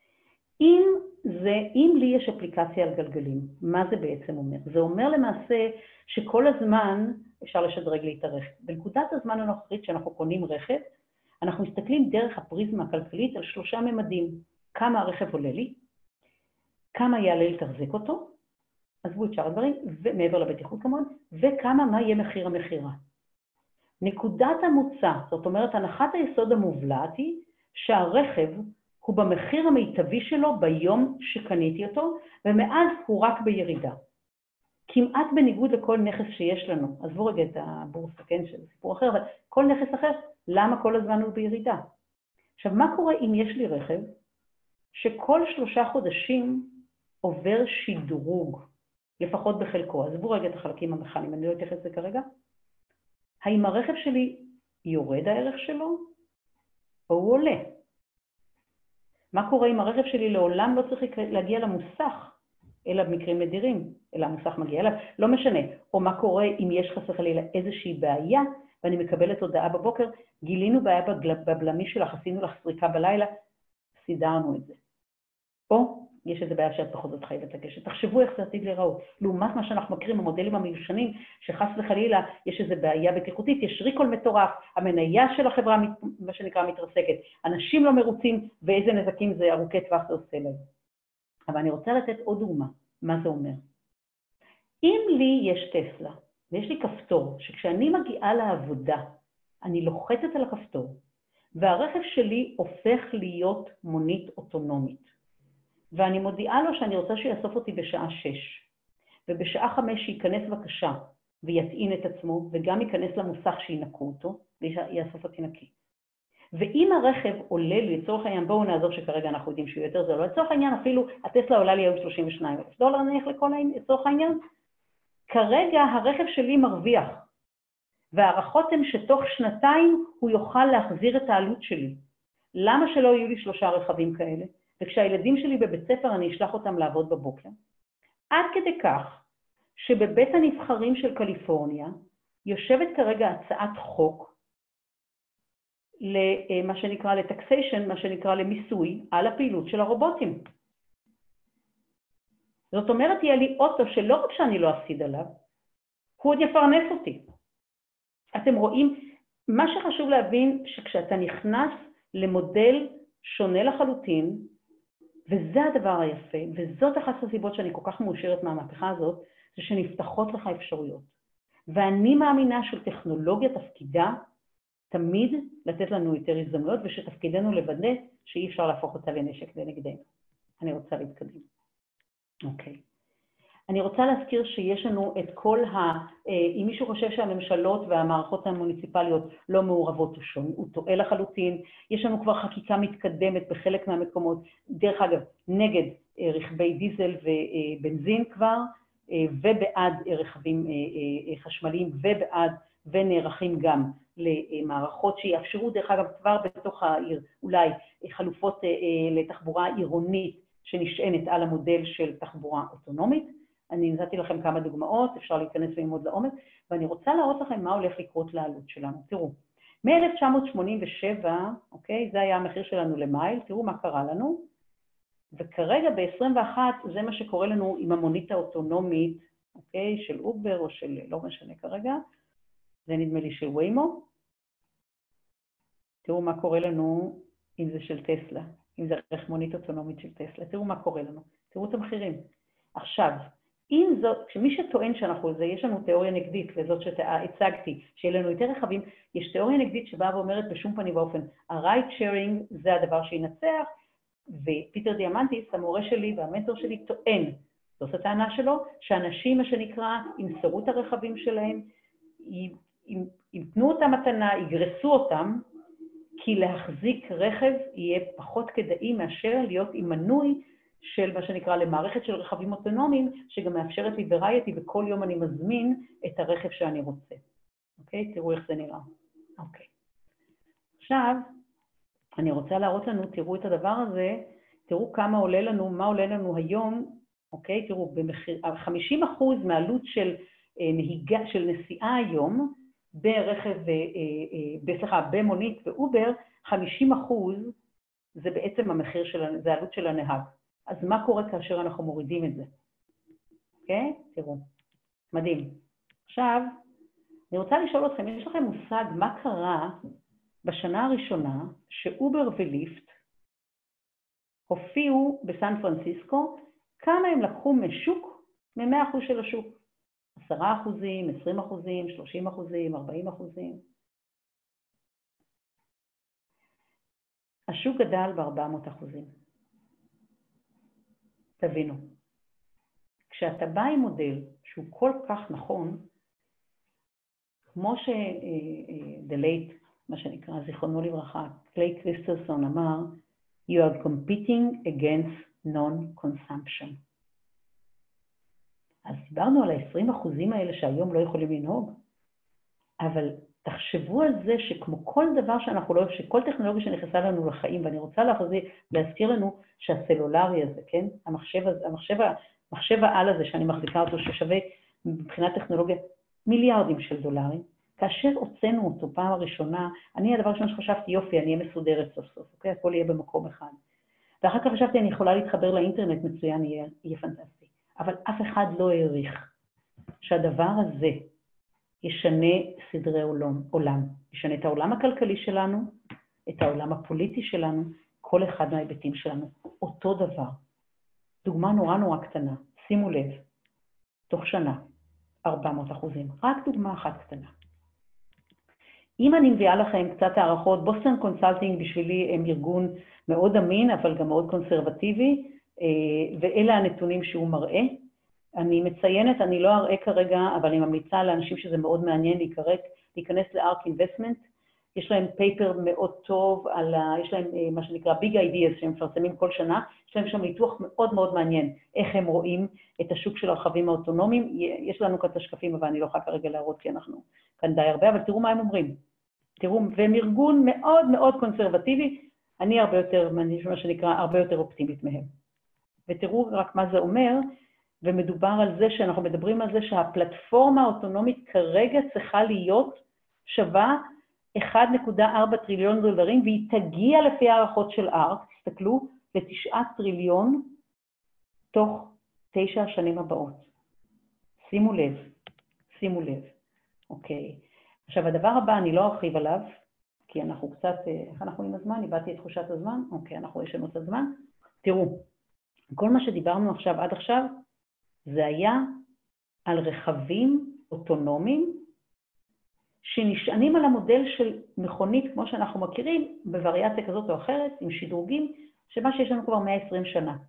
Speaker 1: אם לי יש אפליקציה על גלגלים, מה זה בעצם אומר? זה אומר למעשה שכל הזמן אפשר לשדרג לי את הרכב. בנקודת הזמן הנוכחית שאנחנו קונים רכב, אנחנו מסתכלים דרך הפריזמה הכלכלית על 3 ממדים. כמה הרכב עולה לי, כמה יעלה לתחזק אותו, עזבו את שאר הדברים, ומעבר לבטיחות כמובן, וכמה מה יהיה מחיר המחירה. נקודת המוצא, זאת אומרת, הנחת היסוד המובלעת היא שהרכב הוא במחיר המיטבי שלו ביום שקניתי אותו, ומאז הוא רק בירידה. כמעט בניגוד לכל נכס שיש לנו. עזבו רגע את הבורסה, כן, שזה סיפור אחר, אבל כל נכס אחר, למה כל הזמן הוא בירידה? עכשיו, מה קורה אם יש לי רכב שכל 3 חודשים עובר שדרוג, לפחות בחלקו? עזבו רגע את החלקים המכניים, אני לא אתייחס לזה כרגע. האם הרכב שלי יורד הערך שלו, או הוא עולה? מה קורה אם הרכב שלי לעולם לא צריך להגיע למוסך, אלא במקרים נדירים, אלא המוסך מגיע אליו, לא משנה. או מה קורה אם יש חס וחלילה איזושהי בעיה, ואני מקבלת הודעה בבוקר, גילינו בעיה בבלמי שלך, עשינו לך סריקה בלילה, סידרנו את זה. או יש איזו בעיה שאת בכל זאת חייבת לגשת. תחשבו איך זה עתיד להיראות. לעומת מה שאנחנו מכירים, המודלים המיושנים, שחס וחלילה יש איזו בעיה בטיחותית, יש ריקול מטורף, המניה של החברה, מה שנקרא, מתרסקת, אנשים לא מרוצים, ואיזה נזקים זה ארוכי טווח זה עושה להם. אבל אני רוצה לתת עוד דוגמה, מה זה אומר. אם לי יש טסלה, ויש לי כפתור, שכשאני מגיעה לעבודה, אני לוחצת על הכפתור, והרכב שלי הופך להיות מונית אוטונומית. ואני מודיעה לו שאני רוצה שיאסוף אותי בשעה 6. ובשעה 5 ייכנס בבקשה ויטעין את עצמו, וגם ייכנס למוסך שינקו אותו, ויאסוף אותי נקי. ואם הרכב עולה לי, לצורך העניין, בואו נעזור שכרגע אנחנו יודעים שהוא יותר זול, לצורך העניין אפילו הטסלה עולה לי היום $32,000, נניח לצורך העניין, כרגע הרכב שלי מרוויח, והערכות הן שתוך 2 הוא יוכל להחזיר את העלות שלי. למה שלא יהיו לי 3 רכבים כאלה? וכשהילדים שלי בבית ספר אני אשלח אותם לעבוד בבוקר. עד כדי כך שבבית הנבחרים של קליפורניה יושבת כרגע הצעת חוק למה שנקרא לטקסיישן, מה שנקרא למיסוי על הפעילות של הרובוטים. זאת אומרת, יהיה לי אוטו שלא רק שאני לא אפסיד עליו, הוא עוד יפרנס אותי. אתם רואים, מה שחשוב להבין שכשאתה נכנס למודל שונה לחלוטין, וזה הדבר היפה, וזאת אחת הסיבות שאני כל כך מאושרת מהמהפכה הזאת, זה שנפתחות לך אפשרויות. ואני מאמינה שטכנולוגיה תפקידה תמיד לתת לנו יותר הזדמנויות, ושתפקידנו לוודא שאי אפשר להפוך אותה לנשק לנגדנו. אני רוצה להתקדם. אוקיי. אני רוצה להזכיר שיש לנו את כל אם מישהו חושב שהממשלות והמערכות המוניציפליות לא מעורבות, הוא טועה לחלוטין. יש לנו כבר חקיקה מתקדמת בחלק מהמקומות, דרך אגב, נגד רכבי דיזל ובנזין כבר, ובעד רכבים חשמליים, ונערכים גם למערכות שיאפשרו, דרך אגב, כבר בתוך העיר, אולי חלופות לתחבורה עירונית שנשענת על המודל של תחבורה אוטונומית. אני נתתי לכם כמה דוגמאות, אפשר להיכנס וללמוד לעומק, ואני רוצה להראות לכם מה הולך לקרות לעלות שלנו. תראו, מ-1987, אוקיי, זה היה המחיר שלנו למייל, תראו מה קרה לנו, וכרגע ב-21 זה מה שקורה לנו עם המונית האוטונומית, אוקיי, של אובר או של, לא משנה כרגע, זה נדמה לי של ויימו. תראו מה קורה לנו אם זה של טסלה, אם זה ערך מונית אוטונומית של טסלה, תראו מה קורה לנו, תראו את המחירים. עכשיו, אם זאת, כשמי שטוען שאנחנו זה, יש לנו תיאוריה נגדית לזאת שהצגתי, שיהיה לנו יותר רכבים, יש תיאוריה נגדית שבאה ואומרת בשום פנים ואופן, ה-ride sharing זה הדבר שינצח, ופיטר דיאמנטיס, המורה שלי והמנטור שלי, טוען, זאת הטענה שלו, שאנשים, מה שנקרא, ימסרו את הרכבים שלהם, יתנו אותם מתנה, יגרסו אותם, כי להחזיק רכב יהיה פחות כדאי מאשר להיות עם מנוי של מה שנקרא למערכת של רכבים אוטונומיים, שגם מאפשרת לי וריאטי, וכל יום אני מזמין את הרכב שאני רוצה. אוקיי? תראו איך זה נראה. אוקיי. עכשיו, אני רוצה להראות לנו, תראו את הדבר הזה, תראו כמה עולה לנו, מה עולה לנו היום, אוקיי? תראו, 50% מהעלות של נהיגה, של נסיעה היום, ברכב, במונית ואובר, 50% זה בעצם המחיר של, זה העלות של הנהג. אז מה קורה כאשר אנחנו מורידים את זה? אוקיי? תראו, מדהים. עכשיו, אני רוצה לשאול אתכם, יש לכם מושג מה קרה בשנה הראשונה שאובר וליפט הופיעו בסן פרנסיסקו, כמה הם לקחו משוק, מ-100% של השוק? 10%, 20%, 30%, 40%. השוק גדל ב-400%. תבינו, כשאתה בא עם מודל שהוא כל כך נכון, כמו שדלייט, מה שנקרא, זיכרונו לברכה, קליי קריסטלסון אמר, you are competing against non-consumption. אז דיברנו על ה-20% האלה שהיום לא יכולים לנהוג, אבל תחשבו על זה שכמו כל דבר שאנחנו לא, שכל טכנולוגיה שנכנסה לנו לחיים, ואני רוצה להזכיר לנו שהסלולרי הזה, כן? המחשב העל הזה שאני מחזיקה אותו, ששווה מבחינת טכנולוגיה מיליארדים של דולרים, כאשר הוצאנו אותו פעם הראשונה, הדבר ראשון שחשבתי, יופי, אני אהיה מסודרת סוף סוף, אוקיי? הכל יהיה במקום אחד. ואחר כך חשבתי, אני יכולה להתחבר לאינטרנט מצוין, יהיה פנטסטי. אבל אף אחד לא העריך שהדבר הזה ישנה סדרי עולם, ישנה את העולם הכלכלי שלנו, את העולם הפוליטי שלנו, כל אחד מההיבטים שלנו. אותו דבר. דוגמה נורא קטנה, שימו לב, תוך שנה, 400%. רק דוגמה אחת קטנה. אם אני מביאה לכם קצת הערכות, בוסטון קונסלטינג בשבילי הם ארגון מאוד אמין, אבל גם מאוד קונסרבטיבי, ואלה הנתונים שהוא מראה. אני מציינת, אני לא אראה כרגע, אבל אני ממליצה לאנשים שזה מאוד מעניין להיכנס ל-ARK Investment. יש להם פייפר מאוד טוב, יש להם מה שנקרא Big Ideas שהם מפרסמים כל שנה, יש להם שם ניתוח מאוד מאוד מעניין, איך הם רואים את השוק של הרכבים האוטונומיים. יש לנו כאן את השקפים, אבל אני לא יכולה כרגע להראות כי אנחנו כאן די הרבה, אבל תראו מה הם אומרים. תראו, והם ארגון מאוד מאוד קונסרבטיבי, אני הרבה יותר, מה שנקרא, הרבה יותר אופטימית מהם. ותראו רק מה זה אומר, ומדובר על זה שאנחנו מדברים על זה שהפלטפורמה האוטונומית כרגע צריכה להיות שווה 1.4 טריליון דולרים, והיא תגיע לפי הערכות של ARK, תסתכלו, ל9 טריליון תוך 9 השנים הבאות. שימו לב, שימו לב. אוקיי. עכשיו, הדבר הבא, אני לא ארחיב עליו, כי אנחנו קצת, איך אנחנו עם הזמן? איבדתי את תחושת הזמן? אוקיי, יש לנו קצת זמן. תראו, כל מה שדיברנו עכשיו עד עכשיו, זה היה על רכבים אוטונומיים, שנשענים על המודל של מכונית, כמו שאנחנו מכירים, בווריאציה כזאת או אחרת, עם שדרוגים, שמה שיש לנו כבר 120 שנה.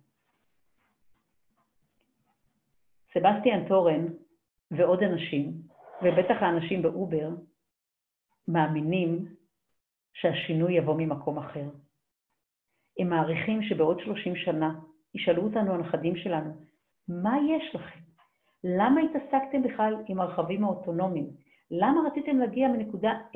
Speaker 1: סבסטיאן טורן ועוד אנשים, ובטח האנשים באובר, מאמינים שהשינוי יבוא ממקום אחר. הם מעריכים שבעוד 30 שנה ישאלו אותנו הנכדים שלנו, מה יש לכם? למה התעסקתם בכלל עם הרכבים האוטונומיים? למה רציתם להגיע מנקודה A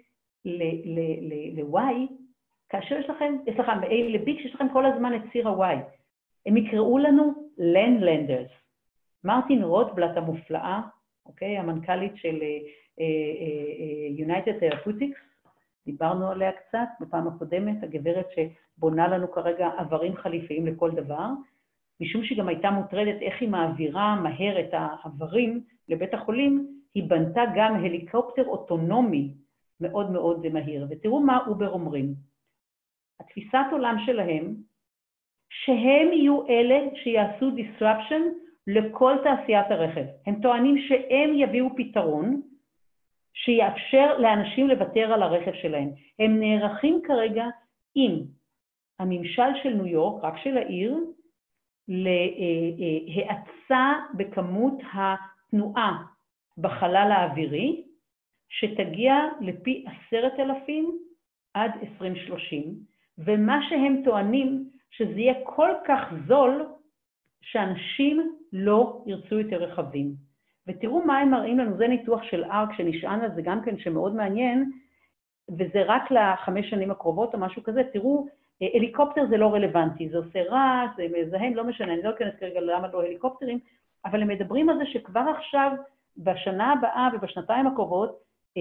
Speaker 1: ל-Y, כאשר יש לכם, מ-A ל-B, כשיש לכם כל הזמן את ציר ה-Y? הם יקראו לנו Landlanders. מרטין רוטבלט המופלאה, אוקיי, המנכ"לית של United Therapeutics, דיברנו עליה קצת בפעם הקודמת, הגברת שבונה לנו כרגע עברים חליפיים לכל דבר, משום שהיא גם הייתה מוטרדת איך היא מעבירה מהר את העברים לבית החולים, היא בנתה גם הליקופטר אוטונומי מאוד מאוד מהיר. ותראו מה אובר אומרים. התפיסת עולם שלהם, שהם יהיו אלה שיעשו disruption לכל תעשיית הרכב. הם טוענים שהם יביאו פתרון שיאפשר לאנשים לוותר על הרכב שלהם. הם נערכים כרגע עם הממשל של ניו יורק, רק של העיר, להאצה בכמות התנועה בחלל האווירי, שתגיע לפי 10,000 עד 2030, ומה שהם טוענים שזה יהיה כל כך זול, שאנשים לא ירצו יותר רכבים. ותראו מה הם מראים לנו, זה ניתוח של ARK שנשען על זה גם כן שמאוד מעניין, וזה רק ל5 שנים הקרובות או משהו כזה. תראו, הליקופטר זה לא רלוונטי, זה עושה רע, זה מזהם, לא משנה, אני לא אכנס כרגע למה לא הליקופטרים, אבל הם מדברים על זה שכבר עכשיו, בשנה הבאה ובשנתיים הקרובות,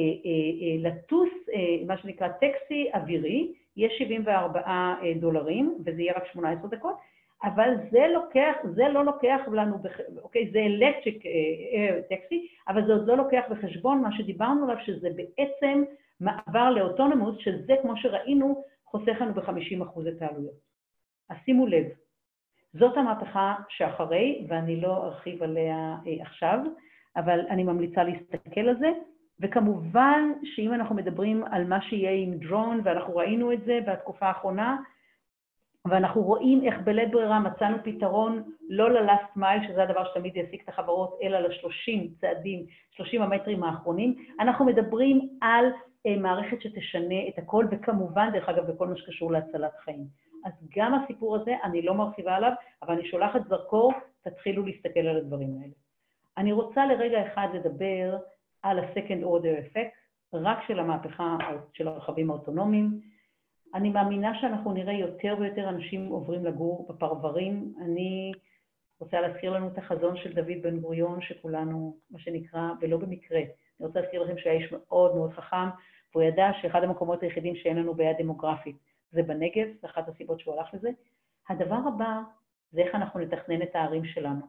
Speaker 1: לטוס, מה שנקרא טקסי אווירי, יש $74, וזה יהיה רק 18 דקות, אבל זה לא לוקח לנו, אוקיי, זה אלקטריק טקסי, אבל זה עוד לא לוקח בחשבון מה שדיברנו עליו, שזה בעצם מעבר לאוטונומוס, שזה כמו שראינו, חוסך לנו ב50% את העלויות. אז שימו לב, זאת המהפכה שאחרי, ואני לא ארחיב עליה עכשיו, אבל אני ממליצה להסתכל על זה, וכמובן שאם אנחנו מדברים על מה שיהיה עם דרון, ואנחנו ראינו את זה בתקופה האחרונה, ואנחנו רואים איך בלית ברירה מצאנו פתרון לא ל-last mile, שזה הדבר שתמיד יעסיק את החברות, אלא ל-30 צעדים, 30 המטרים האחרונים. אנחנו מדברים על מערכת שתשנה את הכל, וכמובן, דרך אגב, בכל מה שקשור להצלת חיים. אז גם הסיפור הזה, אני לא מרחיבה עליו, אבל אני שולחת זרקור, תתחילו להסתכל על הדברים האלה. אני רוצה לרגע אחד לדבר על ה-second order effect, רק של המהפכה של הרכבים האוטונומיים. אני מאמינה שאנחנו נראה יותר ויותר אנשים עוברים לגור בפרברים. אני רוצה להזכיר לנו את החזון של דוד בן גוריון, שכולנו, מה שנקרא, ולא במקרה. אני רוצה להזכיר לכם שהיה איש מאוד מאוד חכם, והוא ידע שאחד המקומות היחידים שאין לנו בעיה דמוגרפית, זה בנגב, זה אחת הסיבות שהוא הלך לזה. הדבר הבא זה איך אנחנו נתכנן את הערים שלנו.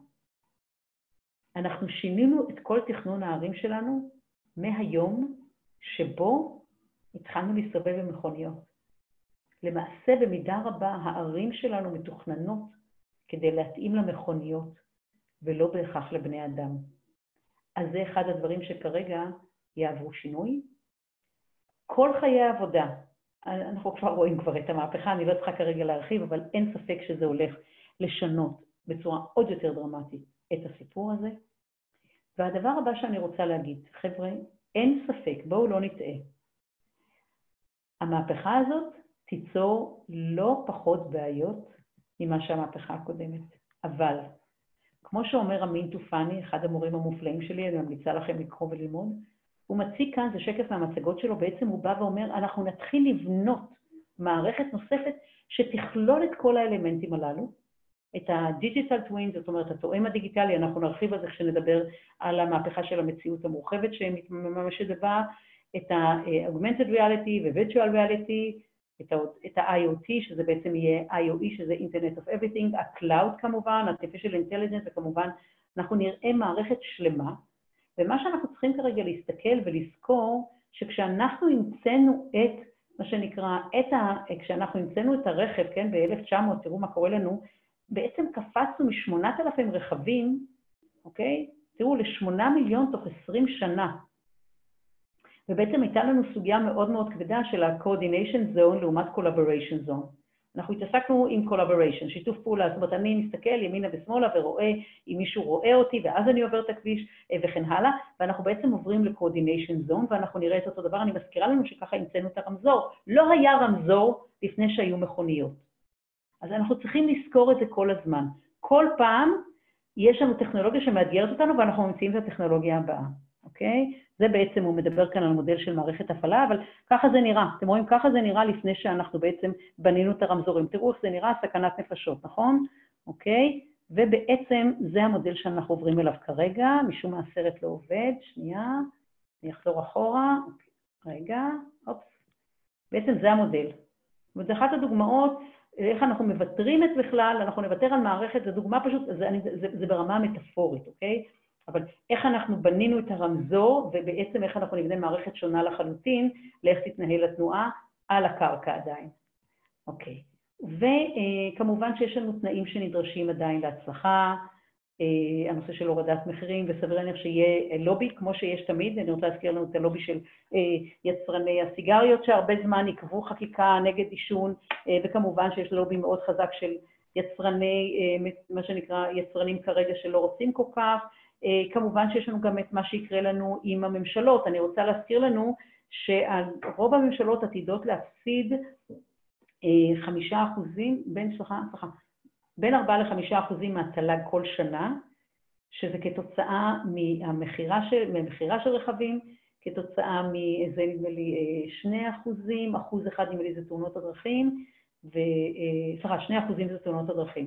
Speaker 1: אנחנו שינינו את כל תכנון הערים שלנו מהיום שבו התחלנו להסתובב במכוניות. למעשה במידה רבה הערים שלנו מתוכננות כדי להתאים למכוניות ולא בהכרח לבני אדם. אז זה אחד הדברים שכרגע יעברו שינוי. כל חיי העבודה, אנחנו כבר רואים כבר את המהפכה, אני לא צריכה כרגע להרחיב, אבל אין ספק שזה הולך לשנות בצורה עוד יותר דרמטית את הסיפור הזה. והדבר הבא שאני רוצה להגיד, חבר'ה, אין ספק, בואו לא נטעה. המהפכה הזאת תיצור לא פחות בעיות ממה שהמהפכה הקודמת. אבל, כמו שאומר אמין תופני, אחד המורים המופלאים שלי, אני ממליצה לכם לקרוא וללמוד, הוא מציג כאן, זה שקף מהמצגות שלו, בעצם הוא בא ואומר, אנחנו נתחיל לבנות מערכת נוספת שתכלול את כל האלמנטים הללו, את ה-digital twin, זאת אומרת, התואם הדיגיטלי, אנחנו נרחיב על זה כשנדבר על המהפכה של המציאות המורחבת שמממשת בה, את ה-augmented reality ו-virtual reality, את ה-IoT, שזה בעצם יהיה IoE, שזה Internet of Everything, ה-Cloud כמובן, artificial intelligence, וכמובן אנחנו נראה מערכת שלמה, ומה שאנחנו צריכים כרגע להסתכל ולזכור, שכשאנחנו המצאנו את, מה שנקרא, כשאנחנו המצאנו את הרכב, כן, ב-1900, תראו מה קורה לנו, בעצם קפצנו מ-8,000 רכבים, אוקיי? תראו, ל8 מיליון תוך 20 שנה. ובעצם הייתה לנו סוגיה מאוד מאוד כבדה של ה-coordination zone לעומת collaboration zone. אנחנו התעסקנו עם collaboration, שיתוף פעולה, זאת אומרת, אני מסתכל ימינה ושמאלה ורואה אם מישהו רואה אותי, ואז אני עובר את הכביש וכן הלאה, ואנחנו בעצם עוברים ל-coordination zone, ואנחנו נראה את אותו דבר. אני מזכירה לנו שככה המצאנו את הרמזור. לא היה רמזור לפני שהיו מכוניות. אז אנחנו צריכים לזכור את זה כל הזמן. כל פעם יש לנו טכנולוגיה שמאתגרת אותנו, ואנחנו ממציאים את הטכנולוגיה הבאה, אוקיי? זה בעצם, הוא מדבר כאן על מודל של מערכת הפעלה, אבל ככה זה נראה. אתם רואים, ככה זה נראה לפני שאנחנו בעצם בנינו את הרמזורים. תראו איך זה נראה, סכנת נפשות, נכון? אוקיי? ובעצם זה המודל שאנחנו עוברים אליו כרגע, משום מה הסרט לא עובד, שנייה, אני אחזור אחורה, רגע, אופס. בעצם זה המודל. וזו אחת הדוגמאות, איך אנחנו מבטרים את בכלל, אנחנו נוותר על מערכת, זו דוגמה פשוט, זה ברמה מטאפורית, אוקיי? אבל איך אנחנו בנינו את הרמזור, ובעצם איך אנחנו נבנה מערכת שונה לחלוטין, לאיך תתנהל התנועה על הקרקע עדיין. אוקיי. וכמובן שיש לנו תנאים שנדרשים עדיין להצלחה, הנושא של הורדת מחירים, וסביר להניח שיהיה לובי, כמו שיש תמיד. אני רוצה להזכיר לנו את הלובי של יצרני הסיגריות, שהרבה זמן עיכבו חקיקה נגד עישון, וכמובן שיש לובי מאוד חזק של יצרני, מה שנקרא יצרנים כרגע שלא רוצים כל כך. כמובן שיש לנו גם את מה שיקרה לנו עם הממשלות. אני רוצה להזכיר לנו שרוב הממשלות עתידות להפסיד 5%, בין 4 ל-5% מהתל"ג כל שנה, שזה כתוצאה מהמחירה של רכבים, כתוצאה מאיזה נדמה לי 2%, 1% נדמה לי זה תאונות הדרכים, 2% זה תאונות הדרכים.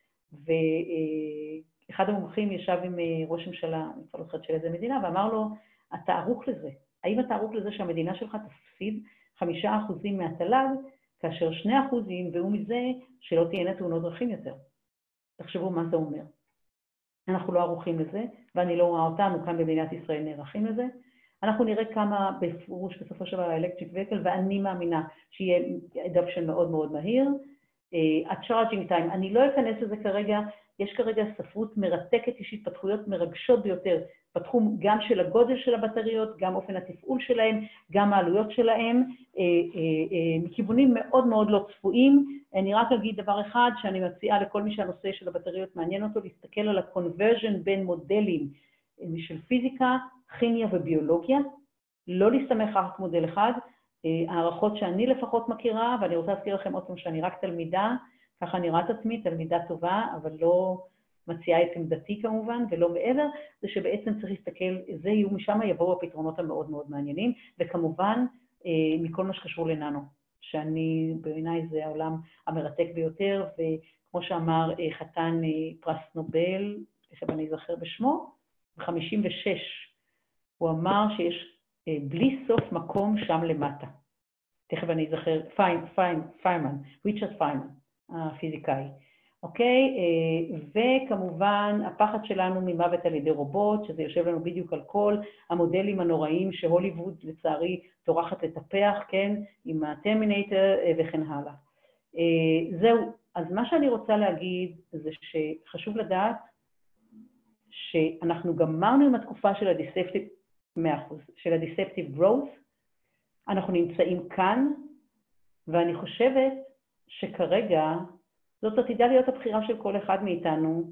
Speaker 1: ואחד המומחים ישב עם ראש ממשלה, אני כבר לא זוכרת של איזה מדינה, ואמר לו, אתה ערוך לזה? האם אתה ערוך לזה שהמדינה שלך תפסיד 5% מהתל"ג, כאשר 2% ינבעו מזה שלא תהיינה תאונות דרכים יותר? תחשבו מה זה אומר. אנחנו לא ערוכים לזה, ואני לא רואה אותנו כאן במדינת ישראל נערכים לזה. אנחנו נראה כמה בפירוש בסופו של דבר האלקטריק וייקל, ואני מאמינה שיהיה adoption מאוד מאוד מהיר. ה-charging time, אני לא אכנס לזה כרגע, יש כרגע ספרות מרתקת, יש התפתחויות מרגשות ביותר, בתחום גם של הגודל של הבטריות, גם אופן התפעול שלהם, גם העלויות שלהם, מכיוונים מאוד מאוד לא צפויים. אני רק אגיד דבר אחד, שאני מציעה לכל מי שהנושא של הבטריות מעניין אותו, להסתכל על ה-conversion בין מודלים של פיזיקה, כימיה וביולוגיה, לא להסתמך רק מודל אחד, הערכות שאני לפחות מכירה, ואני רוצה להזכיר לכם עוד פעם שאני רק תלמידה, ככה נראה את עצמי, תלמידה טובה, אבל לא מציעה את עמדתי כמובן, ולא מעבר, זה שבעצם צריך להסתכל, זה יהיו, משם יבואו הפתרונות המאוד מאוד מעניינים, וכמובן מכל מה שקשור לננו, שאני בעיניי זה העולם המרתק ביותר, וכמו שאמר חתן פרס נובל, תכף אני אזכר בשמו, ב-56, הוא אמר שיש בלי סוף מקום שם למטה. תכף אני אזכר, פיינמן, ריצ'רד פיינמן, הפיזיקאי. אוקיי? וכמובן, הפחד שלנו ממוות על ידי רובוט, שזה יושב לנו בדיוק על כל המודלים הנוראים שהוליווד לצערי טורחת לטפח, כן? עם הטרמינטור וכן הלאה. זהו, אז מה שאני רוצה להגיד זה שחשוב לדעת שאנחנו גמרנו עם התקופה של ה-deceptive, 100%, של ה-deceptive growth, אנחנו נמצאים כאן, ואני חושבת שכרגע זאת עתידה להיות הבחירה של כל אחד מאיתנו,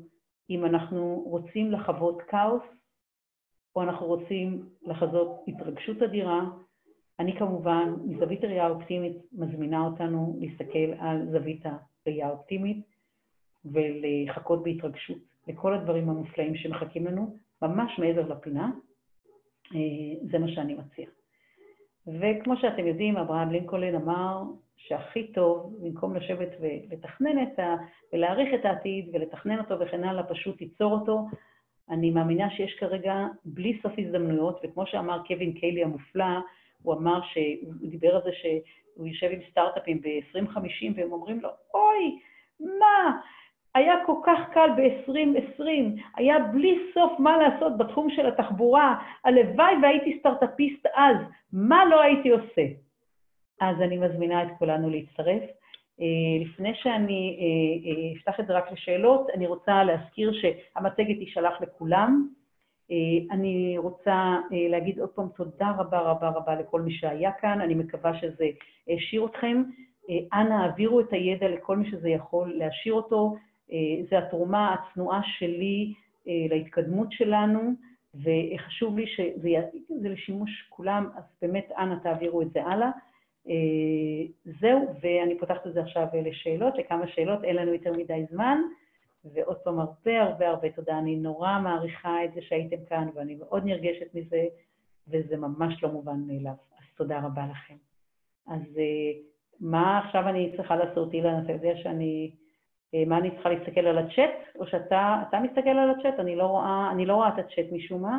Speaker 1: אם אנחנו רוצים לחוות כאוס, או אנחנו רוצים לחזות התרגשות אדירה. אני כמובן, מזווית הראייה האופטימית, מזמינה אותנו להסתכל על זווית הראייה האופטימית, ולחכות בהתרגשות לכל הדברים המופלאים שמחכים לנו, ממש מעבר לפינה. זה מה שאני מציע. וכמו שאתם יודעים, אברהם לינקולן אמר שהכי טוב, במקום לשבת ולתכנן ולהעריך את העתיד ולתכנן אותו וכן הלאה, פשוט תיצור אותו. אני מאמינה שיש כרגע בלי סוף הזדמנויות, וכמו שאמר קווין קיילי המופלא, הוא אמר שהוא דיבר על זה שהוא יושב עם סטארט-אפים ב-2050, והם אומרים לו, אוי, מה? היה כל כך קל ב-2020, היה בלי סוף מה לעשות בתחום של התחבורה, הלוואי והייתי סטארט-אפיסט אז, מה לא הייתי עושה? אז אני מזמינה את כולנו להצטרף. לפני שאני אפתח את זה רק לשאלות, אני רוצה להזכיר שהמצגת תישלח לכולם. אני רוצה להגיד עוד פעם תודה רבה רבה רבה לכל מי שהיה כאן, אני מקווה שזה העשיר אתכם. אנא העבירו את הידע לכל מי שזה יכול להשאיר אותו, זה התרומה הצנועה שלי להתקדמות שלנו, וחשוב לי שזה לשימוש כולם, אז באמת אנא תעבירו את זה הלאה. זהו, ואני פותחת את זה עכשיו לשאלות, לכמה שאלות, אין לנו יותר מדי זמן, ועוד פעם הרבה הרבה הרבה תודה, אני נורא מעריכה את זה שהייתם כאן, ואני מאוד נרגשת מזה, וזה ממש לא מובן מאליו, אז תודה רבה לכם. אז מה עכשיו אני צריכה לעשות, אילן? אתה יודע מה אני צריכה להסתכל על הצ'אט, או שאתה מסתכל על הצ'אט? אני לא רואה את הצ'אט משום מה.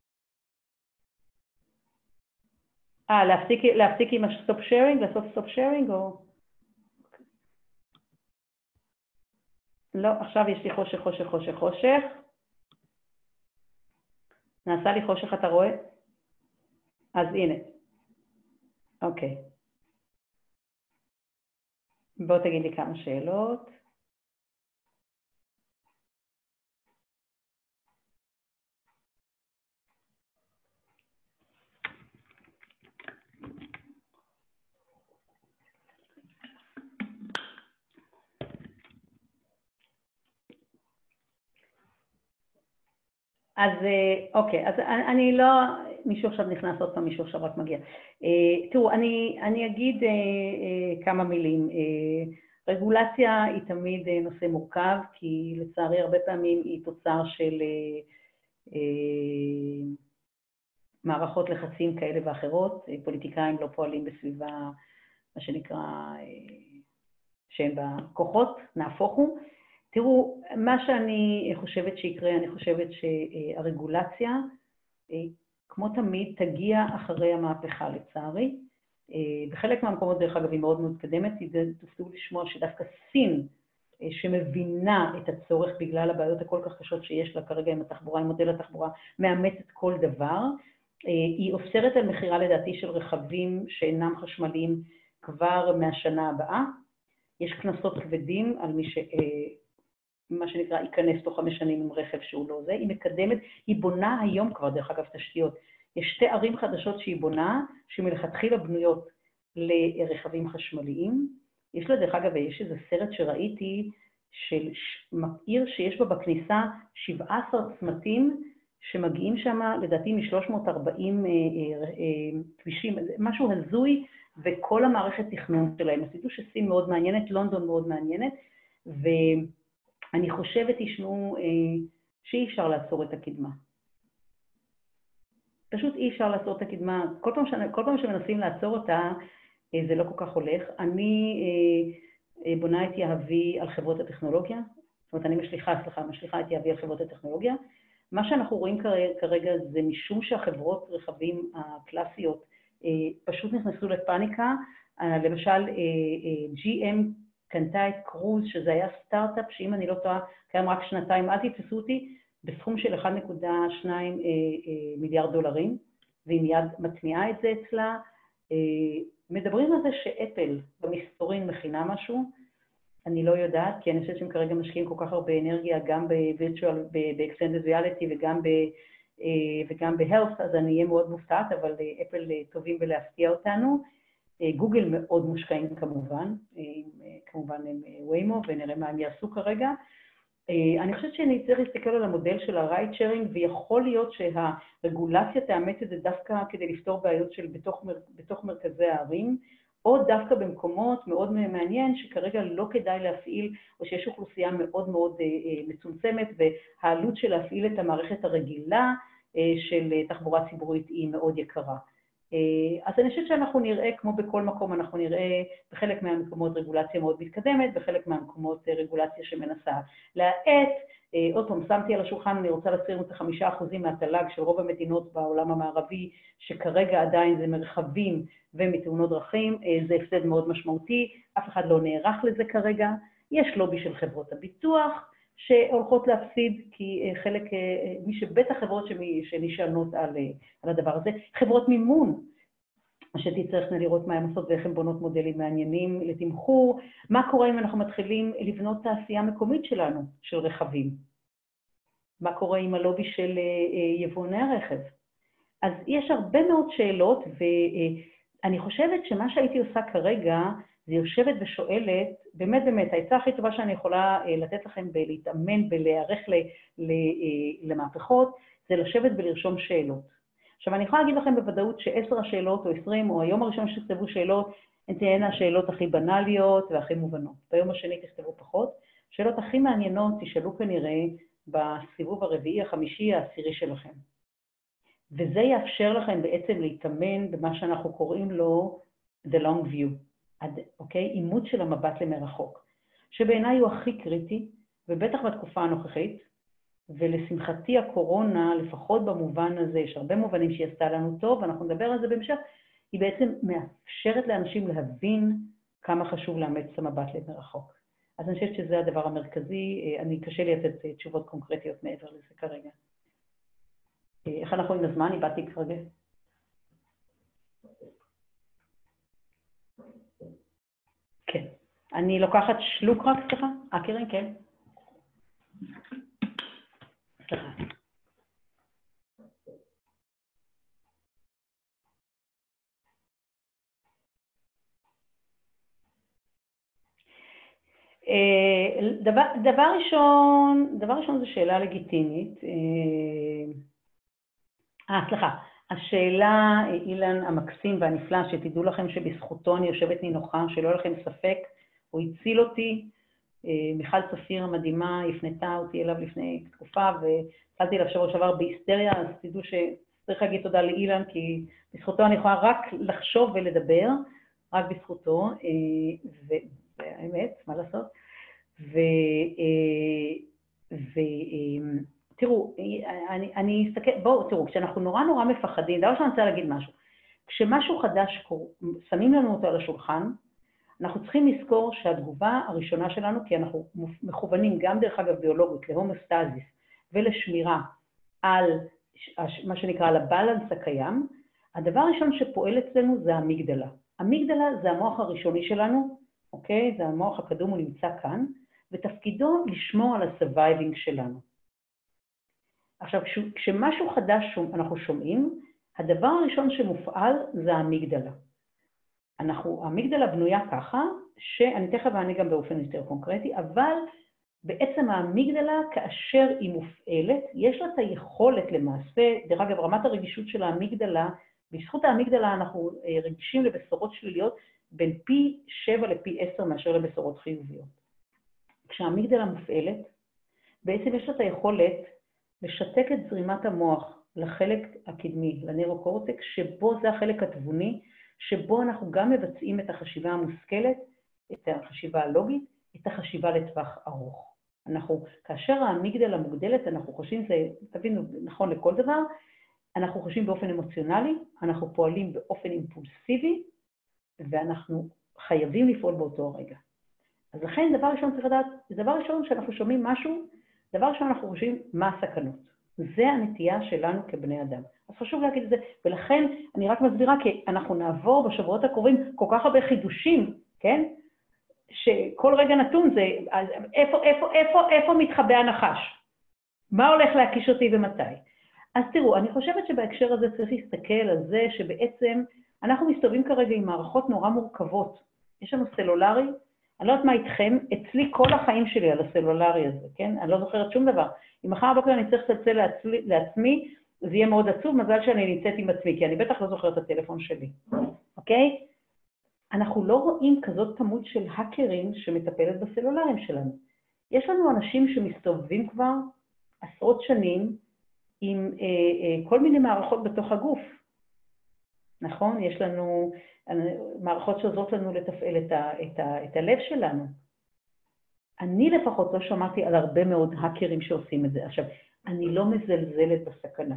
Speaker 1: להפסיק עם הסטופ שיירינג, לעשות סטופ שיירינג, או... לא, עכשיו יש לי חושך, חושך, חושך, חושך. נעשה לי חושך, אתה רואה? אז הנה. אוקיי. בוא תגיד לי כמה שאלות. אז אוקיי, אז אני לא, מישהו עכשיו נכנס עוד פעם, מישהו עכשיו רק מגיע. תראו, אני אגיד כמה מילים. רגולציה היא תמיד נושא מורכב, כי לצערי הרבה פעמים היא תוצר של מערכות לחצים כאלה ואחרות. פוליטיקאים לא פועלים בסביבה, מה שנקרא, שהם בכוחות, נהפוך הוא. תראו, מה שאני חושבת שיקרה, אני חושבת שהרגולציה, כמו תמיד, תגיע אחרי המהפכה לצערי. בחלק מהמקומות, דרך אגב, היא מאוד מתקדמת, תופתעו לשמוע שדווקא סין, שמבינה את הצורך בגלל הבעיות הכל כך קשות שיש לה כרגע עם התחבורה, עם מודל התחבורה, מאמצת כל דבר. היא אוסרת על מחירה לדעתי של רכבים שאינם חשמליים כבר מהשנה הבאה. יש כנסות כבדים על מי מה שנקרא, ייכנס תוך 5 שנים עם רכב שהוא לא זה, היא מקדמת, היא בונה היום כבר, דרך אגב, תשתיות. יש 2 ערים חדשות שהיא בונה, שמלכתחילה בנויות לרכבים חשמליים. יש לה, דרך אגב, יש איזה סרט שראיתי, של עיר שיש בה בכניסה 17 צמתים, שמגיעים שם, לדעתי, מ-340 כבישים, משהו הזוי, וכל המערכת תכנון שלהם. אז תדעו שסין מאוד מעניינת, לונדון מאוד מעניינת, אני חושבת, תשמעו, שאי אפשר לעצור את הקדמה. פשוט אי אפשר לעצור את הקדמה. כל פעם שמנסים לעצור אותה, זה לא כל כך הולך. אני בונה את יהבי על חברות הטכנולוגיה, זאת אומרת, אני משליחה את יהבי על חברות הטכנולוגיה. מה שאנחנו רואים כרגע זה משום שהחברות רכבים הקלאסיות פשוט נכנסו לפאניקה, למשל GM, קנתה את קרוז, שזה היה סטארט-אפ, שאם אני לא טועה, קיים רק 2 אל תתפסו אותי, בסכום של 1.2 מיליארד דולרים, והיא מיד מטמיעה את זה אצלה. מדברים על זה שאפל במסתורין מכינה משהו, אני לא יודעת, כי אני חושבת שהם כרגע משקיעים כל כך הרבה אנרגיה, גם ב-Extended Reality וגם ב-Health, אז אני אהיה מאוד מופתעת, אבל אפל טובים בלהפתיע אותנו. גוגל מאוד מושקעים כמובן הם ויימו, ונראה מה הם יעשו כרגע. אני חושבת שאני צריך להסתכל על המודל של ה-ride sharing, ויכול להיות שהרגולציה תאמץ את זה דווקא כדי לפתור בעיות של בתוך מרכזי הערים, או דווקא במקומות מאוד מעניין שכרגע לא כדאי להפעיל, או שיש אוכלוסייה מאוד מאוד מצומצמת, והעלות של להפעיל את המערכת הרגילה של תחבורה ציבורית היא מאוד יקרה. אז אני חושבת שאנחנו נראה, כמו בכל מקום, אנחנו נראה בחלק מהמקומות רגולציה מאוד מתקדמת, בחלק מהמקומות רגולציה שמנסה להאט. עוד פעם, שמתי על השולחן, אני רוצה להזכיר את 5% מהתל"ג של רוב המדינות בעולם המערבי, שכרגע עדיין זה מרחבים ומתאונות דרכים, זה הפסד מאוד משמעותי, אף אחד לא נערך לזה כרגע. יש לובי של חברות הביטוח שהולכות להפסיד, כי חלק, מי שבטח חברות שנשענות על הדבר הזה, חברות מימון, שתצטרכנה לראות מה הן עושות ואיך הן בונות מודלים מעניינים לתמחור, מה קורה אם אנחנו מתחילים לבנות תעשייה מקומית שלנו, של רכבים, מה קורה עם הלובי של יבואני הרכב. אז יש הרבה מאוד שאלות, ואני חושבת שמה שהייתי עושה כרגע, זה יושבת ושואלת, באמת, העצה הכי טובה שאני יכולה לתת לכם להתאמן ולהיערך למהפכות, זה לשבת ולרשום שאלות. עכשיו, אני יכולה להגיד לכם בוודאות ש10 השאלות או 20, או היום הראשון שתכתבו שאלות, הן תהיינה השאלות הכי בנאליות והכי מובנות. ביום השני תכתבו פחות. שאלות הכי מעניינות תשאלו כנראה בסיבוב הרביעי, החמישי, העשירי שלכם. וזה יאפשר לכם בעצם להתאמן במה שאנחנו קוראים לו the long view. אוקיי? אימות של המבט למרחוק, שבעיניי הוא הכי קריטי, ובטח בתקופה הנוכחית, ולשמחתי הקורונה, לפחות במובן הזה, יש הרבה מובנים שהיא עשתה לנו טוב, ואנחנו נדבר על זה בהמשך, היא בעצם מאפשרת לאנשים להבין כמה חשוב לאמץ את המבט למרחוק. אז אני חושבת שזה הדבר המרכזי, אני קשה לי לתת תשובות קונקרטיות מעבר לזה כרגע. איך אנחנו עם הזמן? איבדתי כרגע. כן. אני לוקחת שלוק רק, סליחה? קרן, כן. סליחה. דבר ראשון זו שאלה לגיטימית. סליחה. השאלה, אילן המקסים והנפלא, שתדעו לכם שבזכותו אני יושבת נינוחה, שלא לכם ספק, הוא הציל אותי. מיכל צפיר המדהימה הפנתה אותי אליו לפני תקופה, והתחלתי אליו שבוע שעבר בהיסטריה, אז תדעו שצריך להגיד תודה לאילן, כי בזכותו אני יכולה רק לחשוב ולדבר, רק בזכותו, והאמת, מה לעשות? תראו, אני אסתכל, בואו, תראו, כשאנחנו נורא מפחדים, דבר שאני רוצה להגיד משהו, כשמשהו חדש שמים לנו אותו על השולחן, אנחנו צריכים לזכור שהתגובה הראשונה שלנו, כי אנחנו מכוונים גם דרך אגב ביולוגית להומוסטזיס ולשמירה על מה שנקרא על הבלנס הקיים, הדבר הראשון שפועל אצלנו זה האמיגדלה. אמיגדלה זה המוח הראשוני שלנו, אוקיי? זה המוח הקדום, הוא נמצא כאן, ותפקידו לשמור על הסרווייבינג שלנו. עכשיו, כשמשהו חדש אנחנו שומעים, הדבר הראשון שמופעל זה האמיגדלה. האמיגדלה בנויה ככה, שאני תכף ואני גם באופן יותר קונקרטי, אבל בעצם האמיגדלה, כאשר היא מופעלת, יש לה את היכולת למעשה, דרך אגב, רמת הרגישות של האמיגדלה, בזכות האמיגדלה אנחנו רגישים לבשורות שליליות בין פי 7 לפי 10 מאשר לבשורות חיוביות. כשהאמיגדלה מופעלת, בעצם יש לה את היכולת לשתק את זרימת המוח לחלק הקדמי, לנוירוקורטקס, שבו זה החלק התבוני, שבו אנחנו גם מבצעים את החשיבה המושכלת, את החשיבה הלוגית, את החשיבה לטווח ארוך. כאשר האמיגדלה מוגדלת, אנחנו חושבים, זה, תבינו, נכון לכל דבר, אנחנו חושבים באופן אמוציונלי, אנחנו פועלים באופן אימפולסיבי, ואנחנו חייבים לפעול באותו רגע. אז לכן, דבר ראשון צריך לדעת, דבר ראשון שאנחנו שומעים משהו, דבר ראשון אנחנו חושבים מה הסכנות. זה הנטייה שלנו כבני אדם. אז חשוב להגיד את זה, ולכן אני רק מסבירה, כי אנחנו נעבור בשבועות הקרובים כל כך הרבה חידושים, כן? שכל רגע נתון זה, איפה מתחבא הנחש? מה הולך להקיש אותי ומתי? אז תראו, אני חושבת שבהקשר הזה צריך להסתכל על זה שבעצם אנחנו מסתובבים כרגע עם מערכות נורא מורכבות. יש לנו סלולרי, אני לא יודעת מה איתכם, אצלי כל החיים שלי על הסלולרי הזה, כן? אני לא זוכרת שום דבר. אם מחר בבוקר אני צריך לצלצל לעצמי, זה יהיה מאוד עצוב, מזל שאני נמצאת עם עצמי, כי אני בטח לא זוכרת את הטלפון שלי, אוקיי? אנחנו לא רואים כזאת כמות של האקרים שמטפלת בסלולרים שלנו. יש לנו אנשים שמסתובבים כבר עשרות שנים עם כל מיני מערכות בתוך הגוף. נכון? יש לנו מערכות שעוזרות לנו לתפעל את הלב שלנו. אני לפחות לא שמעתי על הרבה מאוד האקרים שעושים את זה. עכשיו, אני לא מזלזלת בסכנה.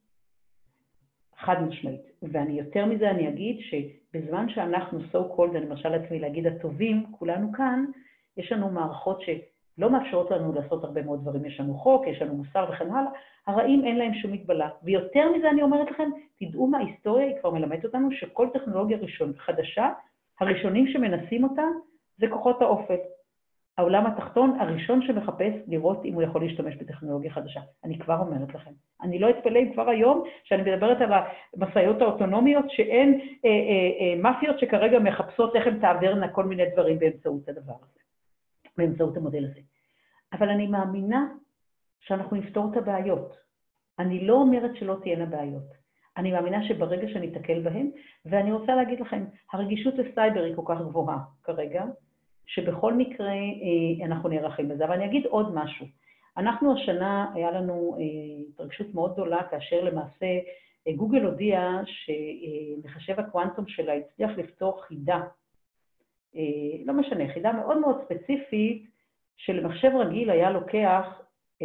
Speaker 1: חד משמעית. ואני יותר מזה אני אגיד שבזמן שאנחנו so called, אני מרשה לעצמי להגיד הטובים, כולנו כאן, יש לנו מערכות שלא מאפשרות לנו לעשות הרבה מאוד דברים. יש לנו חוק, יש לנו מוסר וכן הלאה. הרעים אין להם שום מגבלה. ויותר מזה אני אומרת לכם, תדעו מה ההיסטוריה, היא כבר מלמדת אותנו שכל טכנולוגיה חדשה, הראשונים שמנסים אותה זה כוחות האופל. העולם התחתון הראשון שמחפש לראות אם הוא יכול להשתמש בטכנולוגיה חדשה. אני כבר אומרת לכם. אני לא אתפלא אם כבר היום, שאני מדברת על המשאיות האוטונומיות, שאין מאפיות שכרגע מחפשות איך הן תעברנה כל מיני דברים באמצעות הדבר הזה, באמצעות המודל הזה. אבל אני מאמינה שאנחנו נפתור את הבעיות. אני לא אומרת שלא תהיינה בעיות. אני מאמינה שברגע שניתקל בהם, ואני רוצה להגיד לכם, הרגישות לסייבר היא כל כך גבוהה כרגע, שבכל מקרה אנחנו נערכים בזה. אבל אני אגיד עוד משהו. אנחנו השנה, היה לנו התרגשות מאוד גדולה, כאשר למעשה גוגל הודיע שמחשב הקוונטום שלה הצליח לפתור חידה, לא משנה, חידה מאוד מאוד ספציפית, שלמחשב רגיל היה לוקח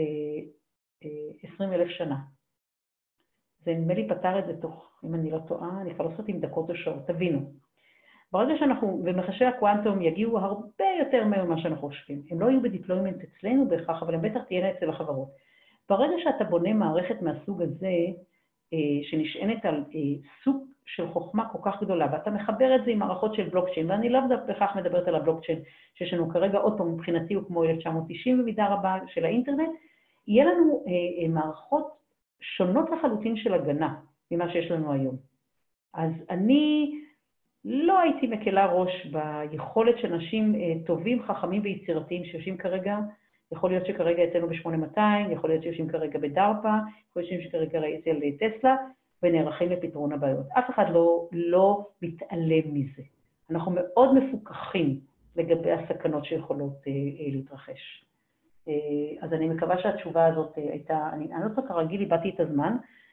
Speaker 1: 20,000 שנה. זה נדמה לי פתר את זה תוך, אם אני לא טועה, אני כבר לא עושה עם דקות או שעות, תבינו. ברגע שאנחנו, ומחשבי הקוונטום יגיעו הרבה יותר מהר ממה שאנחנו חושבים. הם לא יהיו בדיפלוימנט אצלנו בהכרח, אבל הם בטח תהיינה אצל החברות. ברגע שאתה בונה מערכת מהסוג הזה, שנשענת על סוג של חוכמה כל כך גדולה, ואתה מחבר את זה עם מערכות של בלוקצ'יין, ואני לא בכך מדברת על הבלוקצ'יין, שיש לנו כרגע עוד פעם מבחינתי הוא כמו 1990 במידה רבה של האינטרנט, יהיה לנו מערכות שונות לחלוטין של הגנה ממה שיש לנו היום. אז אני לא הייתי מקלה ראש ביכולת של אנשים טובים, חכמים ויצירתיים שיושבים כרגע, יכול להיות שכרגע אצלנו ב-8200, יכול להיות שיושבים כרגע בדארפה, יכול להיות שיושבים כרגע אצל טסלה, ונערכים לפתרון הבעיות. אף אחד לא מתעלם מזה. אנחנו מאוד מפוקחים לגבי הסכנות שיכולות להתרחש. אז אני מקווה שהתשובה הזאת הייתה, אני לא זוכר כרגיל, איבדתי את הזמן,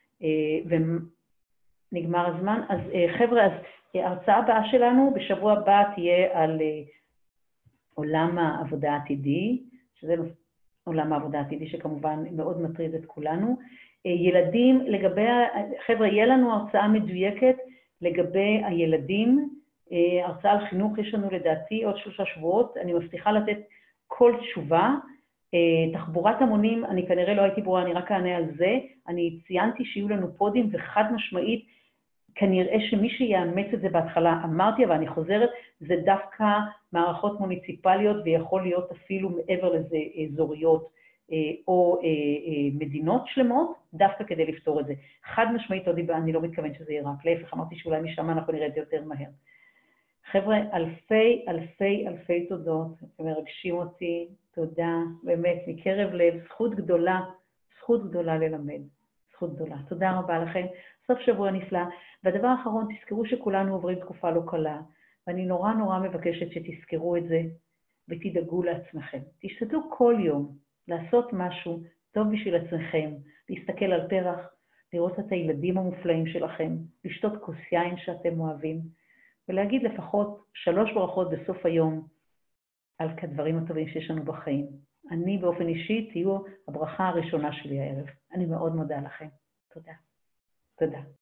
Speaker 1: ונגמר הזמן. אז חבר'ה, אז ההרצאה הבאה שלנו בשבוע הבא תהיה על עולם העבודה העתידי, שזה עולם העבודה העתידי שכמובן מאוד מטריד את כולנו. ילדים, לגבי, חבר'ה, יהיה לנו הרצאה מדויקת לגבי הילדים, הרצאה על חינוך יש לנו לדעתי עוד 3 שבועות, אני מבטיחה לתת כל תשובה. תחבורת המונים, אני כנראה לא הייתי ברורה, אני רק אענה על זה, אני ציינתי שיהיו לנו פודים וחד משמעית, כנראה שמי שיאמץ את זה בהתחלה, אמרתי, אבל אני חוזרת, זה דווקא מערכות מוניציפליות, ויכול להיות אפילו מעבר לזה אזוריות, או מדינות שלמות, דווקא כדי לפתור את זה. חד משמעית, אני לא מתכוון שזה יהיה רק, להפך, אמרתי שאולי משם אנחנו נראה את זה יותר מהר. חבר'ה, אלפי תודות, אתם מרגשים אותי, תודה, באמת, מקרב לב, זכות גדולה ללמד, זכות גדולה. תודה רבה לכם, סוף שבוע נפלא. והדבר האחרון, תזכרו שכולנו עוברים תקופה לא קלה, ואני נורא מבקשת שתזכרו את זה, ותדאגו לעצמכם. תשתדלו כל יום לעשות משהו טוב בשביל עצמכם, להסתכל על פרח, לראות את הילדים המופלאים שלכם, לשתות כוס יין שאתם אוהבים, ולהגיד לפחות 3 ברכות בסוף היום על כדברים הטובים שיש לנו בחיים. אני באופן אישי תהיו הברכה הראשונה שלי הערב. אני מאוד מודה לכם. תודה.